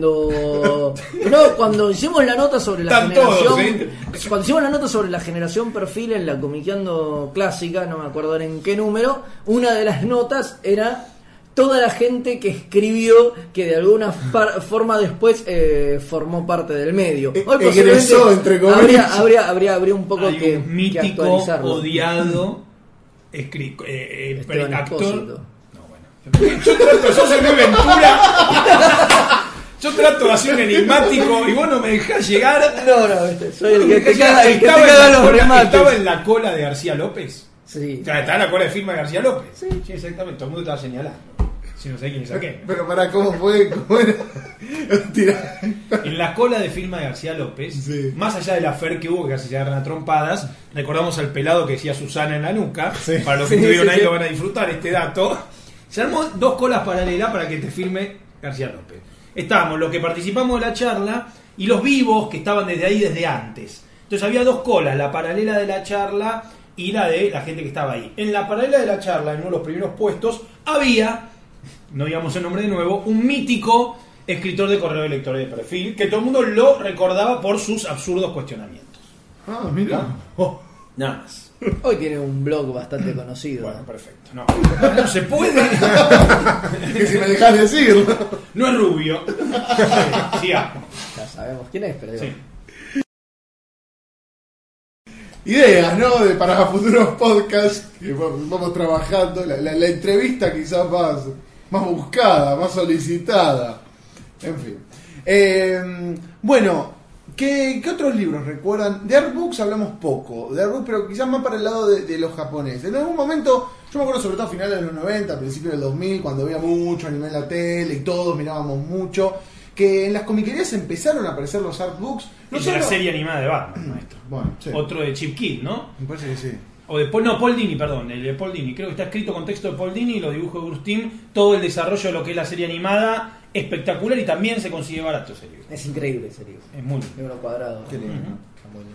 cuando hicimos la nota sobre la Están generación, todos, cuando hicimos la nota sobre la generación perfil en la Comiqueando clásica, no me acuerdo ahora en qué número, una de las notas era toda la gente que escribió que de alguna forma después formó parte del medio. Hoy Egresó, entre comillas. habría un poco Hay que, un que mítico, actualizarlo. odiado Esteban actor. Expósito. No, bueno. Yo soy muy Ventura. Yo trato de hacer un enigmático y vos no me dejás llegar. No, soy el que te Estaba caga, en la los cola- remates. Estaba en la cola de García López. Sí. O sea, está en la cola de firma de García López. Sí, exactamente. Todo el mundo estaba señalando. Si no sé quién es aquel. Pero para, ¿cómo fue? ¿Cómo era? Tira. En la cola de firma de García López, Sí. más allá de la fer que hubo, que casi se agarran a trompadas, recordamos al pelado que decía Susana en la nuca. Sí. Para los que Sí, estuvieron sí, ahí sí. lo van a disfrutar este dato. Se armó 2 colas paralelas para que te firme García López. Estábamos los que participamos de la charla y los vivos que estaban desde ahí desde antes. Entonces había 2 colas, la paralela de la charla y la de la gente que estaba ahí. En la paralela de la charla, en uno de los primeros puestos, había, no digamos el nombre de nuevo, un mítico escritor de correo electoral de perfil, que todo el mundo lo recordaba por sus absurdos cuestionamientos. Ah, mira. Nada más. Hoy tiene un blog bastante conocido. Bueno, perfecto. No, no se puede. Que si me dejas decir. No es rubio. Sigamos. Ya sabemos quién es, pero digo, Sí. Ideas, ¿no? Para futuros podcasts que vamos trabajando. La entrevista quizás más buscada, más solicitada. En fin. Bueno, ¿qué otros libros recuerdan? De artbooks hablamos poco. De artbooks, pero quizás más para el lado de los japoneses. En algún momento, yo me acuerdo sobre todo a finales de los 90, principios del 2000, cuando había mucho anime en la tele y todos mirábamos mucho, que en las comiquerías empezaron a aparecer los artbooks. No Es de la solo- serie animada de Batman, maestro. Bueno, sí. Otro de Chip Kid, ¿no? Me parece que sí. O de Paul Dini, perdón, el de Paul Dini. Creo que está escrito con texto de Paul Dini y los dibujos de Bruce Timm. Todo el desarrollo de lo que es la serie animada, espectacular y también se consigue barato ese libro. es increíble ese libro. Es muy lindo. Libro cuadrado. Qué lindo. Está muy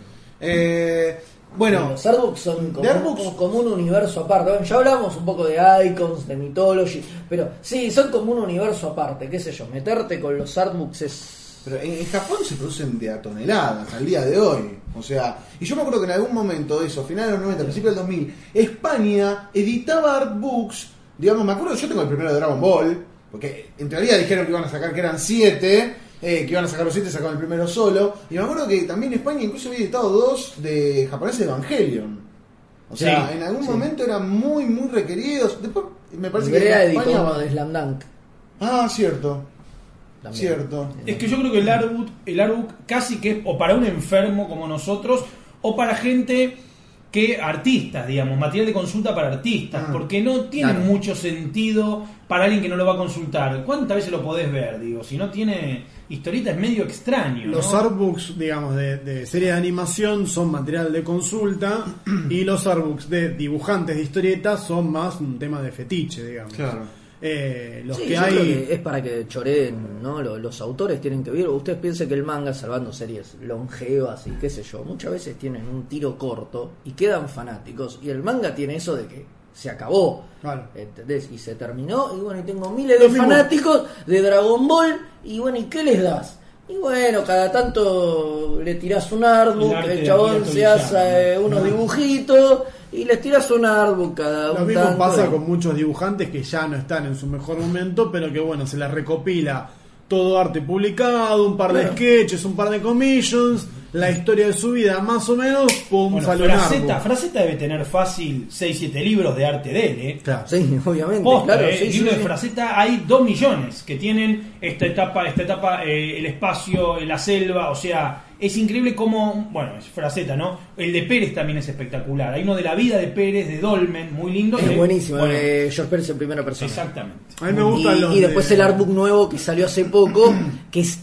lindo. Bueno, Los artbooks son de artbooks- como un universo aparte. Bueno, ya hablamos un poco de icons, de mythology, pero sí, son como un universo aparte, qué sé yo, meterte con los artbooks es... pero en Japón se producen de a toneladas al día de hoy. O sea, y yo me acuerdo que en algún momento de eso, finales de los 90, principios del 2000, España editaba artbooks. Digamos, me acuerdo, yo tengo el primero de Dragon Ball, porque en teoría dijeron que iban a sacar, que eran 7, que iban a sacar los 7, sacaron el primero solo. Y me acuerdo que también España incluso había editado 2 de japoneses de Evangelion. O sea, Sí, en algún momento eran muy, muy requeridos. Después me parece Ibrea que en editó España... uno de Slam Dunk. Ah, cierto. También. Cierto. Es que yo creo que el artbook casi que es o para un enfermo como nosotros o para gente que artistas, digamos, material de consulta para artistas, Ah, porque no tiene claro. mucho sentido para alguien que no lo va a consultar. ¿Cuántas veces lo podés ver? Digo, si no tiene historieta es medio extraño. Los ¿no? artbooks, digamos, de serie de animación son material de consulta y los artbooks de dibujantes de historietas son más un tema de fetiche, digamos. Claro. Los Sí, que yo hay... creo que es para que choreen, ¿no? Los autores tienen que ver. Ustedes piensen que el manga, salvando series longevas y qué sé yo, muchas veces tienen un tiro corto y quedan fanáticos. Y el manga tiene eso de que se acabó, Claro. ¿entendés? Y se terminó. Y bueno, y tengo miles de Lo mismo. fanáticos de Dragon Ball. Y bueno, ¿y qué les das? Y bueno, cada tanto le tirás un artbook, El arte el de chabón Akira se hace Toriyama. unos dibujitos y les tirás un artbook cada Lo un mismo tanto. pasa y- con muchos dibujantes que ya no están en su mejor momento, pero que bueno, se les recopila todo arte publicado, un par de Claro. sketches, un par de commissions, la historia de su vida más o menos, pum, Bueno, sale un artbook. Fraceta debe tener fácil 6-7 libros de arte de él, ¿eh? Claro. Sí, obviamente, Posta, claro. Sí, libros sí, de sí. Fraceta hay 2 millones que tienen esta etapa, el espacio, la selva, o sea, es increíble como, bueno, es Fraceta, ¿no? El de Pérez también es espectacular. Hay uno de la vida de Pérez, de Dolmen, muy lindo. Es buenísimo, Bueno, George Pérez en primera persona. exactamente. A mí me gustan los Y después de- el artbook nuevo que salió hace poco, que es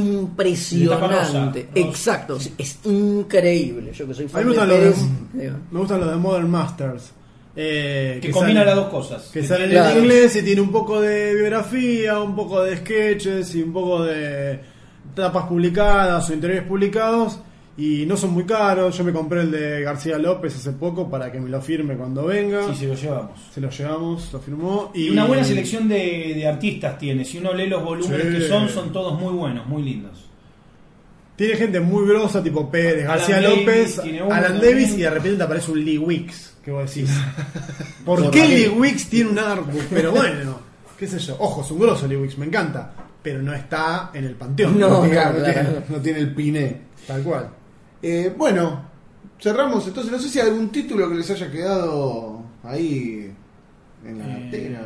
De tapa rosa, impresionante. rosa. Exacto, sí, es increíble. Yo que soy A fan mí me de gustan Pérez. me gustan los de Modern Masters. Que combina salen- las dos cosas. Que salen Claro. en inglés y tiene un poco de biografía, un poco de sketches y un poco de tapas publicadas o interiores publicados. Y no son muy caros. Yo me compré el de García López hace poco para que me lo firme cuando venga. Sí, se lo llevamos. Se lo llevamos, lo firmó. Y una buena selección de artistas tiene. Si uno lee los volúmenes Sí. que son todos muy buenos, muy lindos. Tiene gente muy grosa, tipo Pérez, Alan García Davis, López, tiene uno Alan también. Davis, y de repente te aparece un Lee Wicks. Que vos decís, ¿por Por qué qué? Lee Wicks tiene un artbook? Pero bueno, qué sé yo. Ojo, es un grosso Lee Wicks, me encanta. Pero no está en el panteón. No, Claro, no, no, claro. tiene, no tiene el piné. Tal cual. Bueno, cerramos entonces. No sé si hay algún título que les haya quedado ahí en la tela.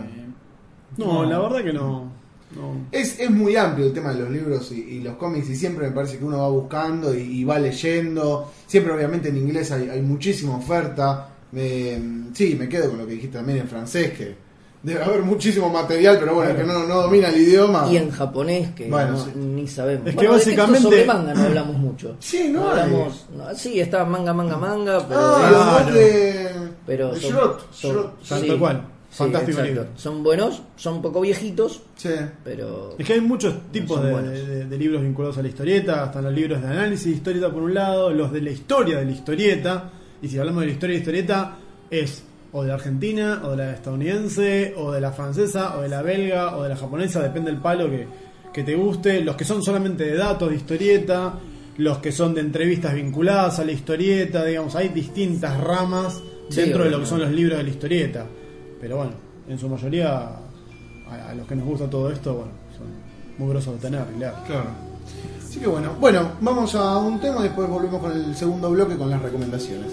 No, la verdad que no. Es muy amplio el tema de los libros y los cómics, y siempre me parece que uno va buscando y va leyendo. Siempre, obviamente, en inglés hay muchísima oferta. Sí, me quedo con lo que dijiste también en francés, que debe haber muchísimo material, pero bueno, que no domina el idioma. Y en japonés, que Bueno, no, sí. ni sabemos. Es que básicamente- sobre manga no hablamos mucho. Sí, no hay. Sí, está manga, pero... Ah, los de pero de son- Schrott. son- Schrott. Tal cual. sí, Fantástico exacto. libro. Son buenos, son un poco viejitos, Sí. pero... Es que hay muchos tipos Son de, buenos. de libros vinculados a la historieta. Están los libros de análisis de historieta por un lado, los de la historia de la historieta. Y si hablamos de la historia de la historieta, es o de la argentina, o de la estadounidense, o de la francesa, o de la belga, o de la japonesa, depende del palo que te guste. Los que son solamente de datos de historieta, los que son de entrevistas vinculadas a la historieta, digamos, hay distintas ramas Sí, dentro de lo que obviamente. son los libros de la historieta. Pero bueno, en su mayoría, a los que nos gusta todo esto, bueno, son muy grosos de tener, y leer. Claro. Así que bueno, vamos a un tema y después volvemos con el segundo bloque con las recomendaciones.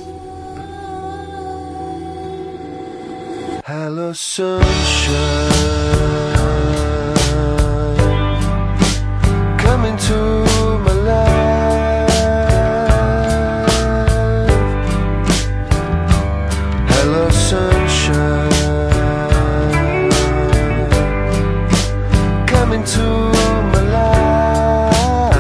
Hello, sunshine, come into my life. Hello, sunshine, come into my life.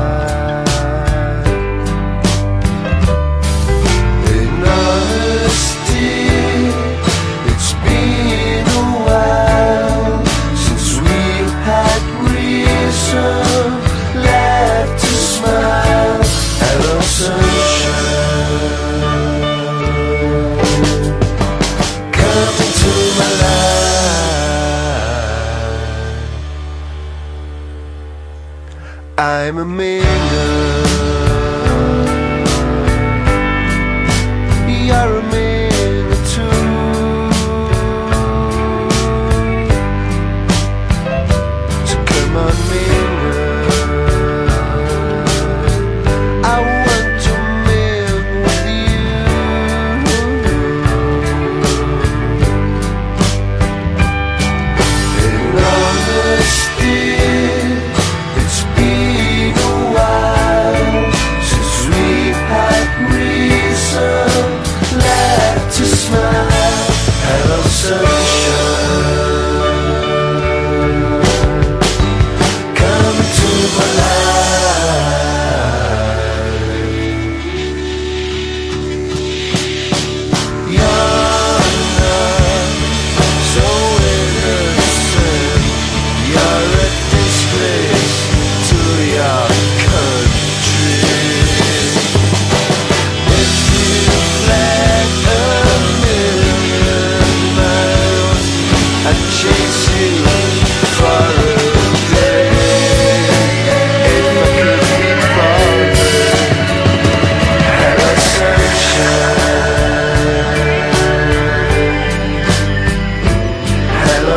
In honesty, it's been a while since we've had reason left to smile. Hello, sunshine, come into my life. I'm a miner, you're a miner too. So come on, miner, I want to live with you. In honesty, it's been a while since we've had reason left to smile. Hello, sunshine, come into my life. You're not so innocent. You're a disgrace to your country. If you fled a million miles, I'd chase you for a day. If I could be bothered. Hello, sunshine. Hello,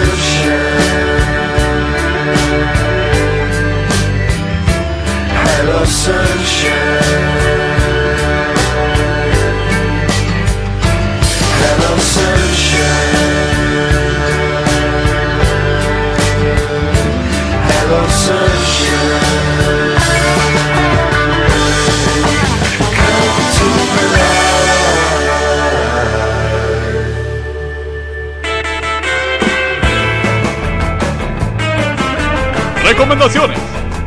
sunshine. Hello, sunshine. Hello, sunshine. Hello, sunshine. Come to my life. Recomendaciones.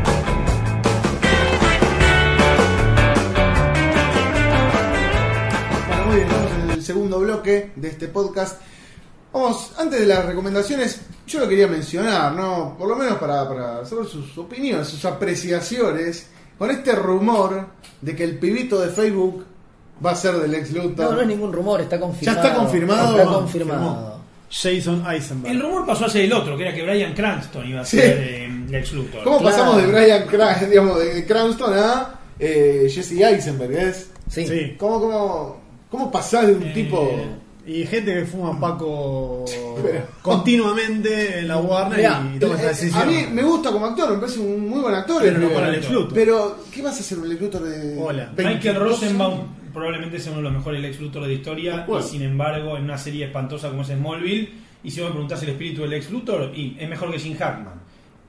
Bueno, muy bien, estamos en el segundo bloque de este podcast. Vamos, antes de las recomendaciones, yo lo quería mencionar, ¿no? Por lo menos para saber sus opiniones, sus apreciaciones, con este rumor de que el pibito de Facebook va a ser del Lex Luthor. No es ningún rumor, está confirmado. ¿Ya está confirmado? Está confirmado. Jason Eisenberg. El rumor pasó a ser el otro, que era que Bryan Cranston iba a Sí. ser Lex Luthor. ¿Cómo Claro. pasamos de Bryan Cranston, digamos, de Cranston a Jesse Eisenberg? ¿Es? Sí. Sí. ¿Cómo pasás de un tipo... Y gente que fuma Paco Pero- continuamente en la Warner Mirá, y toma esa A decisión. mí me gusta como actor, me parece un muy buen actor. Pero no el para pibe. Lex Luthor. Pero, ¿qué vas a hacer un Lex Luthor de... Hola. 22 Michael Rosenbaum años? probablemente sea uno de los mejores Lex Luthor de la historia, Bueno. y sin embargo en una serie espantosa como es Smallville, y si vos me preguntás el espíritu del Lex Luthor, y es mejor que Jim Hackman.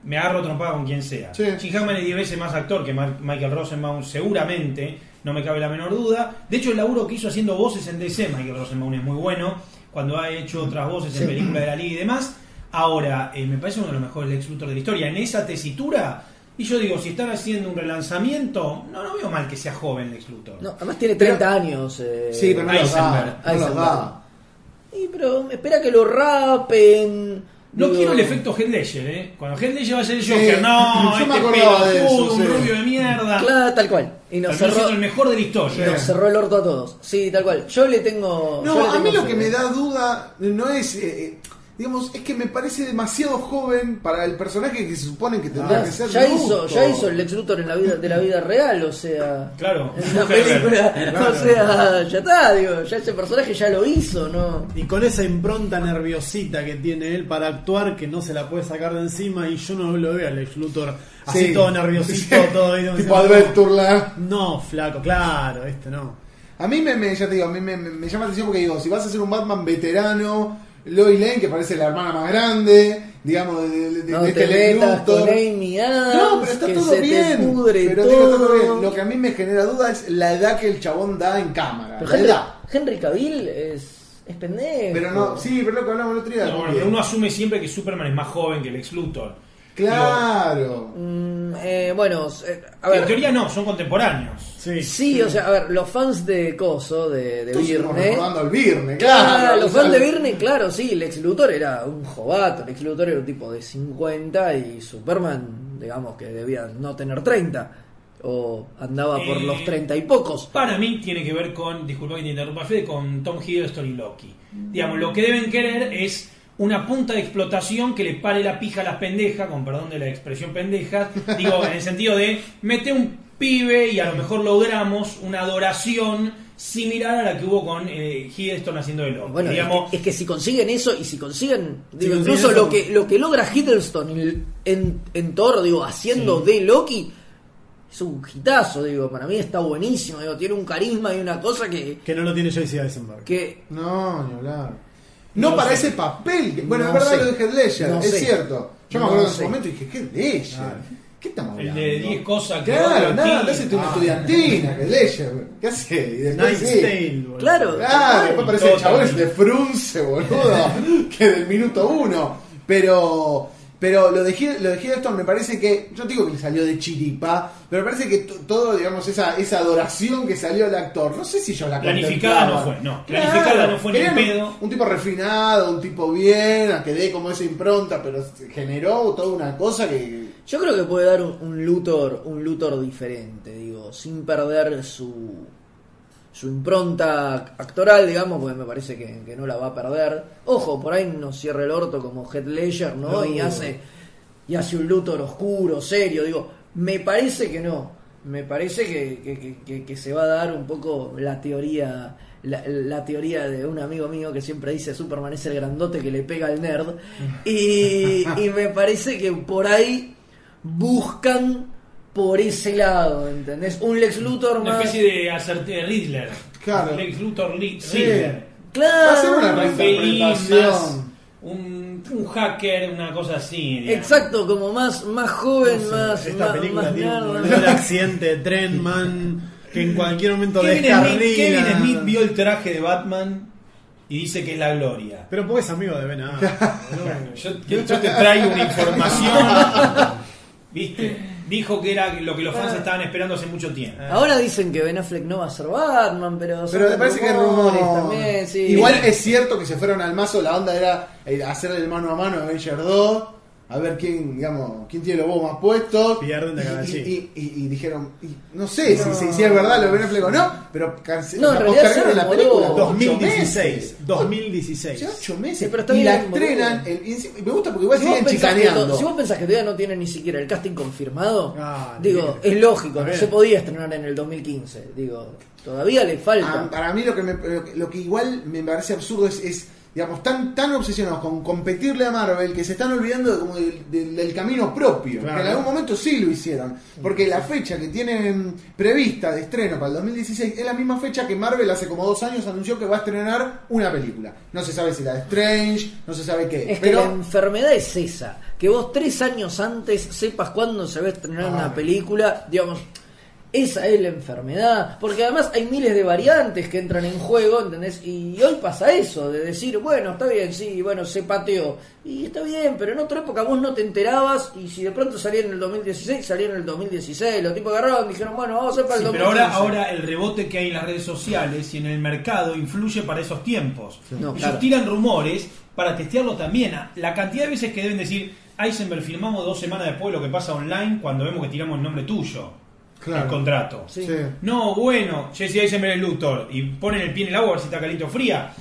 me agarro trompada con quien sea. Sí. Jim Hackman es 10 veces más actor que Michael Rosenbaum, seguramente, no me cabe la menor duda. De hecho, el laburo que hizo haciendo voces en DC, Michael Rosenbaum es muy bueno, cuando ha hecho otras voces en películas de la Liga y demás. Ahora, me parece uno de los mejores Lex Luthor de la historia. En esa tesitura, y yo digo, si están haciendo un relanzamiento, no veo mal que sea joven Lex Luthor. No, además tiene 30 años. Sí, pero no los da. Eisenberg. No los da. Y, pero espera que lo rapen. No Digo, quiero el efecto Heath Ledger, Cuando Heath Ledger va a ser el Joker, Sí. no, Yo me este acordaba de pelotudo, eso, un sí. rubio de mierda. Claro, tal cual. Y nos Terminó cerró, siendo el mejor de la historia. nos cerró el orto a todos. Sí, tal cual. Yo le tengo. yo le No, a tengo mí lo fe. que me da duda no es, digamos, es que me parece demasiado joven para el personaje que se supone que tendría que ser ya Luthor. hizo el Lex Luthor en la vida de la vida real, o sea, Claro. en la Mujer película, Claro. o sea, ya está, digo, ya ese personaje ya lo hizo, ¿no? Y con esa impronta nerviosita que tiene él para actuar, que no se la puede sacar de encima, y yo no lo veo a Lex Luthor así Sí. todo nerviosito, todo ahí. Tipo Adventurla. No, flaco, claro, no. A mí ya te digo, a mí me llama la atención porque digo, si vas a hacer un Batman veterano, Lois Lane, que parece la hermana más grande, digamos, de No este te Lex metas Luthor. con Amy Adams, No, pero está que todo se bien. te pudre Pero todo. digo, está todo bien. Lo que a mí me genera duda es la edad que el chabón da en cámara. Pero La edad. Henry Cavill es pendejo. Pero no, sí, pero lo que hablamos el otro día. No, bueno, pero uno asume siempre que Superman es más joven que Lex Luthor. Claro. Bueno, a En ver, teoría no, son contemporáneos. sí, o sea, a ver, los fans de Coso, de Entonces estamos Byrne, recordando al Byrne, claro, claro. los o sea, fans de Byrne, claro, sí, Lex Luthor era un jovato, Lex Luthor era un tipo de 50 y Superman, digamos que debía no tener 30, o andaba por los 30 y pocos. Para mí tiene que ver con, disculpa que te interrumpa Fede, con Tom Hiddleston y Loki. Digamos, lo que deben querer es una punta de explotación que le pare la pija a las pendejas, con perdón de la expresión pendeja, digo, en el sentido de mete un pibe y a lo mejor logramos una adoración similar a la que hubo con Hiddleston haciendo de Loki. Bueno, digamos, es que si consiguen eso y si consiguen, digo, consiguen incluso eso, lo que logra Hiddleston en Thor, digo, haciendo de Loki, es un hitazo, digo, para mí está buenísimo, digo, tiene un carisma y una cosa que Que no lo tiene J.C. Eisenberg. No, ni hablar. No, No para sé. ese papel. Bueno, No es verdad sé. lo de Heath Ledger, No es sé. cierto. Yo me No acuerdo en sé. su momento y dije, Heath Ledger. Claro. ¿Qué estamos el hablando? de 10 cosas que Claro, odio nada, aquí. te haces una estudiantina, Heath Ledger. ¿Qué hace? Y después Night's sí. Tale, boludo. Claro. Claro, después aparece el Todo chabón y se también. te frunce, boludo. Que del minuto 1. Pero lo de Hiddleston me parece que, yo digo que le salió de chiripa, pero me parece que todo, digamos, esa adoración que salió al actor, no sé si yo la Planificada contemplaba. no fue, no. Planificada no fue ni en querían pedo. un tipo refinado, un tipo bien, a que dé como esa impronta, pero generó toda una cosa que... yo creo que puede dar un Luthor diferente, digo, sin perder su impronta actoral, digamos, porque me parece que no la va a perder. Ojo, por ahí no cierra el orto como Heath Ledger, ¿no? No. Y hace un Luthor oscuro, serio, digo, me parece que no. Me parece que se va a dar un poco la teoría la teoría de un amigo mío que siempre dice Superman es el grandote que le pega al nerd y me parece que por ahí buscan por ese lado, ¿entendés? Un Lex Luthor Una más... especie de Riddler. Claro. Lex Luthor Sí. Riddler. Va a ser una Claro, Feliz, más reinterpretación. un hacker, una cosa así. digamos. exacto, como más joven, más Esta película más tiene un nerd. olor a accidente de tren, man, que en cualquier momento Kevin descarrila. Smith vio el traje de Batman y dice que es la gloria. Pero porque es amigo de Ben Affleck. Yo te traigo una información. ¿Viste? Dijo que era lo que los fans estaban esperando hace mucho tiempo. Ahora dicen que Ben Affleck no va a ser Batman, pero Pero me parece que es rumores rumor. también, sí. Igual es cierto que se fueron al mazo, la onda era hacerle el mano a mano a Avengers 2, a ver quién tiene los huevos más puestos. Pierden de cada chico. Y dijeron, no sé si es verdad lo de Ben Affleck o no, pero No, en realidad se postergaron la demoró película 2016. 2016. 2016. 8 meses. Sí, pero está y bien, la boludo. estrenan, y me gusta porque igual Si vos, siguen pensás que chicaneando. si vos pensás que todavía no tienen ni siquiera el casting confirmado, Ah, digo, bien. es lógico, no Bien. se podía estrenar en el 2015. Digo, todavía le falta. Para mí lo que igual me parece absurdo es digamos, tan obsesionados con competirle a Marvel que se están olvidando como del camino propio. Claro. Que en algún momento sí lo hicieron. Porque la fecha que tienen prevista de estreno para el 2016 es la misma fecha que Marvel hace como 2 años anunció que va a estrenar una película. No se sabe si la de Strange, no se sabe qué. Es que pero la enfermedad es esa, que vos 3 años antes sepas cuándo se va a estrenar una película, digamos, esa es la enfermedad, porque además hay miles de variantes que entran en juego, ¿entendés? Y hoy pasa eso, de decir, bueno, está bien, sí, bueno, se pateó, y está bien, pero en otra época vos no te enterabas, y si de pronto salía en el 2016, salía en el 2016, los tipos agarraban y dijeron, bueno, vamos a hacer para el 2015. Pero ahora el rebote que hay en las redes sociales y en el mercado influye para esos tiempos. Ellos tiran rumores para testearlo también. La cantidad de veces que deben decir, Eisenberg, firmamos 2 semanas después de lo que pasa online cuando vemos que tiramos el nombre tuyo. Claro. El contrato. Sí. No, bueno, Jesse Eisenberg es Luthor y ponen el pie en el agua a ver si está caliente o fría.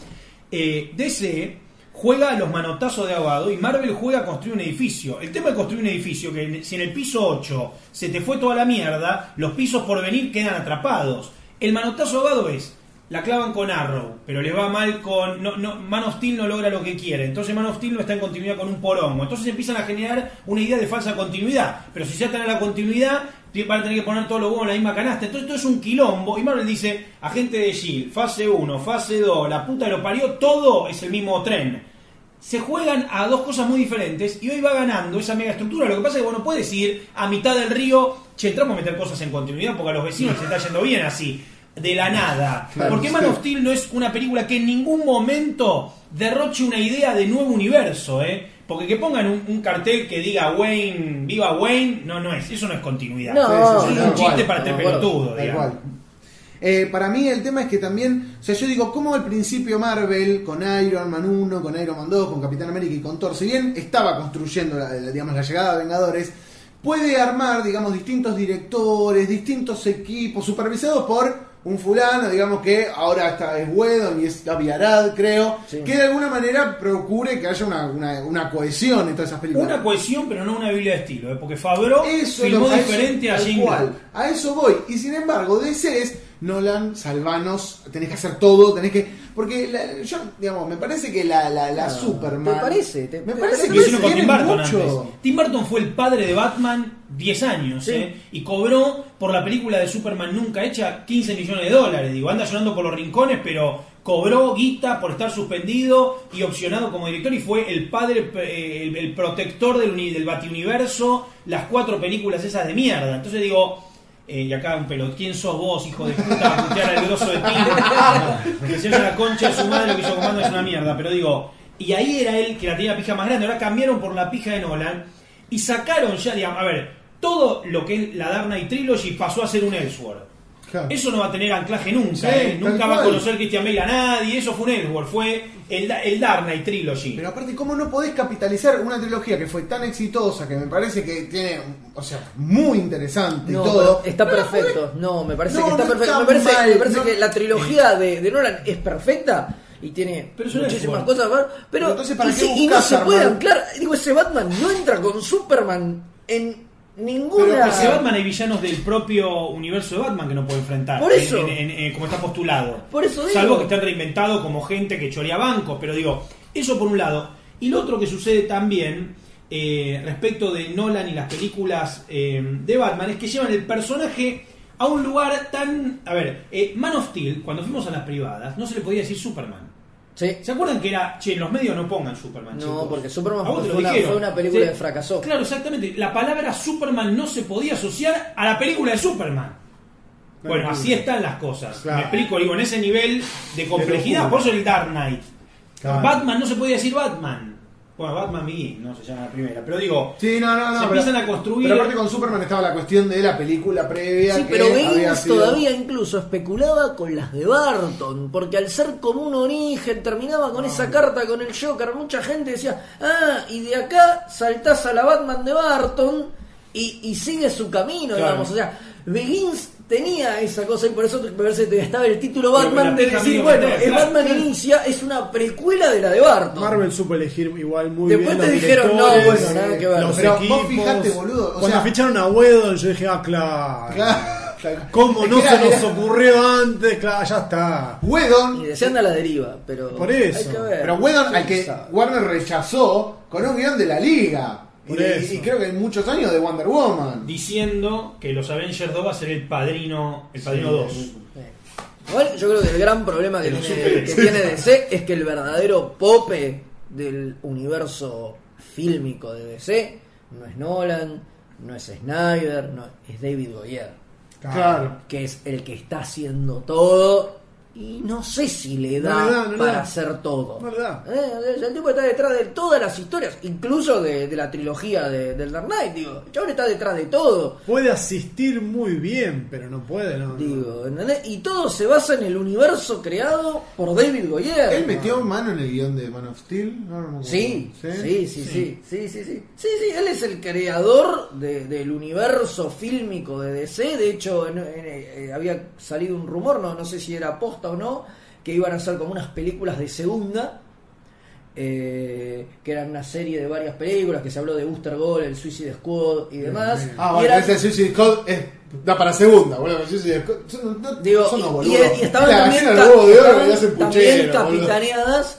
DC juega a los manotazos de ahogado y Marvel juega a construir un edificio. El tema de construir un edificio, que si en el piso 8 se te fue toda la mierda, los pisos por venir quedan atrapados. El manotazo ahogado es, la clavan con Arrow, pero le va mal con... Man of Steel no logra lo que quiere, entonces Man of Steel no está en continuidad con un porongo. Entonces empiezan a generar una idea de falsa continuidad, pero si ya está en la continuidad, van a tener que poner todos los huevos en la misma canasta. Entonces todo es un quilombo, y Marvel dice, agente de S.H.I.E.L.D., fase 1, fase 2, la puta que lo parió, todo es el mismo tren. Se juegan a 2 cosas muy diferentes y hoy va ganando esa mega estructura. Lo que pasa es que vos no puedes ir a mitad del río, che, entramos a meter cosas en continuidad porque a los vecinos se está yendo bien así, de la nada. Claro, porque Man of Steel no es una película que en ningún momento derroche una idea de nuevo universo, porque que pongan un cartel que diga Wayne, viva Wayne, no es, eso no es continuidad. No, es un chiste para este pelotudo, digamos. Para mí el tema es que también, o sea, yo digo, como al principio Marvel, con Iron Man 1, con Iron Man 2, con Capitán América y con Thor, si bien estaba construyendo la llegada de Vengadores, puede armar, digamos, distintos directores, distintos equipos, supervisados por un fulano, digamos que ahora es Whedon y es Avi Arad, creo, que de alguna manera procure que haya una cohesión en todas esas películas. Una cohesión, pero no una biblia de estilo, porque Favreau filmó diferente a Jim Gunn. A eso voy, y sin embargo, DC es Nolan, salvanos, tenés que hacer todo, tenés que... Porque yo, digamos, me parece que la Superman... ¿Te parece? Me parece que que hicieron con Tim Burton mucho. antes. Tim Burton fue el padre de Batman 10 años, y cobró por la película de Superman nunca hecha $15 millones. Digo, anda llorando por los rincones, pero cobró guita por estar suspendido y opcionado como director, y fue el padre, el protector del Batiuniverso, las 4 películas esas de mierda. Entonces digo... y acá un pelot, ¿quién sos vos, hijo de puta, a putear al grosso de ti? Que se oye la concha de su madre, lo que hizo Comando es una mierda. Pero digo, y ahí era él que la tenía la pija más grande, ahora cambiaron por la pija de Nolan y sacaron ya, digamos, a ver, todo lo que es la Dark Knight Trilogy pasó a ser un Elseworld. Claro. Eso no va a tener anclaje nunca, nunca va a conocer Christian Bale a nadie, eso fue un Elseworld, fue el Dark Knight Trilogy. Pero aparte, ¿cómo no podés capitalizar una trilogía que fue tan exitosa, que me parece que tiene, o sea, muy interesante y todo? Está perfecto, me parece que está perfecto. Me parece que la trilogía de Nolan es perfecta y tiene muchísimas cosas más, pero entonces, ¿para qué y no se puede anclar. Digo, ese Batman no entra con Superman en ninguna... Pero ese Batman hay villanos del propio universo de Batman que no puede enfrentar. Por eso. Como está postulado. Por eso digo. Salvo que estén reinventados como gente que chorea bancos. Pero digo, eso por un lado. Y lo otro que sucede también respecto de Nolan y las películas de Batman es que llevan el personaje a un lugar tan... A ver, Man of Steel, cuando fuimos a las privadas, no se le podía decir Superman. Sí. ¿Se acuerdan que era, en los medios no pongan Superman? No, chicos? porque Superman fue una película que fracasó. Claro, exactamente. La palabra Superman no se podía asociar a la película de Superman. Bueno, así están las cosas. Claro. Me explico, digo, en ese nivel de complejidad. Por eso el Dark Knight. Claro. Batman no se podía decir Batman. Bueno, Batman Begins, no se llama la primera. Pero digo, se empiezan a construir. Pero aparte con Superman estaba la cuestión de la película previa. Sí, pero Begins todavía incluso especulaba con las de Barton. Porque al ser como un origen, terminaba con esa carta con el Joker. Mucha gente decía, y de acá saltás a la Batman de Barton y sigue su camino, digamos. O sea, Begins tenía esa cosa y por eso me parece que estaba el título Batman de decir, bueno, el Batman Inicia es una precuela de la de Barton. Marvel supo elegir igual muy Después bien. Después te dijeron, no, bueno, nada que ver. Los pero equipos, vos fijate, boludo. Cuando ficharon a Whedon, yo dije, claro. ¿Cómo no se nos ocurrió antes? Claro, ya está. Whedon. Y decían a la deriva, pero. Por eso. Hay que ver. Pero Whedon, al que Warner rechazó con un guión de la Liga. Y creo que en muchos años de Wonder Woman. Diciendo que los Avengers 2 va a ser el padrino 2. Igual yo creo que el gran problema que tiene DC es que el verdadero pope del universo fílmico de DC no es Nolan, no es Snyder, no, es David Goyer, Claro. que es el que está haciendo todo. Y no sé si le da No le para da. hacer todo. No le da. El tipo está detrás de todas las historias, incluso de la trilogía del Dark Knight. Digo, el chabón está detrás de todo. Puede asistir muy bien, pero no puede, ¿no? Digo, ¿entendés? Y todo se basa en el universo creado por David Goyer. ¿Él metió mano en el guión de Man of Steel? No me acuerdo. Sí, sí, él es el creador del universo fílmico de DC. De hecho, había salido un rumor, no sé si era posta o no, que iban a ser como unas películas de segunda, que eran una serie de varias películas, que se habló de Booster Gold, el Suicide Squad y demás. Ah, Y bueno, eran- ese Suicide Squad da para segunda, boludo. Suicide Squad Digo, son unos y boludos. estaban La también, gallina del huevo de oro estaban y hacen también puchero, boludo. capitaneadas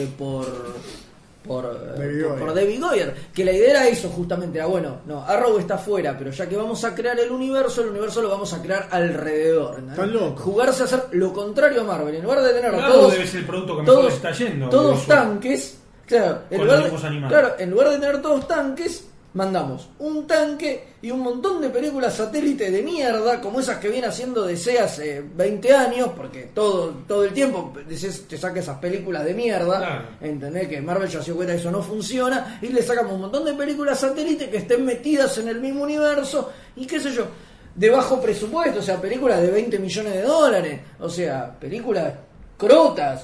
por David Goyer, que la idea era eso justamente, era bueno, no, Arrow está fuera, pero ya que vamos a crear el universo lo vamos a crear alrededor, ¿entendés? Están locos. Jugarse a hacer lo contrario a Marvel, en lugar de tener Claro, todos, debe ser el producto que mejor todos, está yendo. todos audiovisual. tanques, claro, Con los dibujos animados. en lugar de tener todos tanques, mandamos un tanque y un montón de películas satélite de mierda, como esas que viene haciendo DC hace 20 años, porque todo el tiempo DC te saca esas películas de mierda, Claro. ¿entendés? Que Marvel ya se dio cuenta que eso no funciona, y le sacamos un montón de películas satélite que estén metidas en el mismo universo, y qué sé yo, de bajo presupuesto, o sea, películas de $20 millones, o sea, películas crotas.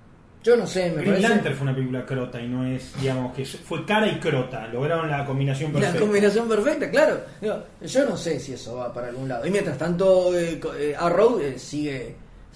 Yo no sé, me Green parece... Lantern fue una película crota y no es, digamos, que fue cara y crota. Lograron la combinación perfecta. La combinación perfecta, claro. Digo, yo no sé si eso va para algún lado. Y mientras tanto, Arrow sigue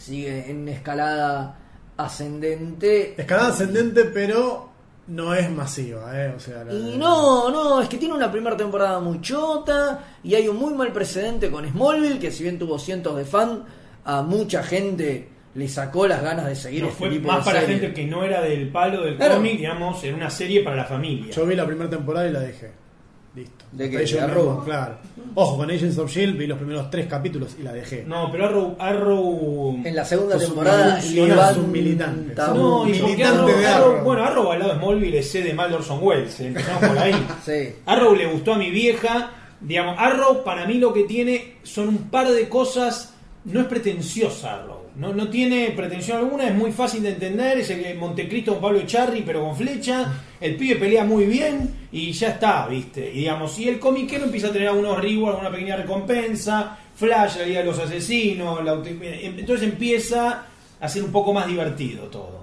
en escalada ascendente. Escalada ascendente, pero no es masiva, o sea, Y no, es que tiene una primera temporada muy chota. Y hay un muy mal precedente con Smallville, que si bien tuvo cientos de fans, a mucha gente le sacó las ganas de seguir No, este fue tipo más de para serie. gente que no era del palo del Claro. cómic, digamos, era una serie para la familia. Yo vi la primera temporada y la dejé. Listo. ¿De qué? Hasta ahí ¿De yo Arrow? me- Claro. Ojo, con Agents of S.H.I.E.L.D. vi los primeros 3 capítulos y la dejé. No, pero Arrow En la segunda Sos un temporada revolucionario, sos un militante. no, y porque militante de Arrow, Arrow. bueno, Arrow al lado de Smallville es de mal de Orson Welles, empezamos por ahí. Sí. Arrow le gustó a mi vieja, digamos, Arrow para mí lo que tiene son un par de cosas, no es pretenciosa Arrow, no tiene pretensión alguna, es muy fácil de entender, es el Montecristo con Pablo Echarri pero con flecha, el pibe pelea muy bien y ya está, viste, y digamos, y el comiquero empieza a tener algunos rewards, alguna pequeña recompensa, Flash, la Liga de los Asesinos, entonces empieza a ser un poco más divertido todo.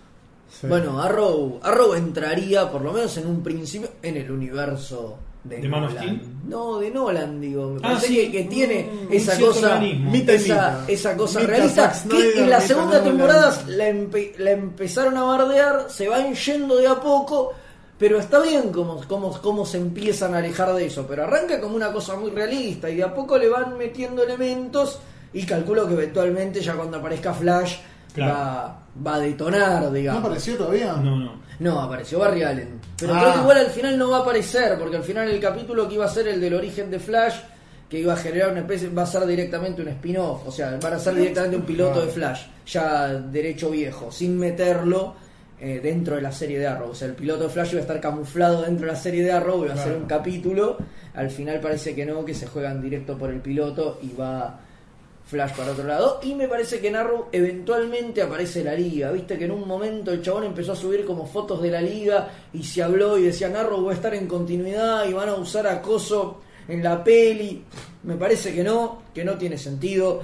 Sí. Bueno, Arrow entraría, por lo menos en un principio, en el universo de ¿De Man of Nolan. Steel? No, de Nolan, digo. Me Ah, parece sí. que tiene Un esa cierto cosa, realismo. Mita y mita. esa cosa Mita realista, Zack Snyder, que en la mita segunda Nolan. temporada la empezaron a bardear, se van yendo de a poco, pero está bien cómo se empiezan a alejar de eso. Pero arranca como una cosa muy realista y de a poco le van metiendo elementos y calculo que eventualmente ya cuando aparezca Flash Claro. va a detonar, ¿No digamos. apareció todavía? No, apareció Barry Allen. Pero Ah. creo que igual al final no va a aparecer, porque al final el capítulo que iba a ser el del origen de Flash, que iba a generar una especie, va a ser directamente un spin-off, o sea, van a ser directamente un piloto de Flash, ya derecho viejo, sin meterlo dentro de la serie de Arrow. O sea, el piloto de Flash iba a estar camuflado dentro de la serie de Arrow, iba a ser un capítulo, al final parece que no, que se juegan directo por el piloto y va Flash para otro lado. Y me parece que en Arrow eventualmente aparece la liga. Viste que en un momento el chabón empezó a subir como fotos de la liga y se habló y decían Arrow va a estar en continuidad y van a usar a Coso en la peli. Me parece que no tiene sentido,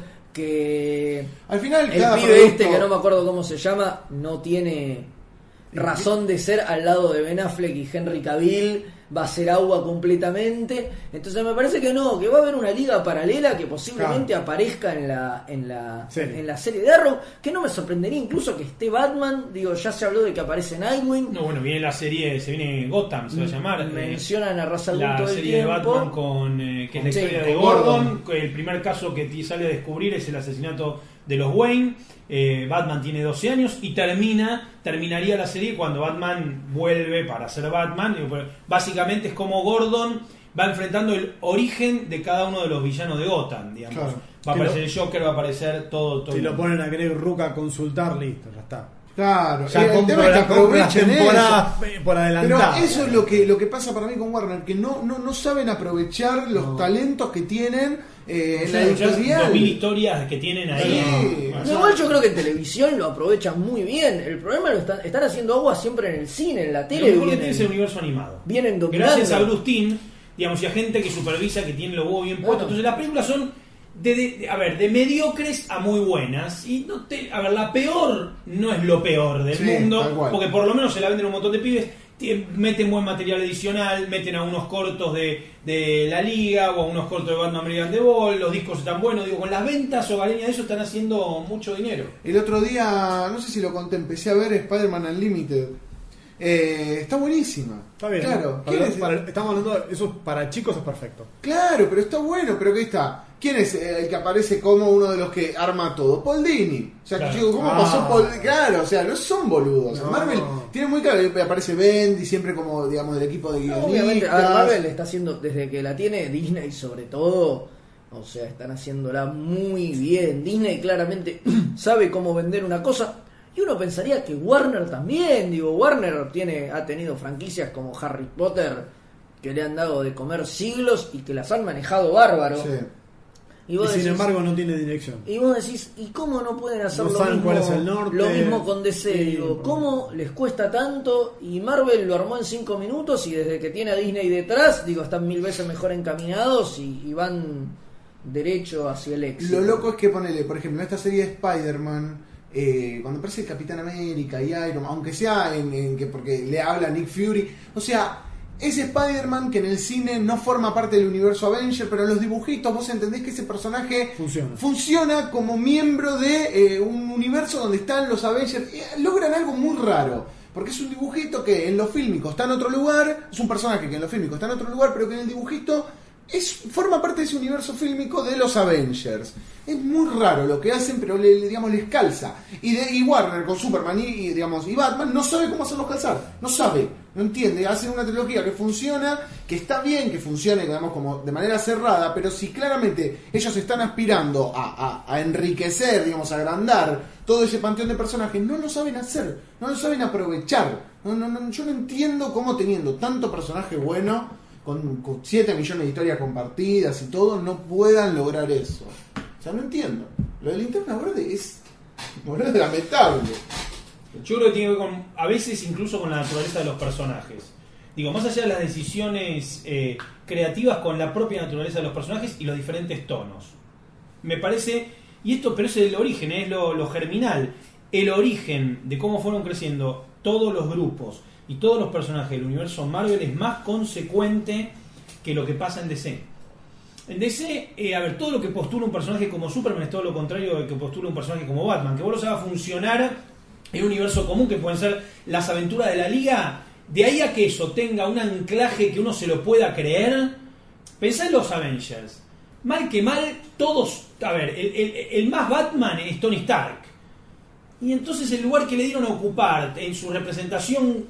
que Al final, el cada pibe producto- este, que no me acuerdo cómo se llama, no tiene razón de ser al lado de Ben Affleck y Henry Cavill, va a ser agua completamente. Entonces me parece que no, que va a haber una liga paralela que posiblemente aparezca en la serie de Arrow, que no me sorprendería incluso que esté Batman. Digo, ya se habló de que aparece Nightwing. No, bueno, viene la serie, se viene Gotham, se va a llamar. Mencionan a Ra's al Ghul La todo el serie de tiempo. Batman con que es la Sí, historia de con Gordon. El primer caso que sale a descubrir es el asesinato de los Wayne. Batman tiene 12 años y terminaría la serie cuando Batman vuelve para ser Batman. Básicamente es como Gordon va enfrentando el origen de cada uno de los villanos de Gotham, digamos. Claro. Va a aparecer el Joker, va a aparecer todo. Si lo ponen a Greg Rucka a consultar, listo, ya está. Claro, Ya el tema compro es que las aprovechen temporadas eso. por adelantado. Pero eso es lo que pasa para mí con Warner, que no saben aprovechar los talentos que tienen en la editorial. 2000 historias que tienen ahí. Sí. ¿no? No, igual yo creo que en televisión lo aprovechan muy bien. El problema están haciendo agua siempre en el cine, en la Lo tele. mejor que tiene es el universo animado. Vienen dominando. Gracias a Bruce Timm, digamos, y a gente que supervisa, que tiene los huevos bien puestos. Entonces las películas son de mediocres a muy buenas. Y a ver, la peor no es lo peor del Sí, mundo, tal cual. porque por lo menos se la venden un montón de pibes. Meten buen material adicional, meten a unos cortos de la Liga o a unos cortos de Batman American The Ball, los discos están buenos, digo, con las ventas hogareñas de eso están haciendo mucho dinero. El otro día, no sé si lo conté, empecé a ver Spider-Man Unlimited. Está buenísima. Está bien. Claro. Estamos hablando de eso, para chicos es perfecto. Claro, pero está bueno, pero ¿qué está? ¿Quién es el que aparece como uno de los que arma todo? Paul Dini. O sea, Claro. que yo digo, ¿cómo pasó Paul? Claro, o sea, no son boludos. No. Marvel tiene muy claro, aparece Bendy siempre como, digamos, del equipo de guionistas. Obviamente, a ver, Marvel está haciendo, desde que la tiene Disney sobre todo, o sea, están haciéndola muy bien. Disney claramente sabe cómo vender una cosa. Y uno pensaría que Warner también, digo, Warner ha tenido franquicias como Harry Potter que le han dado de comer siglos y que las han manejado bárbaro. Sí. Y vos sin decís- embargo no tiene dirección. Y vos decís, ¿y cómo no pueden hacer No lo saben mismo, cuál es el norte. lo mismo con DC? Sí, Digo, no. ¿cómo les cuesta tanto? Y Marvel lo armó en 5 minutos y desde que tiene a Disney detrás, digo, están 1000 veces mejor encaminados y van derecho hacia el éxito. Lo loco es que ponele, por ejemplo, en esta serie de Spider-Man, cuando aparece el Capitán América y Iron Man, aunque sea porque le habla Nick Fury, o sea, es Spider-Man que en el cine no forma parte del universo Avenger, pero en los dibujitos vos entendés que ese personaje funciona como miembro de un universo donde están los Avengers. Logran algo muy raro, porque es un dibujito que en lo fílmico está en otro lugar, es un personaje que en lo fílmico está en otro lugar, pero que en el dibujito forma parte de ese universo fílmico de los Avengers. Es muy raro lo que hacen, pero digamos les calza. Y Warner con Superman y Batman no sabe cómo hacerlos calzar. No sabe, no entiende. Hacen una trilogía que funciona, que está bien, que funcione, digamos, como de manera cerrada, pero si claramente ellos están aspirando a enriquecer, digamos, a agrandar todo ese panteón de personajes, no lo saben hacer, no lo saben aprovechar. Yo no entiendo cómo teniendo tanto personaje bueno, con 7 millones de historias compartidas y todo, no puedan lograr eso. O sea, no entiendo. Lo de Linterna Verde es lamentable. Yo creo que tiene que ver con, a veces incluso con la naturaleza de los personajes. Digo, más allá de las decisiones creativas, con la propia naturaleza de los personajes y los diferentes tonos. Me parece, y esto, pero es el origen, es lo germinal. El origen de cómo fueron creciendo todos los grupos y todos los personajes del universo Marvel es más consecuente que lo que pasa en DC. En DC, a ver, todo lo que postula un personaje como Superman es todo lo contrario de que postula un personaje como Batman, que vos los hagas funcionar en un universo común, que pueden ser las aventuras de la Liga. De ahí a que eso tenga un anclaje que uno se lo pueda creer. Pensá en los Avengers. Mal que mal, todos... A ver, el más Batman es Tony Stark. Y entonces el lugar que le dieron a ocupar en su representación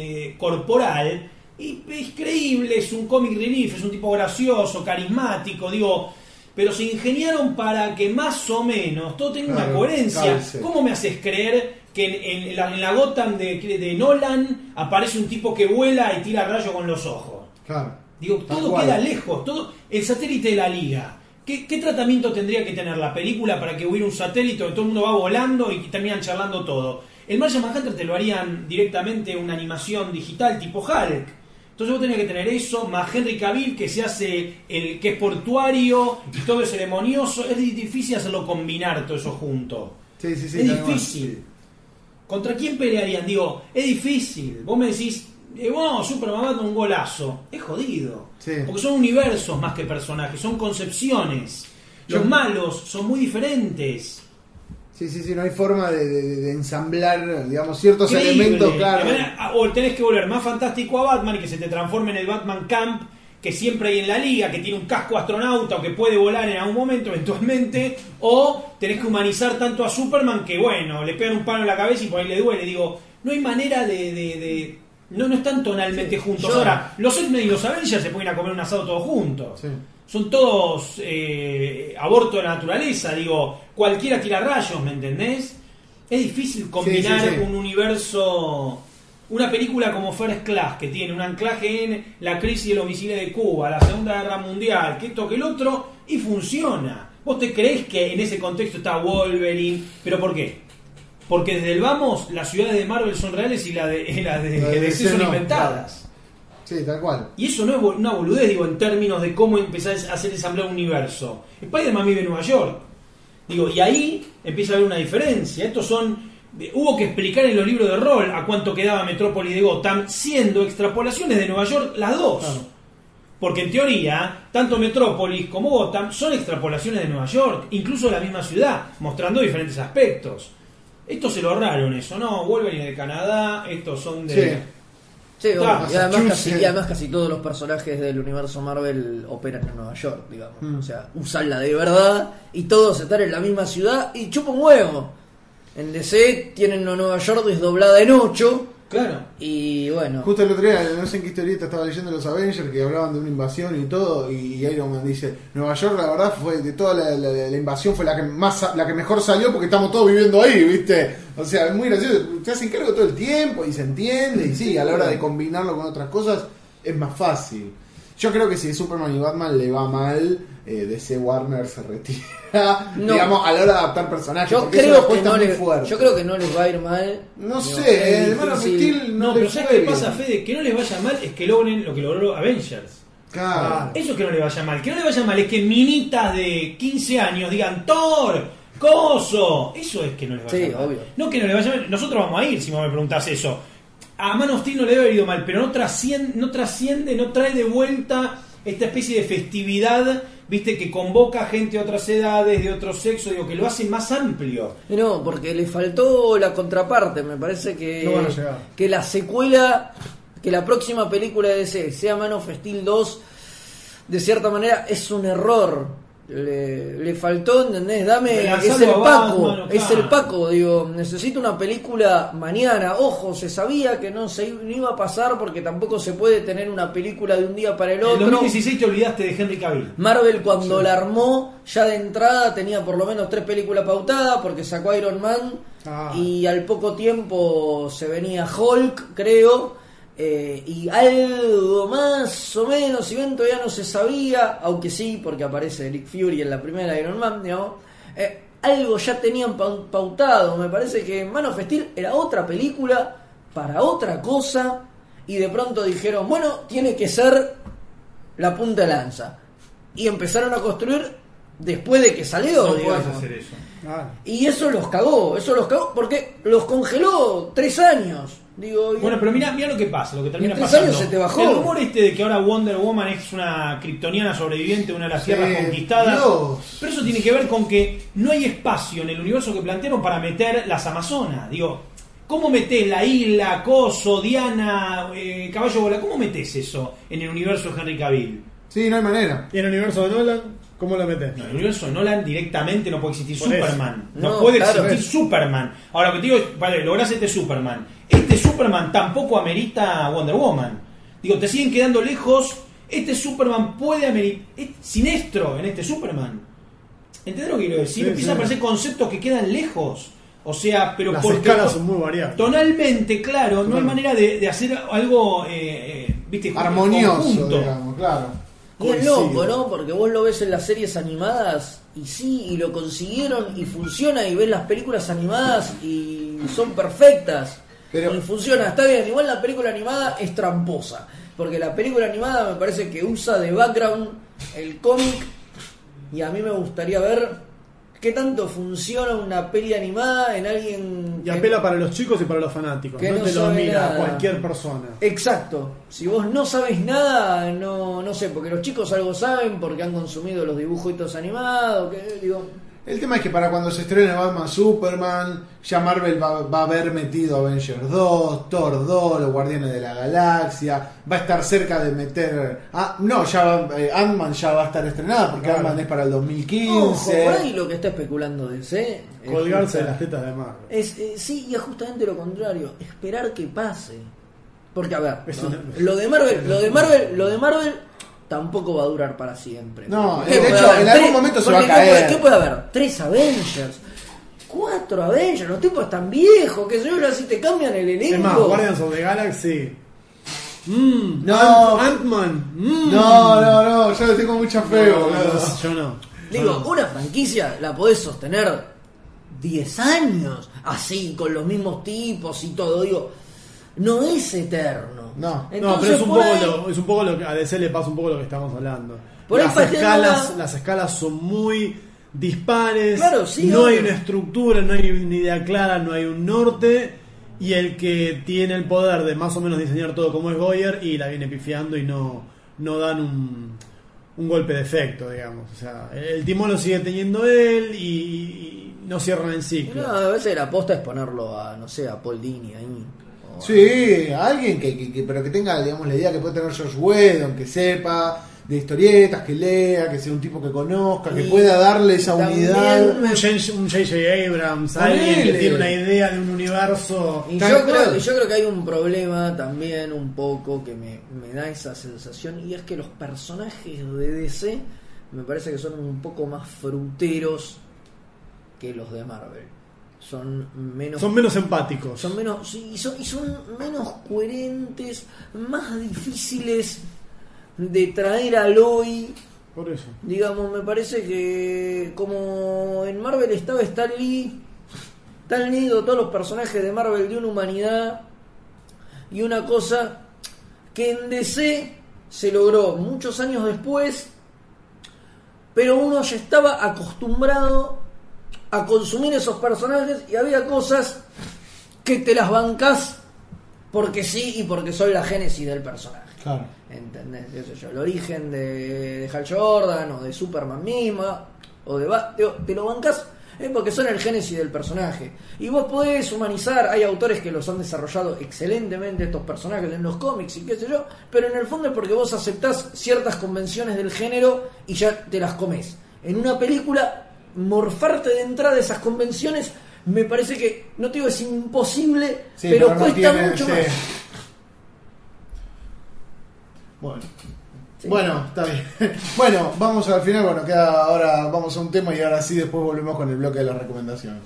corporal es creíble, es un comic relief, es un tipo gracioso, carismático, digo, pero se ingeniaron para que más o menos todo tenga una coherencia. Calce. ¿Cómo me haces creer que en la Gotham de Nolan aparece un tipo que vuela y tira rayos con los ojos? Claro. Digo, todo queda lejos, todo el satélite de la Liga. ¿Qué tratamiento tendría que tener la película para que hubiera un satélite donde todo el mundo va volando y terminan charlando todo? El Martian Manhunter te lo harían directamente una animación digital tipo Hulk. Entonces vos tenés que tener eso, más Henry Cavill que se hace el que es portuario y todo es ceremonioso. Es difícil hacerlo combinar todo eso junto. Sí, Es tal cual. difícil. ¿Contra quién pelearían? Digo, es difícil. Vos me decís, Superman mata un golazo. Es jodido. Sí. Porque son universos más que personajes, son concepciones. Los malos son muy diferentes. Sí, no hay forma de ensamblar, digamos, ciertos Increíble. elementos, claro. O tenés que volver más fantástico a Batman y que se te transforme en el Batman Camp que siempre hay en la Liga, que tiene un casco astronauta o que puede volar en algún momento eventualmente, o tenés que humanizar tanto a Superman que bueno, le pegan un palo en la cabeza y por ahí le duele. Digo, no hay manera de no están tonalmente juntos. Ahora, los X-Men y los Avengers se pueden ir a comer un asado todos juntos. Sí. Son todos aborto de la naturaleza, digo, cualquiera tira rayos, ¿me entendés? Es difícil combinar Sí. un universo, una película como First Class, que tiene un anclaje en la crisis de los misiles de Cuba, la Segunda Guerra Mundial, que esto, que el otro, y funciona. ¿Vos te creés que en ese contexto está Wolverine? ¿Pero por qué? Porque desde el vamos, las ciudades de Marvel son reales y las de DC son no, inventadas. Sí, tal cual. Y eso no es una boludez, digo, en términos de cómo empezar a hacer ensamblar un universo. Spider-Man vive en Nueva York. Digo, y ahí empieza a haber una diferencia. Estos son... Hubo que explicar en los libros de rol a cuánto quedaba Metrópolis de Gotham, siendo extrapolaciones de Nueva York las dos. Claro. Porque en teoría, tanto Metrópolis como Gotham son extrapolaciones de Nueva York, incluso de la misma ciudad, mostrando diferentes aspectos. Estos se lo ahorraron eso, ¿no? Wolverine de Canadá, estos son de... Sí. Sí, obvio. Ah, y además casi todos los personajes del universo Marvel operan en Nueva York, digamos. O sea, usan la de verdad y todos están en la misma ciudad y chupa un huevo. En DC tienen a Nueva York desdoblada en 8 Claro. y bueno. Justo el otro día, no sé en qué historieta estaba leyendo los Avengers que hablaban de una invasión y todo, y Iron Man dice, Nueva York la verdad fue de toda la invasión fue la que mejor salió porque estamos todos viviendo ahí, ¿viste? O sea, es muy gracioso, se hacen cargo todo el tiempo y se entiende, y sí, a la hora de combinarlo con otras cosas es más fácil. Yo creo que si Superman y Batman le va mal, DC Warner se retira, No. digamos, a la hora de adaptar personajes, Yo porque es una creo, que apuesta no muy les, fuerte. yo creo que no les va a ir mal. No Digo, sé, es el Man of difícil. Steel No, no pero le ¿sabes fue qué bien. pasa, Fede? Que no les vaya mal es que logren lo que logró Avengers. Claro. Eso es que no le vaya mal. Que no le vaya mal es que minitas de 15 años digan Thor, Coso. Eso es que no les vaya Sí, mal. obvio. No que no le vaya mal. Nosotros vamos a ir si vos me preguntás eso. A Man of Steel no le debe haber ido mal, pero no trasciende, no trae de vuelta esta especie de festividad, viste, que convoca gente de otras edades, de otro sexo, digo, que lo hace más amplio. No, porque le faltó la contraparte. Me parece que, No van a llegar. que la secuela, que la próxima película de DC sea Man of Steel 2, de cierta manera es un error. Le faltó, ¿entendés? Relanzarlo Es el a Paco, Batman, es claro. el Paco, digo, necesito una película mañana. Ojo, se sabía que no iba a pasar porque tampoco se puede tener una película de un día para el En otro. 2016 te olvidaste de Henry Cavill. Marvel cuando la armó, ya de entrada tenía por lo menos 3 películas pautadas porque sacó Iron Man y al poco tiempo se venía Hulk, creo, y algo más o menos, si bien todavía no se sabía, aunque sí, porque aparece Nick Fury en la primera Iron Man, digamos, algo ya tenían pautado. Me parece que Man of Steel era otra película para otra cosa y de pronto dijeron, bueno, tiene que ser la punta de lanza. Y empezaron a construir después de que salió, No digamos. puedes hacer eso. Y eso los cagó porque los congeló 3 años. Digo, y- Bueno, pero mira lo que pasa, lo que termina en 3 pasando. años se te bajó. El rumor de que ahora Wonder Woman es una kryptoniana sobreviviente de una de las tierras conquistadas. Dios. Pero eso tiene que ver con que no hay espacio en el universo que plantearon para meter las Amazonas. Digo, ¿cómo metés la isla, Coso, Diana, Caballo Bola? ¿Cómo metés eso en el universo de Henry Cavill? Sí, no hay manera. Y en el universo de Nolan, ¿cómo lo metes? No, en el universo de Nolan directamente no puede existir Por eso. Superman. No, No, puede claro. existir Superman. Ahora, lo que te digo es, vale, lográs este Superman. Este Superman tampoco amerita Wonder Woman. Digo, te siguen quedando lejos. Este Superman puede ameritar... Es siniestro en este Superman. ¿Entendés lo que quiero decir? Sí, Empiezan sí. a aparecer conceptos que quedan lejos. O sea, pero Las porque escalas son muy variables. tonalmente, claro, no hay manera de hacer algo viste, Armonioso, conjunto. digamos, claro. Y es Coincido. loco, ¿no? Porque vos lo ves en las series animadas y sí, y lo consiguieron y funciona, y ves las películas animadas y son perfectas. Pero- y funciona, está bien. Igual la película animada es tramposa, porque la película animada me parece que usa de background el cómic, y a mí me gustaría ver qué tanto funciona una peli animada en alguien Y que- apela para los chicos y para los fanáticos. que No no te lo sabe mira nada. cualquier persona. Exacto. Si vos no sabes nada, no sé, porque los chicos algo saben porque han consumido los dibujitos animados, que digo, El tema es que para cuando se estrene Batman Superman, ya Marvel va a haber metido Avengers 2, Thor 2, los Guardianes de la Galaxia, va a estar cerca de meter... Ant-Man ya va a estar estrenada porque Claro. Ant-Man es para el ojo, 2015. por ahí lo que está especulando DC es Colgarse de justa- las tetas de Marvel. sí, y es justamente lo contrario, esperar que pase. Porque a ver, Es ¿no? una- lo de Marvel tampoco va a durar para siempre. No, ¿Qué de puede hecho, haber? en algún momento se va a Porque caer. ¿qué puede haber? 3 Avengers, 4 Avengers, los tipos están viejos, que sé yo, así te cambian el elenco. Es más, Guardians of the Galaxy. No. Ant-Man. No, yo le tengo mucha fe, boludo. Yo no. Digo, una franquicia la podés sostener 10 años, así, con los mismos tipos y todo. Digo, no es eterno. No. No, pero es un poco lo que a DC le pasa un poco lo que estamos hablando. Por ahí Las escalas son muy dispares, Claro, sí, no hay obvio. una estructura, no hay una idea clara, no hay un norte, y el que tiene el poder de más o menos diseñar todo como es Goyer y la viene pifiando y no dan un golpe de efecto, digamos. O sea, el timón lo sigue teniendo él y no cierran el ciclo. No, a veces la aposta es ponerlo a, no sé, a Paul Dini ahí. O Sí, alguien pero que tenga, digamos, la idea que puede tener Josh Whedon, que sepa de historietas, que lea, que sea un tipo que conozca, que Y pueda darle esa también unidad. Un J.J. Abrams, Ponele. alguien que tiene una idea de un universo. Y Tal yo cual. creo que hay un problema también un poco que me da esa sensación, y es que los personajes de DC me parece que son un poco más fruteros que los de Marvel. Son menos empáticos. son menos sí, y son menos coherentes, más difíciles de traer al hoy. Por eso. Digamos, me parece que como en Marvel estaba Stan Lee, tan lindo todos los personajes de Marvel de una humanidad y una cosa que en DC se logró muchos años después, pero uno ya estaba acostumbrado a consumir esos personajes y había cosas que te las bancás porque sí y porque son la génesis del personaje. Claro. ¿Entendés? ¿Qué sé yo? El origen de Hal Jordan o de Superman misma o de te lo bancás porque son el génesis del personaje. Y vos podés humanizar, hay autores que los han desarrollado excelentemente estos personajes en los cómics y qué sé yo, pero en el fondo es porque vos aceptás ciertas convenciones del género y ya te las comés. En una película, morfarte de entrada de esas convenciones me parece que, no te digo es imposible, Sí, pero no cuesta tiene, mucho sí. más. Bueno. Sí. Bueno, está bien. Bueno, vamos al final. Bueno, queda ahora vamos a un tema y ahora sí después volvemos con el bloque de las recomendaciones.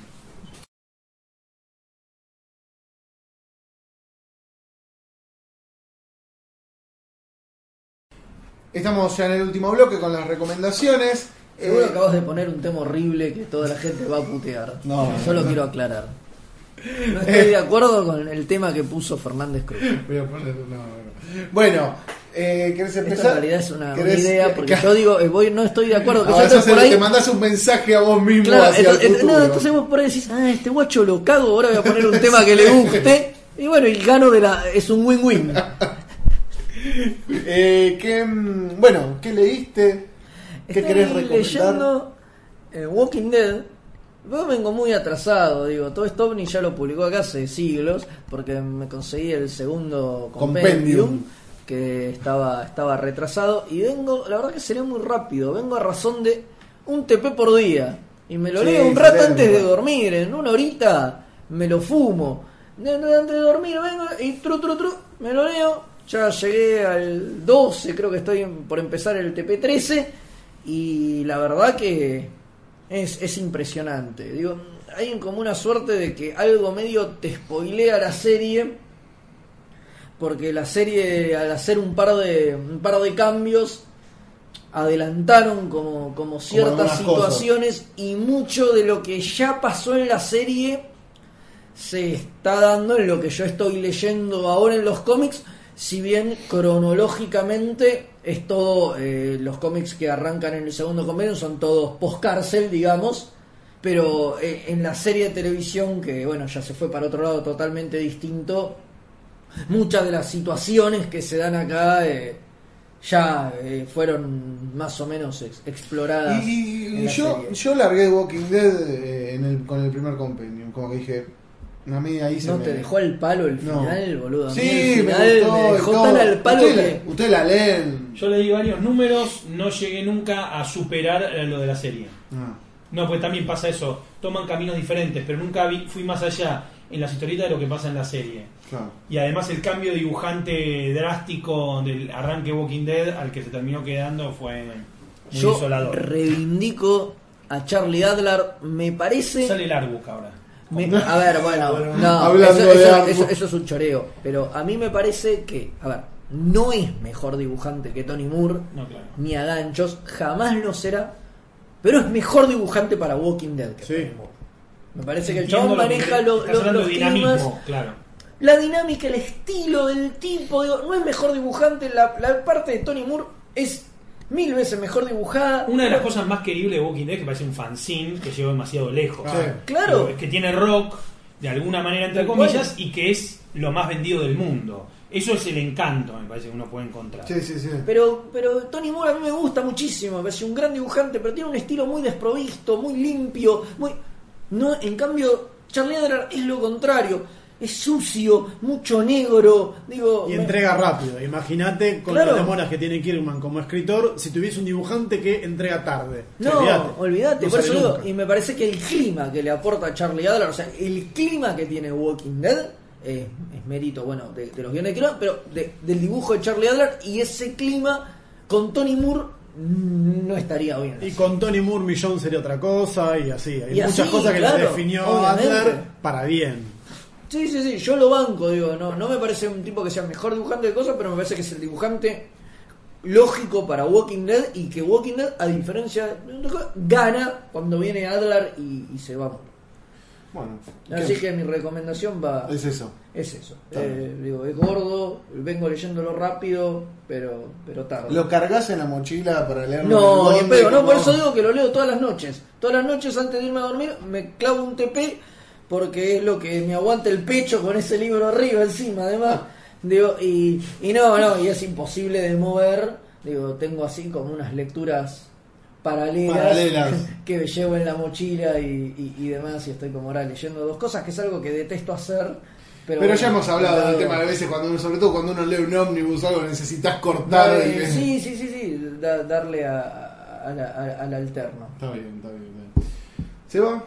Estamos ya en el último bloque con las recomendaciones. Seguro que acabas de poner un tema horrible que toda la gente va a putear. No, Solo no. quiero aclarar. No estoy de acuerdo con el tema que puso Fernández Cruz. Voy a poner Bueno, ¿querés empezar? Esto en realidad es una ¿Querés- idea, porque que- yo digo, no estoy de acuerdo. Que Ahora yo estoy por ahí. te mandás un mensaje a vos mismo Claro, hacia el futuro. entonces vos por ahí decís, este guacho lo cago, ahora voy a poner un tema que le guste. Y bueno, y gano es un win-win. Bueno, ¿qué leíste? ¿Qué Estoy querés recomendar? leyendo Walking Dead. Yo vengo muy atrasado, digo, todo esto OVNI ya lo publicó acá hace siglos, porque me conseguí el segundo compendium que estaba retrasado, y vengo, la verdad que sería muy rápido, vengo a razón de un TP por día, y me lo Sí, leo un rato excelente. antes de dormir, en una horita me lo fumo, antes de dormir vengo y tru, me lo leo, ya llegué al 12, creo que estoy por empezar el TP 13, y la verdad que es impresionante. Digo, hay como una suerte de que algo medio te spoilea la serie, porque la serie, al hacer un par de cambios, adelantaron como ciertas algunas situaciones, y mucho de lo que ya pasó en la serie se está dando en lo que yo estoy leyendo ahora en los cómics, si bien cronológicamente es todo, los cómics que arrancan en el segundo compendio son todos post-cárcel, digamos, pero en la serie de televisión, que bueno, ya se fue para otro lado totalmente distinto, muchas de las situaciones que se dan acá ya fueron más o menos exploradas. Y en la serie. yo largué Walking Dead con el primer compendium, como que dije, a mí ahí se ¿No me... te dejó al palo el No. final, boludo? A mí Sí, el me final gustó. me y dejó todo. tan al palo que... Ustedes la leen. Yo leí varios números, no llegué nunca a superar lo de la serie. Ah. No, pues también pasa eso, toman caminos diferentes, pero nunca fui más allá en las historietas de lo que pasa en la serie. Claro. Y además el cambio de dibujante drástico del arranque Walking Dead al que se terminó quedando fue muy Yo desolador. reivindico a Charlie Adler, me parece... Sale el artbook ahora. A ver, bueno, no, Hablando de algo. eso es un choreo. Pero a mí me parece que, a ver, no es mejor dibujante que Tony Moore, No, claro. ni a ganchos, jamás lo será. Pero es mejor dibujante para Walking Dead que Sí. Tony Moore. Me parece que el Entiendo chabón lo que maneja estás hablando los de climas, dinamismo, claro. la dinámica, el estilo del tipo. Digo, no es mejor dibujante, la parte de Tony Moore es 1000 veces mejor dibujada. Una de las cosas más queribles de Walking Dead es que parece un fanzine que llegó demasiado lejos. Claro. Que tiene rock, de alguna manera, entre Tal comillas, cual. y que es lo más vendido del mundo. Eso es el encanto, me parece, que uno puede encontrar. Sí. Pero Tony Moore a mí me gusta muchísimo, me parece un gran dibujante, pero tiene un estilo muy desprovisto, muy limpio, muy... No, en cambio, Charlie Adler es lo contrario. Es sucio, mucho negro, digo... Y entrega rápido. Imagínate con Claro. las demoras que tiene Kirkman como escritor, si tuviese un dibujante que entrega tarde. No, olvídate, No por eso sale digo, nunca. y me parece que el clima que le aporta Charlie Adler, o sea, el clima que tiene Walking Dead, es mérito, bueno, de los guiones de Kirkman, pero del dibujo de Charlie Adler, y ese clima con Tony Moore no estaría bien. Y con Tony Moore Millón sería otra cosa, y así. Hay Y muchas así, cosas que claro, la definió obviamente. Adler para bien. Sí, yo lo banco, digo, no me parece un tipo que sea mejor dibujante de cosas, pero me parece que es el dibujante lógico para Walking Dead, y que Walking Dead, a diferencia de otra cosa, gana cuando viene Adler y se va. Bueno, Así que mi recomendación va... es eso. Es eso. Está bien. Digo, es gordo, vengo leyéndolo rápido, pero tarde. ¿Lo cargas en la mochila para leerlo? No, en ni el pedo, bondi, no, por como- eso digo que lo leo todas las noches. Todas las noches antes de irme a dormir me clavo un TP, porque es lo que me aguanta el pecho con ese libro arriba encima, además. Digo, y no, y es imposible de mover. Digo, tengo así como unas lecturas paralelas. Que me llevo en la mochila y demás, y estoy como ahora leyendo dos cosas, que es algo que detesto hacer. Pero Pero bueno, ya hemos hablado del claro. tema de veces, sobre todo cuando uno lee un ómnibus, algo necesitas cortar. Sí, darle al alterno. Está bien. ¿Se va?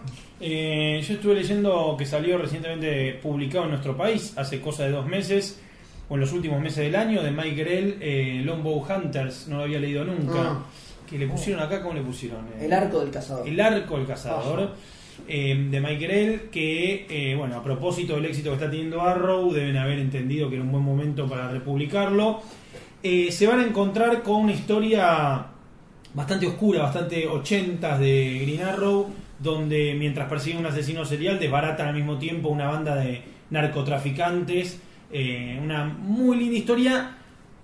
Yo estuve leyendo que salió recientemente publicado en nuestro país, hace cosa de 2 meses, o en los últimos meses del año, de Mike Grell, Longbow Hunters, no lo había leído nunca. Que le pusieron acá, ¿cómo le pusieron? El arco del cazador. El arco del cazador, de Mike Grell, que, bueno, a propósito del éxito que está teniendo Arrow, deben haber entendido que era un buen momento para republicarlo. Se van a encontrar con una historia bastante oscura, bastante 80s de Green Arrow, donde mientras persiguen un asesino serial desbaratan al mismo tiempo una banda de narcotraficantes. Una muy linda historia.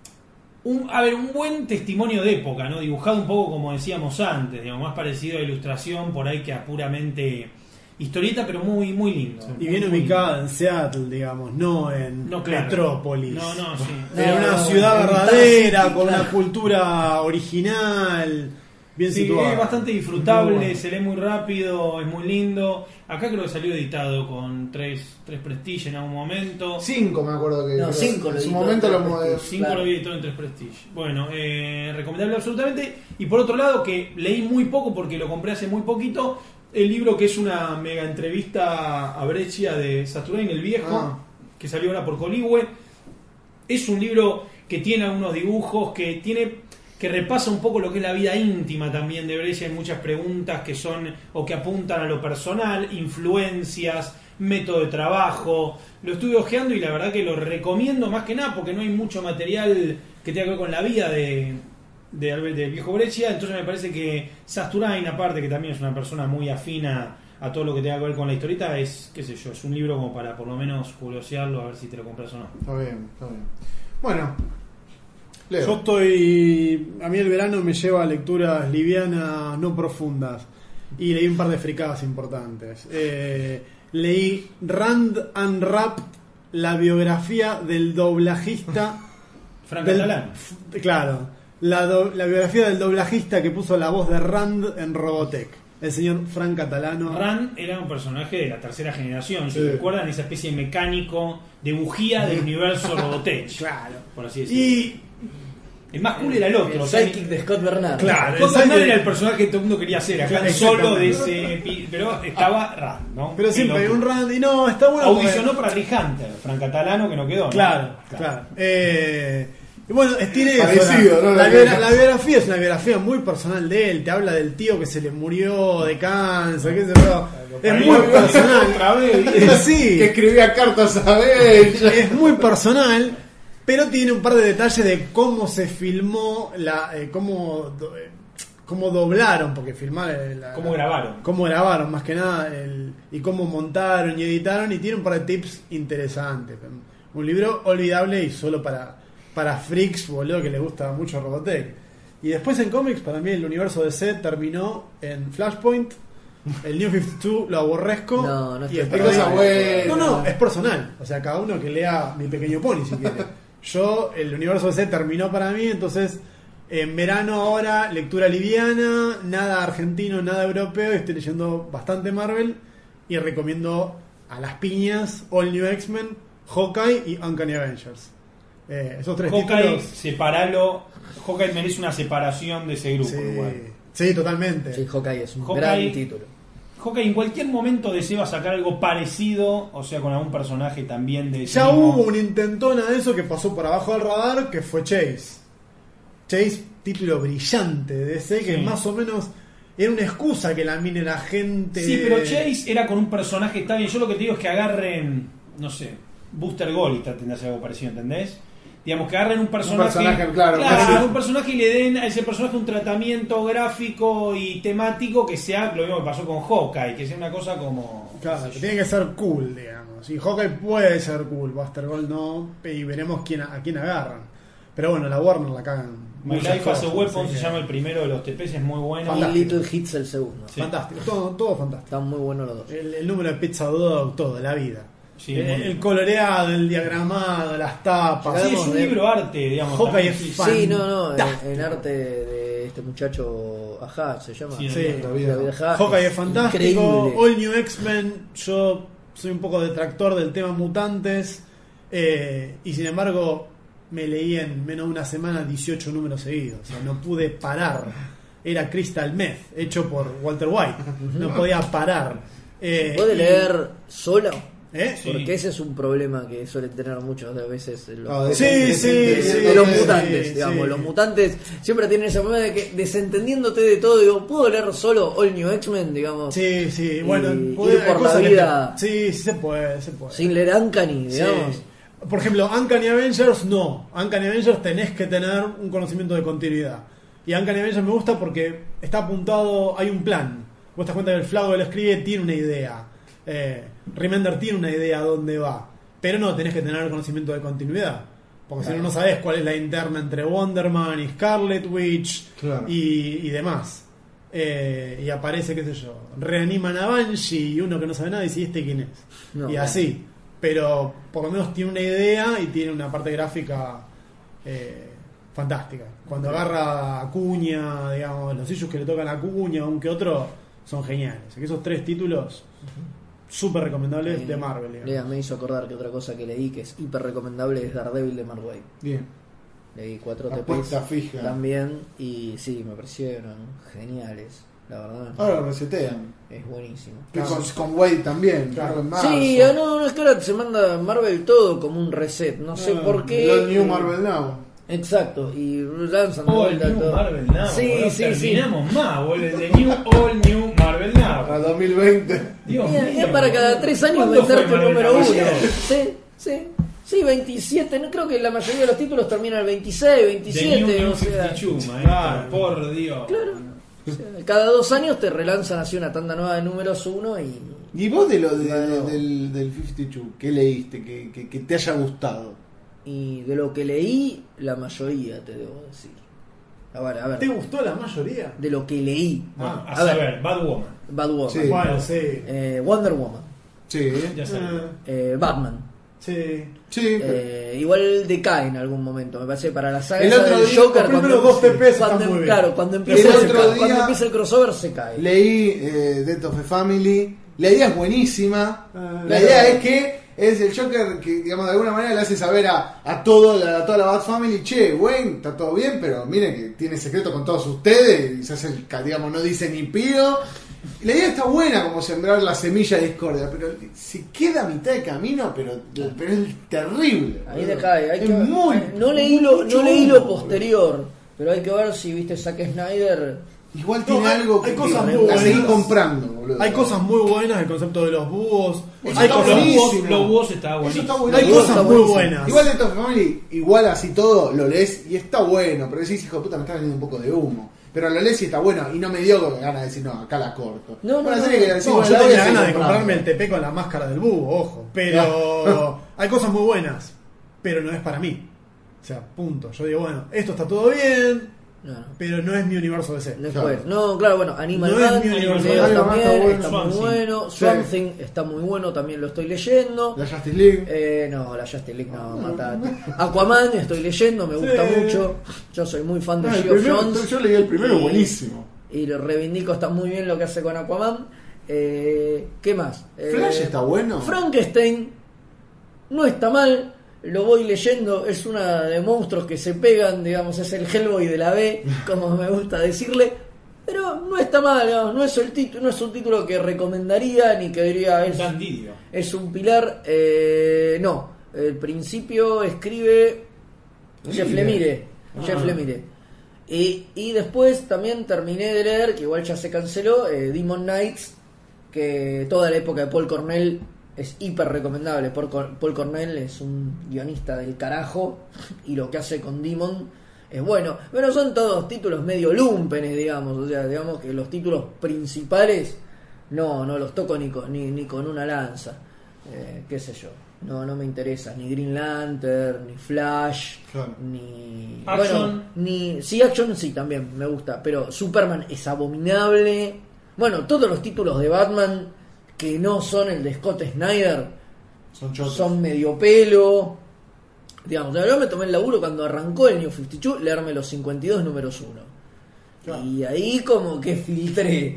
Un buen testimonio de época, ¿no? Dibujado un poco como decíamos antes, digamos, más parecido a ilustración por ahí que a puramente historieta, pero muy muy lindo. Y bien Muy ubicada en Seattle, digamos, no en No, claro. Metrópolis. No, sí. En una No, ciudad en verdadera, Tarsi, con claro. una cultura original, bien Sí, situada. es bastante disfrutable, Muy bueno. se lee muy rápido, es muy lindo. Acá creo que salió editado con 3 Prestige en algún momento. 5 me acuerdo que... No, creo. 5 lo En su editó momento en lo... Tres Prestige. 5 Claro. lo vi editado en 3 Prestige. Bueno, recomendable absolutamente. Y por otro lado, que leí muy poco porque lo compré hace muy poquito, el libro que es una mega entrevista a Breccia de Saturday, el viejo, que salió ahora por Coligüe. Es un libro que tiene algunos dibujos, que repasa un poco lo que es la vida íntima también de Breccia. Hay muchas preguntas que son o que apuntan a lo personal, influencias, método de trabajo. Lo estuve hojeando y la verdad que lo recomiendo más que nada porque no hay mucho material que tenga que ver con la vida del viejo Breccia. Entonces me parece que Sasturain, aparte que también es una persona muy afina a todo lo que tenga que ver con la historieta, es, qué sé yo, es un libro como para por lo menos curiosearlo, a ver si te lo compras o no. Está bien. Bueno, Leo. Yo estoy... A mí el verano me lleva a lecturas livianas, no profundas. Y leí un par de fricadas importantes. Leí Rand Unwrapped, la biografía del doblajista... Frank del- Catalán. Claro. La biografía del doblajista que puso la voz de Rand en Robotech. El señor Frank Catalano. Rand era un personaje de la tercera generación, si Sí. recuerdan, esa especie de mecánico de bujía del universo Robotech. Claro. Por así decirlo. Y... El más cool era el otro. El o sea, sidekick de Scott Bernard. Claro. Scott el Bernard sidekick- era el personaje que todo el mundo quería hacer, acá Claro, solo de exactamente. ese... Pero estaba Rand, ¿no? Pero El siempre hay otro. un Rand y no, está bueno. Audicionó para Rick Hunter, Frank Catalano, que no quedó, ¿no? Claro. Y bueno, tiene eso. Parecido, ¿no? La biografía es una biografía muy personal de él. Te habla del tío que se le murió de cáncer, qué sé yo. Es muy personal. Otra vez, Sí. Que escribía cartas a Bella. Es muy personal, pero tiene un par de detalles de cómo se filmó, cómo doblaron, porque filmaron. ¿Cómo grabaron? Más que nada, y cómo montaron y editaron, y tiene un par de tips interesantes. Un libro olvidable y solo para freaks, boludo, que les gusta mucho Robotech. Y después en cómics, para mí el universo DC terminó en Flashpoint. El New 52 lo aborrezco. No y estoy el cosa buena. No, es personal. O sea, cada uno que lea Mi Pequeño Pony si quiere. El universo DC terminó para mí, entonces en verano ahora, lectura liviana, nada argentino, nada europeo, estoy leyendo bastante Marvel y recomiendo a las piñas All New X-Men, Hawkeye y Uncanny Avengers. Esos tres Hawkeye, títulos. separalo. Hawkeye merece una separación de ese grupo. Igual. Sí, totalmente. Sí, Hawkeye es un Hawkeye- gran título. Hawkeye en cualquier momento desea sacar algo parecido, o sea, con algún personaje también de ese Ya mismo- hubo una intentona de eso que pasó por abajo del radar, que fue Chase. Chase, título brillante de DC, que Sí. más o menos era una excusa que la mine la gente. Sí, pero Chase era con un personaje, está bien. Yo lo que te digo es que agarren, no sé, Booster Gold y traten de hacer algo parecido, ¿entendés? Digamos que agarren un personaje, claro. un personaje y le den a ese personaje un tratamiento gráfico y temático que sea lo mismo que pasó con Hawkeye, que sea una cosa como... Claro, que tiene que ser cool, digamos. Y Hawkeye puede ser cool, Buster Gold no, y veremos a quién agarran. Pero bueno, la Warner la cagan. My muchas Life as a cosas, Weapon así se que- llama el primero de los TPs, es muy bueno. Y Fantástico. Little Hits el segundo. Sí. Fantástico, todo fantástico. Están muy buenos los dos. El número de Pizza Dog, todo, la vida. Sí, muy bien. el coloreado, el diagramado, las tapas. Sí, es un de- libro arte, digamos. Hawkeye también, es sí. fan. Sí, no, Fantástico. en arte de este muchacho, Ajá, se llama. Sí, Sí, David Ajá, Hawkeye es fantástico. increíble. All New X-Men, yo soy un poco detractor del tema mutantes. Y sin embargo, me leí en menos de una semana 18 números seguidos. O sea, no pude parar. Era Crystal Meth, hecho por Walter White. No podía parar. ¿Puede y- leer solo? ¿Eh? Sí. Porque ese es un problema que suelen tener muchas de veces los, Sí, sí, sí. los mutantes, sí, digamos. sí. Los mutantes siempre tienen ese problema de que desentendiéndote de todo, digo, ¿puedo leer solo All New X-Men, digamos? Sí, sí. Bueno, Y puede- ir hay por la cosas que vida sí, se puede, se puede. Sin leer Uncanny, Sí. digamos. Por ejemplo, Uncanny Avengers no. Uncanny Avengers tenés que tener un conocimiento de continuidad. Y Uncanny Avengers me gusta porque está apuntado, hay un plan. Vos te das cuenta que el flaco que lo escribe tiene una idea. Remender tiene una idea a dónde va. Pero no, tenés que tener conocimiento de continuidad. Porque si no, no sabés cuál es la interna entre Wonderman y Scarlet Witch Claro. y demás. Y aparece, qué sé yo, reaniman a Banshee y uno que no sabe nada dice, ¿y este quién es? No, y claro. así. Pero por lo menos tiene una idea y tiene una parte gráfica fantástica. Cuando agarra a Acuña, digamos, los issues que le tocan a Acuña, un que otro, son geniales. Así que esos tres títulos, súper recomendables de Marvel. digamos. Lea, me hizo acordar que otra cosa que leí que es hiper recomendable es Daredevil de Mark Waid. Bien. Leí 4 Apuesta TPs fija. también y sí, me parecieron geniales, la verdad. Ahora lo resetean. Es buenísimo. Y con Wade también. Claro. creo que en marzo. Sí, no, es que ahora se manda Marvel todo como un reset, no sé por qué. All New Marvel Now. Exacto, y lanzan de All vuelta New todo. Marvel Now. Sí, boludo. sí, Terminamos más, boludo. De All New Marvel Now. Para 2020. Dios Es mío, para cada boludo. 3 años ¿Cuándo fue meterte el Marvel número Now? 1. Ayer. Sí, 27, no creo que la mayoría de los títulos terminan el 26, The 27, New o sea, 52, maestro. Claro. Por Dios. claro. O sea, cada 2 años te relanzan así una tanda nueva de números 1 y ¿Y vos de lo Bueno. del 52? ¿Qué leíste? Que te haya gustado. de lo que leí, la mayoría te debo decir. A ver, ¿Te gustó la mayoría? de lo que leí. Bueno, a A ver. saber, Bad Woman. Bad Woman, Sí. Bueno, sí. Wonder Woman, Sí. Ya sabes. Batman. Sí. Sí. Igual decae en algún momento, me parece, para la saga El esa otro del día, Joker. los primeros dos TPs están muy bien. Claro, cuando El empieza otro cuando día empieza el crossover se cae. Leí Death of a Family. La idea es buenísima. La Claro. idea es que Es el Joker que, digamos, de alguna manera le hace saber a toda la Bat Family, che, Wayne, está todo bien, pero miren que tiene secreto con todos ustedes, y se hace el, digamos, no dice ni pío. Y la idea está buena, como sembrar la semilla de discordia, pero se queda a mitad de camino, pero es terrible. Ahí decae, hay Es que muy, no leí lo posterior, pero hay que ver si viste Zack Snyder. Igual tiene algo hay que cosas muy la buenas. seguí comprando, boludo. Hay cosas muy buenas, el concepto de los búhos. Eso Hay está cosas, buenísimo. Los búhos está Eso buenísimo. está bueno. hay Está cosas muy buenísimo. buenas. Igual de Top Family, igual así todo, lo lees y está bueno, pero decís, hijo de puta, me está vendiendo un poco de humo. Pero lo lees y está bueno, y no me dio ganas de decir, no, acá la corto. No, Una no, serie no. que decís, No, bueno, yo la voy a tenía seguir ganas de comprando. comprarme el TP con la máscara del búho, ojo. Pero hay cosas muy buenas, pero no es para mí. O sea, punto. Yo digo, bueno, esto está todo bien, No. pero no es mi universo DC. Después, no, claro, bueno, Animal No es Man mi universo. leo Animal Man también, está está bueno. muy bueno. Sí. Swamp Thing está muy bueno, también lo estoy leyendo. La Justice League. No, la Justice League no, matate. Aquaman estoy leyendo, me gusta Sí. mucho. Yo soy muy fan de No, el Geoff primero, Johns. yo leí el primero, Y- buenísimo. Y lo reivindico, está muy bien lo que hace con Aquaman. ¿Qué más? Flash está bueno. Frankenstein no está mal, lo voy leyendo, es una de monstruos que se pegan, digamos, es el Hellboy de la B, como me gusta decirle, pero no está mal, digamos, no es un título que recomendaría ni que diría Bandidio. es un pilar, no, el principio escribe Jeff Lemire. Y después también terminé de leer, que igual ya se canceló, Demon Knights, que toda la época de Paul Cornell es hiper recomendable. Paul Cornell es un guionista del carajo y lo que hace con Demon es bueno. Pero son todos títulos medio lumpenes, digamos. O sea, digamos que los títulos principales no los toco ni con una lanza. Qué sé yo. No me interesa ni Green Lantern, ni Flash, Claro. ni Action. bueno, sí, Action sí también me gusta, pero Superman es abominable. Bueno, todos los títulos de Batman que no son el de Scott Snyder Son chotos. son medio pelo. Digamos, yo me tomé el laburo cuando arrancó el New 52 leerme los 52 números 1. Claro. Y ahí como que filtré.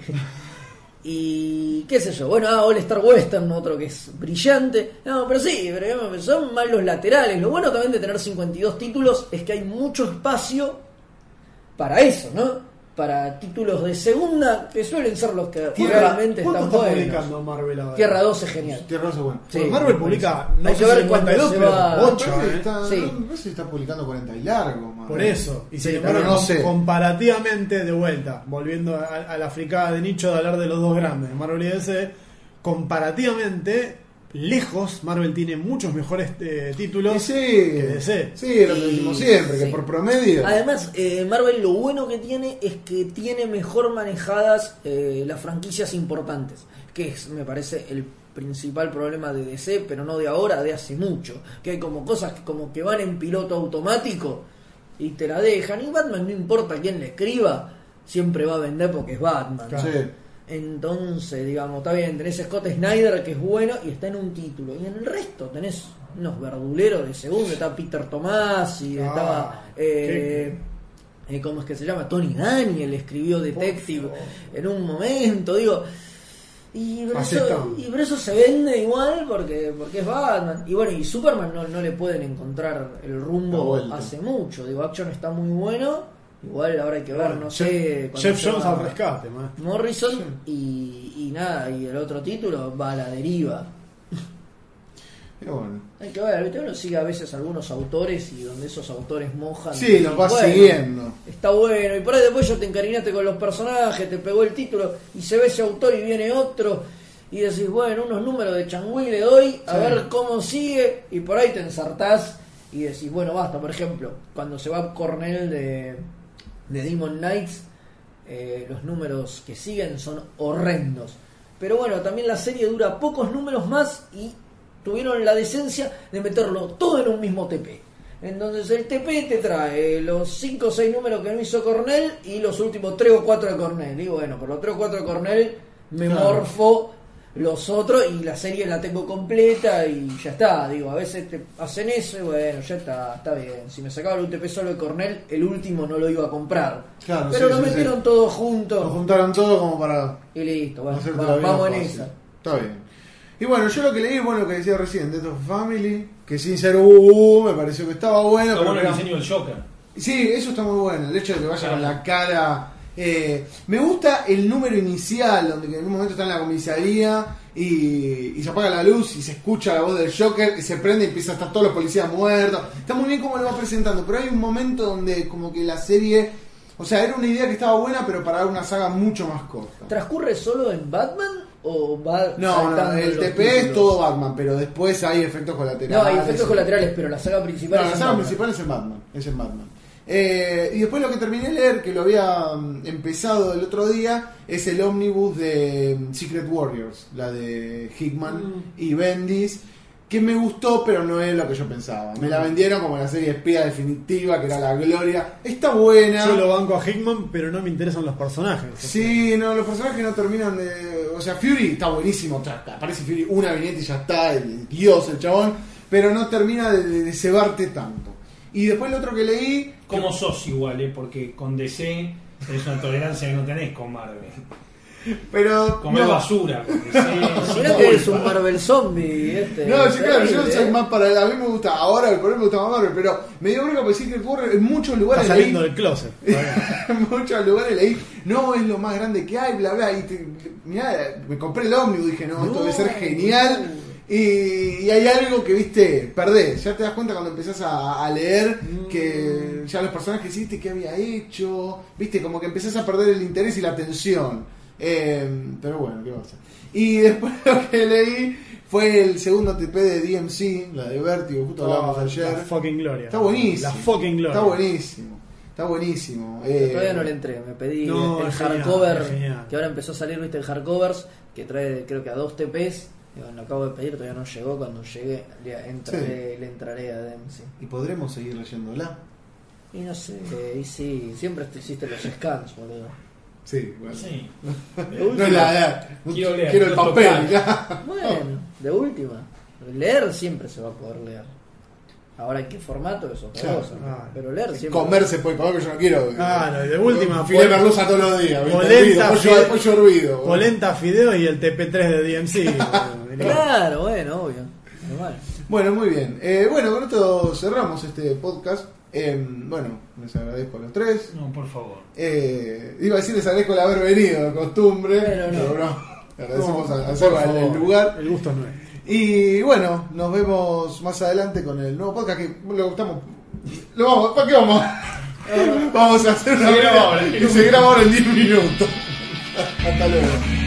Y qué sé yo, bueno, All Star Western, otro que es brillante. No, pero sí, pero son más los laterales. Lo bueno también de tener 52 títulos es que hay mucho espacio para eso, ¿no? Para títulos de segunda, que suelen ser los que realmente ¿Cuánto están está buenos. publicando Marvel ahora? Tierra 2 es genial. Tierra Rosa, bueno. Sí, Marvel me publica, parece. no Hay sé que ver si cuánto 52, se pero va. 8, Parece que está, Sí. no sé si está publicando 40 y largo, man. Por eso. Y sin Sí, embargo, pero no sé. comparativamente, de vuelta, volviendo a la fricada de nicho de hablar de los dos grandes, Marvel y DC, comparativamente, lejos, Marvel tiene muchos mejores títulos Y sí, que DC. sí, lo que decimos siempre, que Sí. por promedio. Además, Marvel lo bueno que tiene es que tiene mejor manejadas las franquicias importantes, que es, me parece, el principal problema de DC, pero no de ahora, de hace mucho, que hay como cosas que como que van en piloto automático y te la dejan, y Batman no importa quién le escriba, siempre va a vender porque es Batman. Claro. Sí. Entonces, digamos, está bien, tenés Scott Snyder que es bueno y está en un título. Y en el resto tenés unos verduleros de segundo, está Peter Tomás y estaba ¿cómo es que se llama? Tony Daniel escribió Detective en un momento, digo. Y por eso se vende igual porque es Batman. Y bueno, y Superman no le pueden encontrar el La rumbo vuelta. hace mucho. Digo, Action está muy bueno. Igual ahora hay que ver, no sé. cuando Jeff se Jones va al rescate, man. Morrison y nada, y el otro título va a la deriva. Pero bueno. Hay que ver, ¿viste? Uno sigue a veces algunos autores y donde esos autores mojan. Sí, y, los vas bueno, siguiendo. Está bueno, y por ahí después ya te encariñaste con los personajes, te pegó el título y se ve ese autor y viene otro y decís, bueno, unos números de Changui le doy, a Sí. ver cómo sigue, y por ahí te ensartás y decís, bueno, basta. Por ejemplo, cuando se va Cornell de Demon Knights, los números que siguen son horrendos. Pero bueno, también la serie dura pocos números más y tuvieron la decencia de meterlo todo en un mismo TP. Entonces el TP te trae los 5 o 6 números que no hizo Cornell y los últimos 3 o 4 de Cornell. Y bueno, por los 3 o 4 de Cornell me Claro. morfo los otros y la serie la tengo completa y ya está. Digo, a veces te hacen eso y bueno, ya está bien. Si me sacaba el UTP solo de Cornell, el último no lo iba a comprar. Claro, pero sí, lo sí, metieron sí. todo Lo junto juntaron todo como para y listo. Bueno, hacerte la vida vamos en fácil. esa. Está bien. Y bueno, yo lo que leí, bueno, lo que decía recién, Death of Family, que sin ser me pareció que estaba bueno. Está pero bueno el diseño del Joker. Sí, eso está muy bueno, el hecho de que vaya con la cara. Me gusta el número inicial, donde en un momento está en la comisaría y se apaga la luz y se escucha la voz del Joker y se prende y empieza a estar todos los policías muertos. Está muy bien cómo lo va presentando, pero hay un momento donde como que la serie, o sea, era una idea que estaba buena, pero para una saga mucho más corta. ¿Transcurre solo en Batman o va No, saltando el los TP es títulos? todo Batman, pero después hay efectos colaterales. No, hay efectos colaterales, pero la saga principal No, es la en saga Batman. principal es en Batman. Y después lo que terminé de leer, que lo había empezado el otro día, es el ómnibus de Secret Warriors, la de Hickman y Bendis, que me gustó, pero no es lo que yo pensaba. Me la vendieron como la serie espía definitiva, que era la gloria. Está buena. Yo lo banco a Hickman, pero no me interesan los personajes. Sí, no, los personajes no terminan de... O sea, Fury está buenísimo, o sea, aparece Fury una viñeta y ya está, el dios, el chabón, pero no termina de cebarte tanto. Y después lo otro que leí... Como sos igual, porque con DC tenés una tolerancia que no tenés con Marvel. Pero... Comer no. basura con DC. Mirá que es un Marvel zombie No, sí, claro, yo terrible, soy más para... A mí me gusta, ahora el color me gusta más Marvel, pero me dio bronca porque Secret Warriors en muchos lugares Está leí... saliendo del closet. En muchos lugares leí, no, es lo más grande que hay, bla, bla, y mirá, me compré el ómnibus, dije, no, esto debe ser genial, y hay algo que, viste, perdés, ya te das cuenta cuando empezás a leer que ya los personajes hiciste, qué había hecho, viste, como que empezás a perder el interés y la atención, pero bueno, qué va a hacer. Y después lo que leí fue el segundo TP de DMC, la de Vertigo, justo hablábamos ayer. La fucking gloria. Está buenísimo. La fucking gloria. Está buenísimo. Está buenísimo. Todavía no le entré, me pedí No, el es genial, hardcover, es genial. que ahora empezó a salir, viste, el hardcovers, que trae creo que a 2 TPs. Digo, lo acabo de pedir, todavía no llegó. Cuando llegue le entraré a DMC. Y podremos seguir leyéndola. Y no sé, y sí, siempre hiciste los scans, boludo. Sí, bueno. Sí. No es Quiero leer, quiero el quiero papel. tocar. ya. Bueno, de última. Leer siempre se va a poder leer. Ahora en qué formato es otra Claro, cosa. ah. Pero leer siempre. Comer se puede comer, pero yo no quiero. Claro, y de última, filé merluza todos los días. ¿viste? polenta, Hervido, pollo hervido. polenta, fideo y el TP3 de DMC. Claro, bueno, obvio. Normal. Bueno, muy bien. Bueno, con esto cerramos este podcast. Bueno, les agradezco a los tres. No, por favor. Iba a decir les agradezco el haber venido, de costumbre. Pero no. Le agradecemos No, a por Seba favor, el lugar. El gusto no es. Y bueno, nos vemos más adelante con el nuevo podcast que lo vamos, ¿para qué vamos? Vamos a hacer una Se graba ahora. y se graba ahora en 10 minutos. Hasta luego.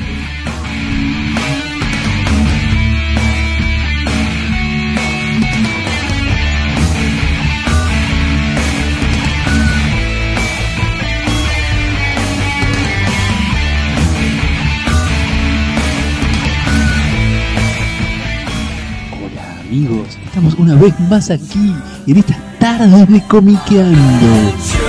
Hola amigos, estamos una vez más aquí en estas tardes de Comiqueando.